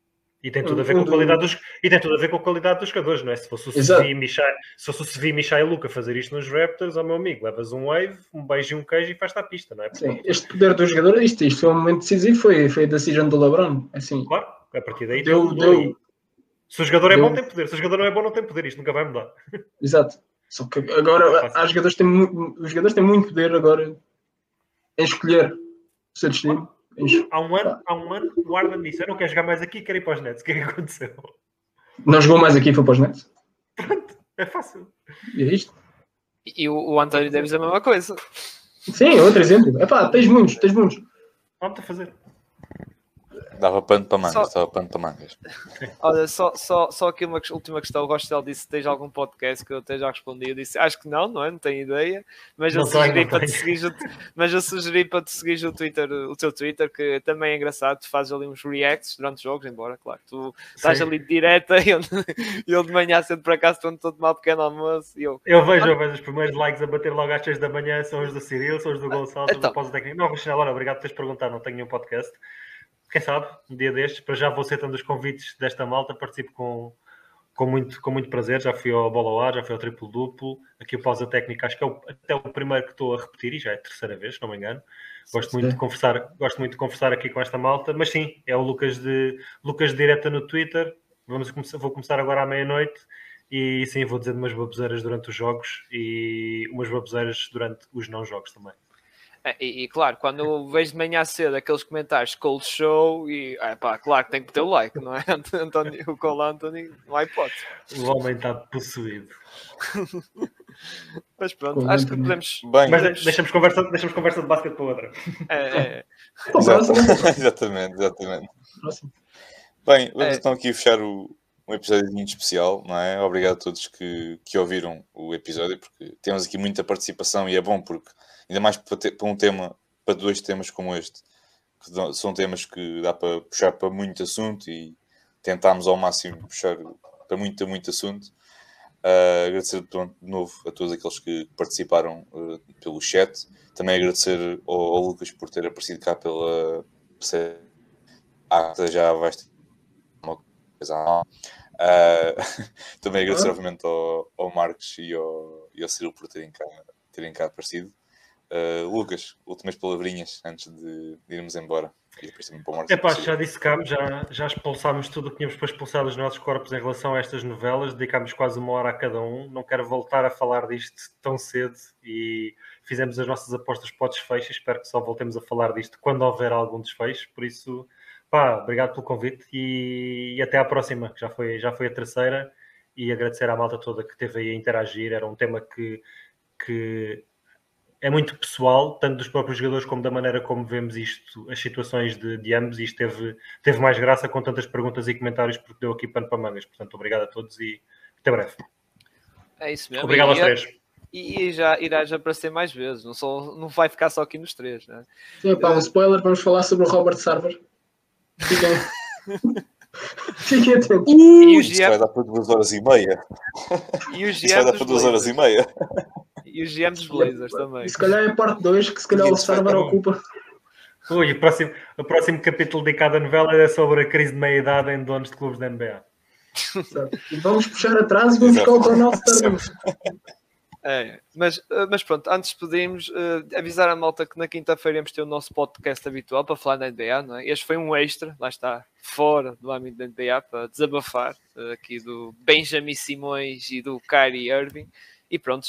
E tem tudo a ver com a qualidade dos, e tem tudo a ver com a qualidade dos jogadores, não é? Se fosse o Sevi, Michai e Luca fazer isto nos Raptors, meu amigo, levas um wave, um beijo e um queijo e faz-te à pista, não é? Sim, este poder do jogador, isto foi um momento decisivo, foi a decisão do LeBron. Assim, claro, a partir daí deu, tudo mudou. deu, se o jogador é bom, tem poder. Se o jogador não é bom, não tem poder. Isto nunca vai mudar. Exato. Só que agora os jogadores têm muito poder agora em escolher o seu destino. Há um ano, o Arden disse: eu não quero jogar mais aqui, quero ir para os Nets. O que é que aconteceu? Não jogou mais aqui, foi para os Nets. Pronto, é fácil. E é isto. E o Anthony Davis é a mesma coisa. Sim, outro exemplo. Epá, tens muitos. Vamos a fazer. Dava pano para mangas, Olha, só aqui uma última questão. O Rostel disse se tens algum podcast que eu esteja a responder. Eu disse, acho que não é? Não tenho ideia. Mas eu sugeri para te seguir o teu Twitter, que também é engraçado. Tu fazes ali uns reacts durante os jogos, embora, claro, tu estás ali direta e eu de manhã cedo por acaso estou a tomar um pequeno almoço. Eu vejo os primeiros likes a bater logo às 6 da manhã, são os do Cirilo, são os do Gonçalo, são os do Pós Técnico. Não, Rochinel, obrigado por teres perguntado, não tenho nenhum podcast. Quem sabe, um dia destes, para já vou aceitando os convites desta malta, participo com muito prazer. Já fui ao Bola ao Ar, já fui ao Triplo Duplo, aqui o Pausa Técnica, acho que é até o primeiro que estou a repetir, e já é a terceira vez, se não me engano. Gosto muito de conversar aqui com esta malta, mas sim, é o Lucas Direta no Twitter. Vou começar agora à meia-noite e sim, vou dizer umas baboseiras durante os jogos e umas baboseiras durante os não jogos também. E claro, quando eu vejo de manhã cedo aqueles comentários Cold Show e claro que tem que ter o like, não é? O Cole Anthony, não há hipótese. O homem está possuído. Mas pronto, acho que podemos. Bem, mas deixamos conversa de basquete para outra. Exatamente. Bem, vamos então aqui fechar um episódio muito especial, não é? Obrigado a todos que ouviram o episódio, porque temos aqui muita participação e é bom porque ainda mais para dois temas como este, que são temas que dá para puxar para muito assunto e tentámos ao máximo puxar para muito assunto. Agradecer de novo a todos aqueles que participaram pelo chat. Também agradecer ao Lucas por ter aparecido cá pela já vais ter uma coisa. Também agradecer obviamente ao Marcos e ao Cirilo por terem cá aparecido. Lucas, últimas palavrinhas antes de irmos embora. E depois também para o Marcos. Já dissecámos, já expulsámos tudo o que tínhamos para expulsar dos nossos corpos em relação a estas novelas, dedicámos quase 1 hora a cada um. Não quero voltar a falar disto tão cedo e fizemos as nossas apostas para o desfecho. Espero que só voltemos a falar disto quando houver algum desfecho. Por isso, obrigado pelo convite e até à próxima, que já foi a terceira. E agradecer à malta toda que esteve aí a interagir. Era um tema que é muito pessoal, tanto dos próprios jogadores como da maneira como vemos isto, as situações de ambos, e isto teve mais graça com tantas perguntas e comentários porque deu aqui pano para mangas. Portanto, obrigado a todos e até breve. É isso mesmo. Obrigado aos três. E já irás aparecer mais vezes, não vai ficar só aqui nos três, né? Sim, um spoiler, vamos falar sobre o Robert Sarver. Fiquem atentos. Isto vai dar para 2h30. Isto vai dar para 2h30. E os GM dos Blazers também. E se calhar é a parte 2 que se calhar o Sarver ocupa. Ui, o próximo capítulo dedicado à novela é sobre a crise de meia-idade em donos de clubes da NBA. E vamos puxar atrás e vamos buscar o Donald Sterling. Mas pronto, antes pedimos avisar a malta que na quinta-feira íamos ter o nosso podcast habitual para falar da NBA, não é? Este foi um extra, lá está, fora do âmbito da NBA, para desabafar aqui do Benjamin Simões e do Kyrie Irving. E pronto,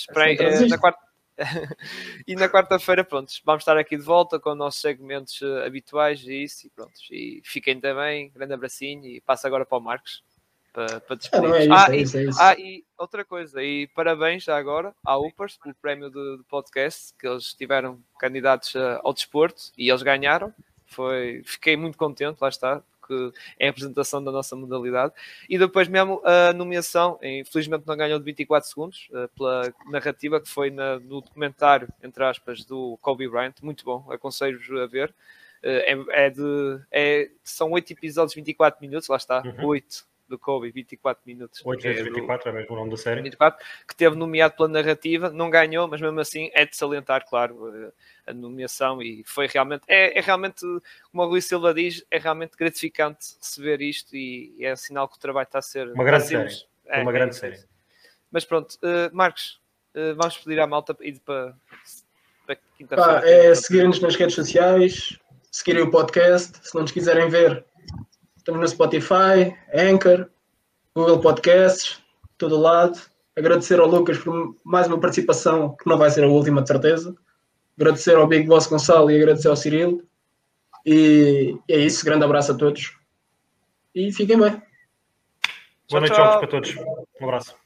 na quarta-feira, pronto, vamos estar aqui de volta com os nossos segmentos habituais e isso, e pronto. E fiquem também, grande abracinho e passo agora para o Marcos para despedir. E outra coisa, e parabéns já agora à Upers pelo prémio de podcast, que eles tiveram candidatos ao desporto e eles ganharam. Fiquei muito contente, lá está, que é a apresentação da nossa modalidade. E depois mesmo a nomeação, infelizmente não ganhou de 24 segundos, pela narrativa que foi no documentário, entre aspas, do Kobe Bryant. Muito bom, aconselho-vos a ver. São 8 episódios, 24 minutos, lá está, 8 do Kobe, 24 minutos. 8 vezes 24 é mesmo o nome da série. 24, que teve nomeado pela narrativa, não ganhou, mas mesmo assim é de salientar, claro, a nomeação, e foi realmente, é realmente, como o Rui Silva diz, é realmente gratificante receber isto, e é sinal que o trabalho está a ser... Uma grande série. Uma grande série. Mas pronto, Marcos, vamos pedir à malta ir para quinta-feira. É seguirem-nos nas redes sociais, seguirem o podcast, se não nos quiserem ver, estamos no Spotify, Anchor, Google Podcasts, todo lado. Agradecer ao Lucas por mais uma participação, que não vai ser a última, de certeza. Agradecer ao Big Boss Gonçalo e agradecer ao Cirilo. E é isso, grande abraço a todos. E fiquem bem. Boa noite, jogos para todos. Um abraço.